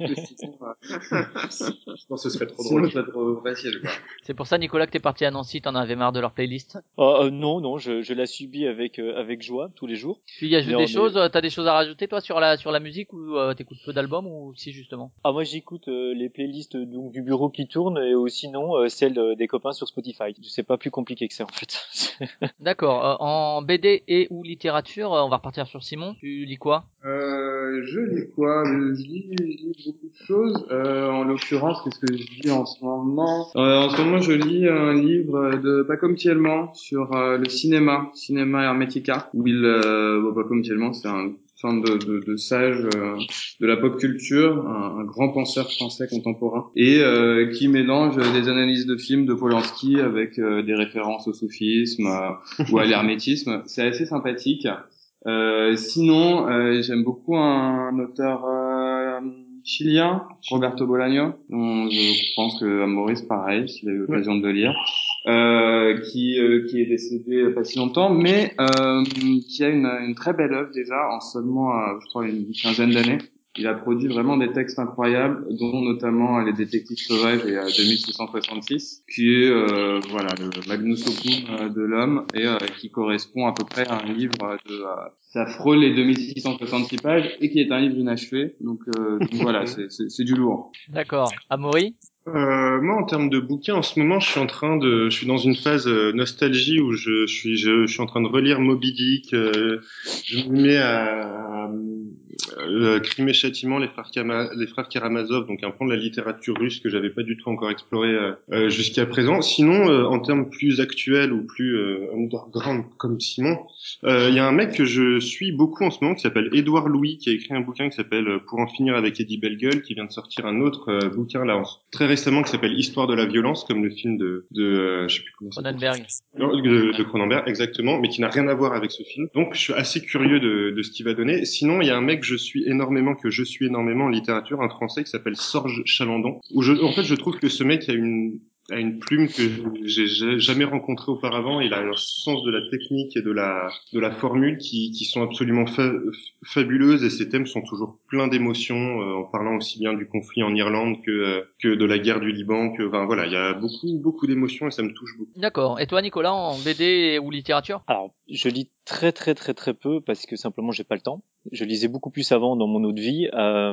Non, ce serait trop drôle. Ce serait trop facile, quoi. C'est pour ça, Nicolas, que t'es parti à Nancy, t'en avais marre de leur playlist? Non, je la subis avec joie tous les jours. Puis il y a des choses, t'as des choses à rajouter toi sur la musique, ou t'écoutes peu d'albums, ou si justement? Ah, moi j'écoute les playlists donc du bureau qui tournent, et sinon celles des copains sur Spotify. C'est pas plus compliqué que ça en fait. D'accord. En BD et ou littérature, on va repartir sur Simon. Tu lis quoi? Je lis quoi? Je lis beaucoup de choses. En l'occurrence, qu'est-ce que je lis en ce moment? En ce moment, je lis un livre de Paco Mtielman sur le cinéma Hermetica, où Paco Mtielman, c'est un sorte de sage de la pop culture, un grand penseur français contemporain, et qui mélange des analyses de films de Polanski avec des références au soufisme ou à l'hermétisme. C'est assez sympathique. Sinon, j'aime beaucoup un auteur chilien, Roberto Bolaño, dont je pense que Maurice pareil, s'il a eu l'occasion de le lire, qui est décédé pas si longtemps, mais qui a une très belle œuvre déjà en seulement, je crois, une quinzaine d'années. Il a produit vraiment des textes incroyables, dont notamment Les Détectives Sauvages et 2666, qui est voilà le magnus opum de l'homme et qui correspond à peu près à un livre de ça frôle les 2666 pages et qui est un livre inachevé. Donc voilà, c'est du lourd. D'accord. Amaury? Moi, en termes de bouquins, en ce moment, je suis dans une phase nostalgie où je suis en train de relire Moby Dick. Je me mets à Crime et Châtiment, les frères Karamazov, donc un pan de la littérature russe que j'avais pas du tout encore exploré jusqu'à présent. Sinon, en termes plus actuels ou plus underground comme Simon, il y a un mec que je suis beaucoup en ce moment qui s'appelle Édouard Louis, qui a écrit un bouquin qui s'appelle Pour en finir avec Eddie Bellegueule, qui vient de sortir un autre bouquin là très récemment qui s'appelle Histoire de la violence, comme le film de je sais plus comment ça s'appelle. Cronenberg. Non, de Cronenberg, exactement, mais qui n'a rien à voir avec ce film. Donc, je suis assez curieux de ce qu'il va donner. Sinon, il y a un mec que je suis énormément en littérature, un Français qui s'appelle Sorge Chalandon, où en fait, je trouve que ce mec a une plume que j'ai jamais rencontrée auparavant. Il a un sens de la technique et de la formule qui sont absolument fabuleuses, et ses thèmes sont toujours pleins d'émotions, en parlant aussi bien du conflit en Irlande que de la guerre du Liban, enfin voilà, il y a beaucoup d'émotions et ça me touche beaucoup. D'accord. Et toi, Nicolas, en BD ou littérature? Alors, je lis très peu parce que simplement j'ai pas le temps. Je lisais beaucoup plus avant dans mon autre vie,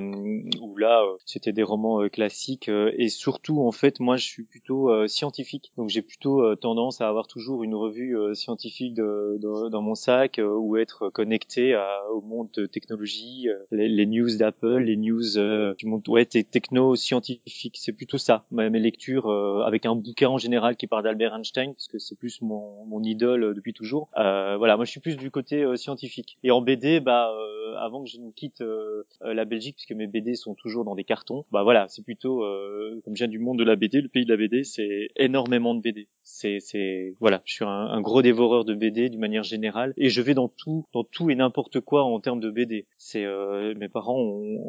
où là c'était des romans classiques et surtout en fait moi je suis plutôt scientifique, donc j'ai plutôt tendance à avoir toujours une revue scientifique dans mon sac ou être connecté au monde de technologie, les news d'Apple, les news du monde techno scientifique, c'est plutôt ça mes lectures avec un bouquin en général qui parle d'Albert Einstein parce que c'est plus mon idole depuis toujours. Voilà, moi je suis plus du côté scientifique. Et en BD, avant que je ne quitte la Belgique, puisque mes BD sont toujours dans des cartons, voilà, c'est plutôt comme je viens du monde de la BD, le pays de la BD, c'est énormément de BD. Voilà, je suis un gros dévoreur de BD d'une manière générale, et je vais dans tout et n'importe quoi en termes de BD. Mes parents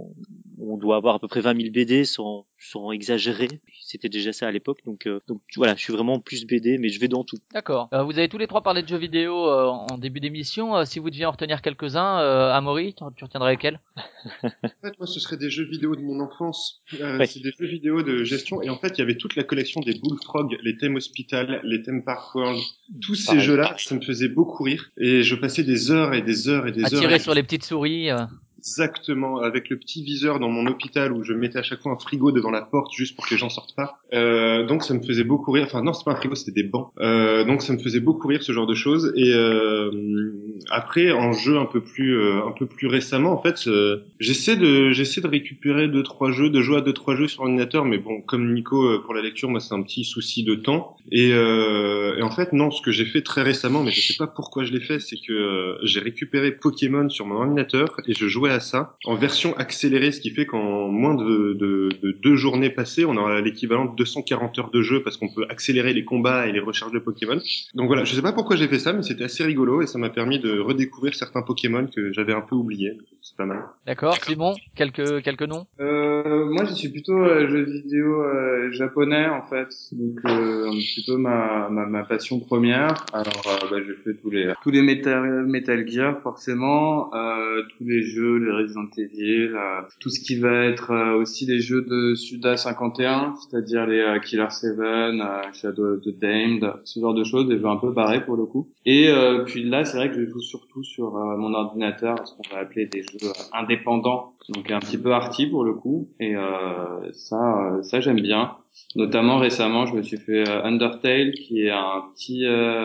on doit avoir à peu près 20 000 BD sans exagérer. C'était déjà ça à l'époque, donc voilà, je suis vraiment plus BD, mais je vais dans tout. D'accord. Vous avez tous les trois parlé de jeux vidéo en début d'émission. Si vous deviez en retenir quelques-uns, Amaury, tu retiendrais lesquels? En fait, moi, ce serait des jeux vidéo de mon enfance. Ouais. C'est des jeux vidéo de gestion. Et en fait, il y avait toute la collection des Bullfrog, les thèmes Hospital, les thèmes Park World. Tous ces jeux-là, ça me faisait beaucoup rire. Et je passais des heures et des heures et des À heures. tirer sur les petites souris. Exactement, avec le petit viseur dans mon hôpital où je mettais à chaque fois un frigo devant la porte juste pour que les gens sortent pas. Donc ça me faisait beaucoup rire. Enfin non, c'est pas un frigo, c'était des bancs. Donc ça me faisait beaucoup rire ce genre de choses. Et après, en jeu un peu plus récemment, en fait, j'essaie de récupérer 2-3 jeux, de jouer à 2-3 jeux sur ordinateur. Mais bon, comme Nico pour la lecture, moi c'est un petit souci de temps. Et en fait non, ce que j'ai fait très récemment, mais je sais pas pourquoi je l'ai fait, c'est que j'ai récupéré Pokémon sur mon ordinateur et je jouais à ça en version accélérée, ce qui fait qu'en moins de 2 journées passées, on a l'équivalent de 240 heures de jeu parce qu'on peut accélérer les combats et les recharges de Pokémon. Donc voilà, je sais pas pourquoi j'ai fait ça, mais c'était assez rigolo et ça m'a permis de redécouvrir certains Pokémon que j'avais un peu oubliés. C'est pas mal. D'accord. Simon, quelques noms? Moi, je suis plutôt jeux vidéo japonais en fait, donc un petit peu ma passion première. Alors, j'ai fait tous les Metal Gear forcément, tous les jeux, les Resident Evil, tout ce qui va être aussi les jeux de Suda 51, c'est-à-dire les Killer 7, Shadow of the Damned, ce genre de choses, des jeux un peu barrés pour le coup. Et puis là, c'est vrai que je joue surtout sur mon ordinateur, ce qu'on va appeler des jeux indépendants, donc un petit peu arty pour le coup. Et ça j'aime bien. Notamment récemment, je me suis fait Undertale, qui est un petit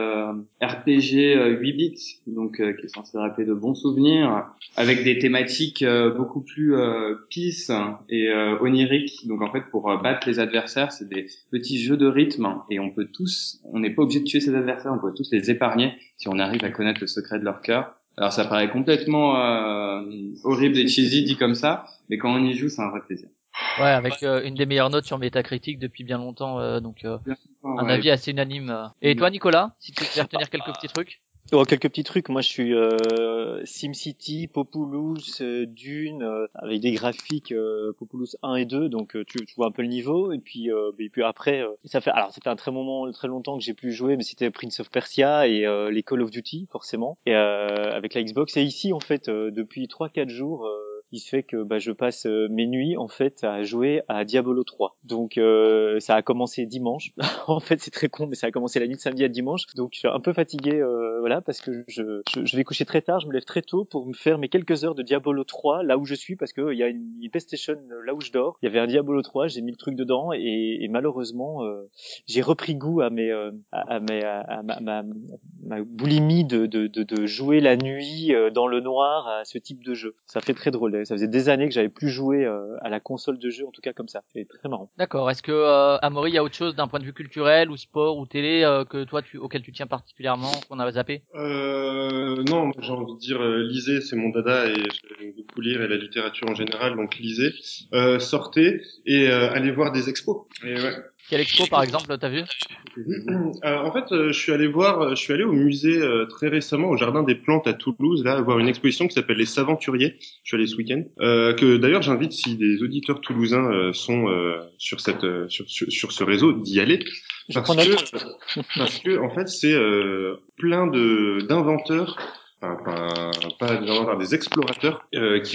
RPG 8 bits, donc qui est censé rappeler de bons souvenirs, avec des thématiques beaucoup plus peace et oniriques. Donc en fait, pour battre les adversaires, c'est des petits jeux de rythme, et on n'est pas obligé de tuer ses adversaires, on peut tous les épargner si on arrive à connaître le secret de leur cœur. Alors ça paraît complètement horrible et cheesy dit comme ça, mais quand on y joue, c'est un vrai plaisir. Ouais, avec une des meilleures notes sur Metacritic depuis bien longtemps, un avis assez unanime. Et toi, Nicolas, si tu devais retenir quelques petits trucs? Oh, quelques petits trucs. Moi, je suis SimCity, Populous, Dune, avec des graphiques Populous 1 et 2, donc tu vois un peu le niveau. Et puis après, ça fait un très longtemps que j'ai plus joué, mais c'était Prince of Persia et les Call of Duty forcément. Et avec la Xbox. Et ici, en fait, depuis 3-4 jours. Il se fait que je passe mes nuits en fait à jouer à Diablo 3. Donc ça a commencé dimanche. En fait, c'est très con, mais ça a commencé la nuit de samedi à dimanche. Donc je suis un peu fatigué, voilà, parce que je vais coucher très tard. Je me lève très tôt pour me faire mes quelques heures de Diablo 3 là où je suis, parce que il y a une PlayStation là où je dors. Il y avait un Diablo 3, j'ai mis le truc dedans et malheureusement j'ai repris goût à ma boulimie de jouer la nuit dans le noir à ce type de jeu. Ça fait très drôle. Ça faisait des années que j'avais plus joué à la console de jeu, en tout cas comme ça. C'est très marrant. D'accord. Est-ce que Amaury, il y a autre chose d'un point de vue culturel ou sport ou télé que toi auquel tu tiens particulièrement, qu'on a zappé? Non, moi, j'ai envie de dire, lisez, c'est mon dada et j'aime beaucoup lire et la littérature en général, donc lisez, sortez et allez voir des expos. Et ouais. Quelle expo par exemple t'as vu? En fait, je suis allé au musée très récemment, au Jardin des Plantes à Toulouse, là, voir une exposition qui s'appelle Les Saventuriers. Je suis allé ce week-end. Que d'ailleurs j'invite, si des auditeurs toulousains sont sur sur ce réseau, d'y aller, parce que en fait c'est plein d'inventeurs. Enfin, pas des inventeurs, des explorateurs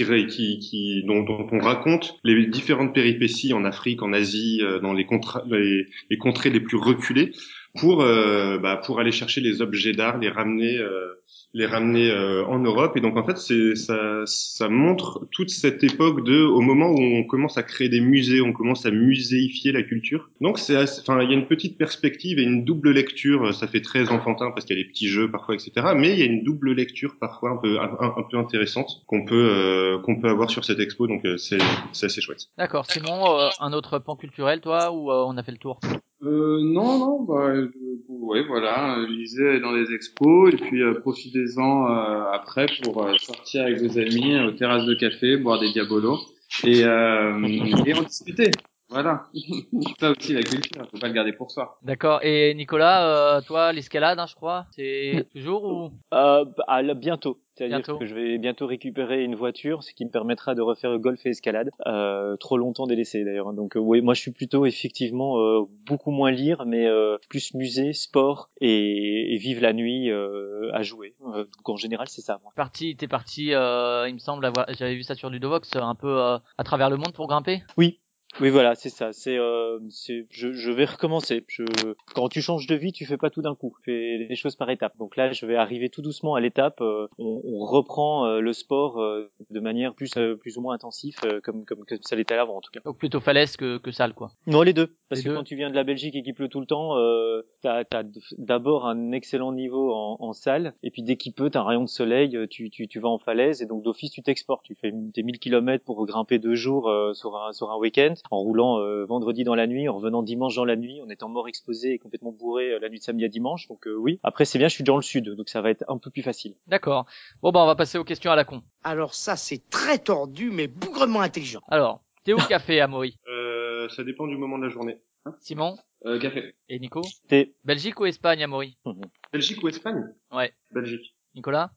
dont on raconte les différentes péripéties en Afrique, en Asie, dans les contrées les plus reculées, pour aller chercher les objets d'art, les ramener en Europe. Et donc en fait ça montre toute cette époque au moment où on commence à créer des musées, on commence à muséifier la culture. Donc il y a une petite perspective et une double lecture. Ça fait très enfantin parce qu'il y a les petits jeux parfois, etc. Mais il y a une double lecture parfois un peu intéressante qu'on peut avoir sur cette expo. Donc c'est assez chouette. D'accord. Simon, un autre pan culturel, toi, ou on a fait le tour? Non, ouais, voilà, lisez dans les expos et puis profitez-en après pour sortir avec vos amis aux terrasses de café, boire des diabolos et en discuter. Voilà. Ça aussi la culture, faut pas le garder pour soi. D'accord. Et Nicolas, toi, l'escalade, je crois, c'est toujours ou Bientôt. C'est-à-dire bientôt? que je vais bientôt récupérer une voiture, ce qui me permettra de refaire golf et escalade. Trop longtemps délaissé d'ailleurs. Donc oui, moi je suis plutôt effectivement beaucoup moins lire, mais plus musée, sport et vivre la nuit à jouer. Donc en général c'est ça. Moi. T'es parti, il me semble j'avais vu ça sur Ludovox, un peu à travers le monde pour grimper. Oui, voilà, c'est ça. Je vais recommencer. Quand tu changes de vie, tu fais pas tout d'un coup. Tu fais les choses par étapes. Donc là, je vais arriver tout doucement à l'étape. On reprend le sport de manière plus ou moins intensive, comme ça l'était avant en tout cas. Donc plutôt falaise que salle, quoi. Non, les deux. Parce Les que deux. quand tu viens de la Belgique et qu'il pleut tout le temps, t'as d'abord un excellent niveau en salle, et puis dès qu'il peut, t'as un rayon de soleil, tu vas en falaise, et donc d'office tu t'exportes. Tu fais tes 1000 km pour grimper 2 jours sur un week-end, en roulant vendredi dans la nuit, en revenant dimanche dans la nuit, en étant mort exposé et complètement bourré la nuit de samedi à dimanche. Donc oui. Après c'est bien, je suis dans le sud, donc ça va être un peu plus facile. D'accord. Bon on va passer aux questions à la con. Alors ça, c'est très tordu, mais bougrement intelligent. Alors, thé ou café, Amaury? Ça dépend du moment de la journée. Simon? Café. Et Nico? Thé. Belgique ou Espagne, Amaury? Belgique ou Espagne? Ouais. Belgique. Nicolas?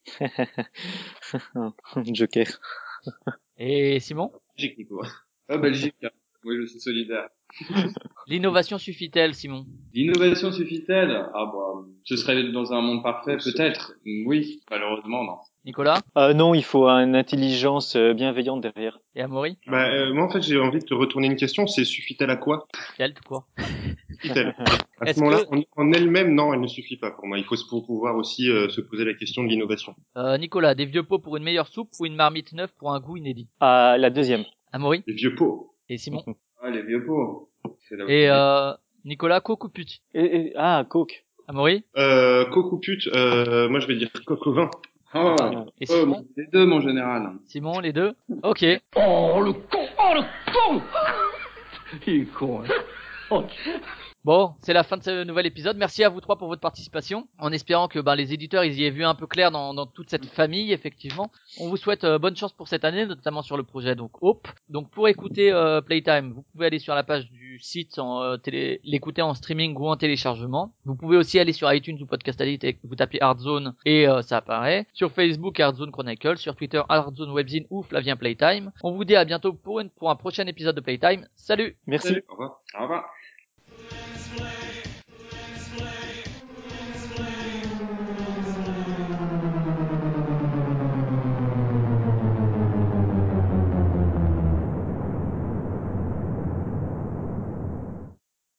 Joker. Et Simon? Belgique, Nico. Belgique. Oui, je suis solidaire. L'innovation suffit-elle, Simon? L'innovation suffit-elle? Ce serait dans un monde parfait, peut-être. Oui, malheureusement, non. Nicolas? Non, il faut une intelligence bienveillante derrière. Et Amaury? Moi en fait j'ai envie de te retourner une question. C'est suffit-elle à quoi? Quelle, tout quoi? Suffit-elle? À Est-ce ce moment-là, en elle-même, non, elle ne suffit pas pour moi. Il faut pouvoir aussi se poser la question de l'innovation. Nicolas, des vieux pots pour une meilleure soupe ou une marmite neuve pour un goût inédit? La deuxième. Amaury? Les vieux pots. Et Simon? Les vieux pots. C'est là où Et Nicolas, coke ou pute? Coke. Amaury? Coke ou pute, moi je vais dire coque au vin. Oh, Et Simon? les deux, mon général. Simon, les deux? Ok. Oh, le con! Il est con, hein. Bon, c'est la fin de ce nouvel épisode. Merci à vous trois pour votre participation. En espérant que les éditeurs ils y aient vu un peu clair dans toute cette famille, effectivement. On vous souhaite bonne chance pour cette année, notamment sur le projet donc Hope. Donc pour écouter Playtime, vous pouvez aller sur la page du du site, l'écouter en streaming ou en téléchargement. Vous pouvez aussi aller sur iTunes ou Podcast Addict et vous tapez Hardzone et ça apparaît. Sur Facebook, Hardzone Chronicle, sur Twitter, Hardzone Webzine ou Flavien Playtime. On vous dit à bientôt pour un prochain épisode de Playtime. Salut! Merci. Salut, au revoir. Au revoir.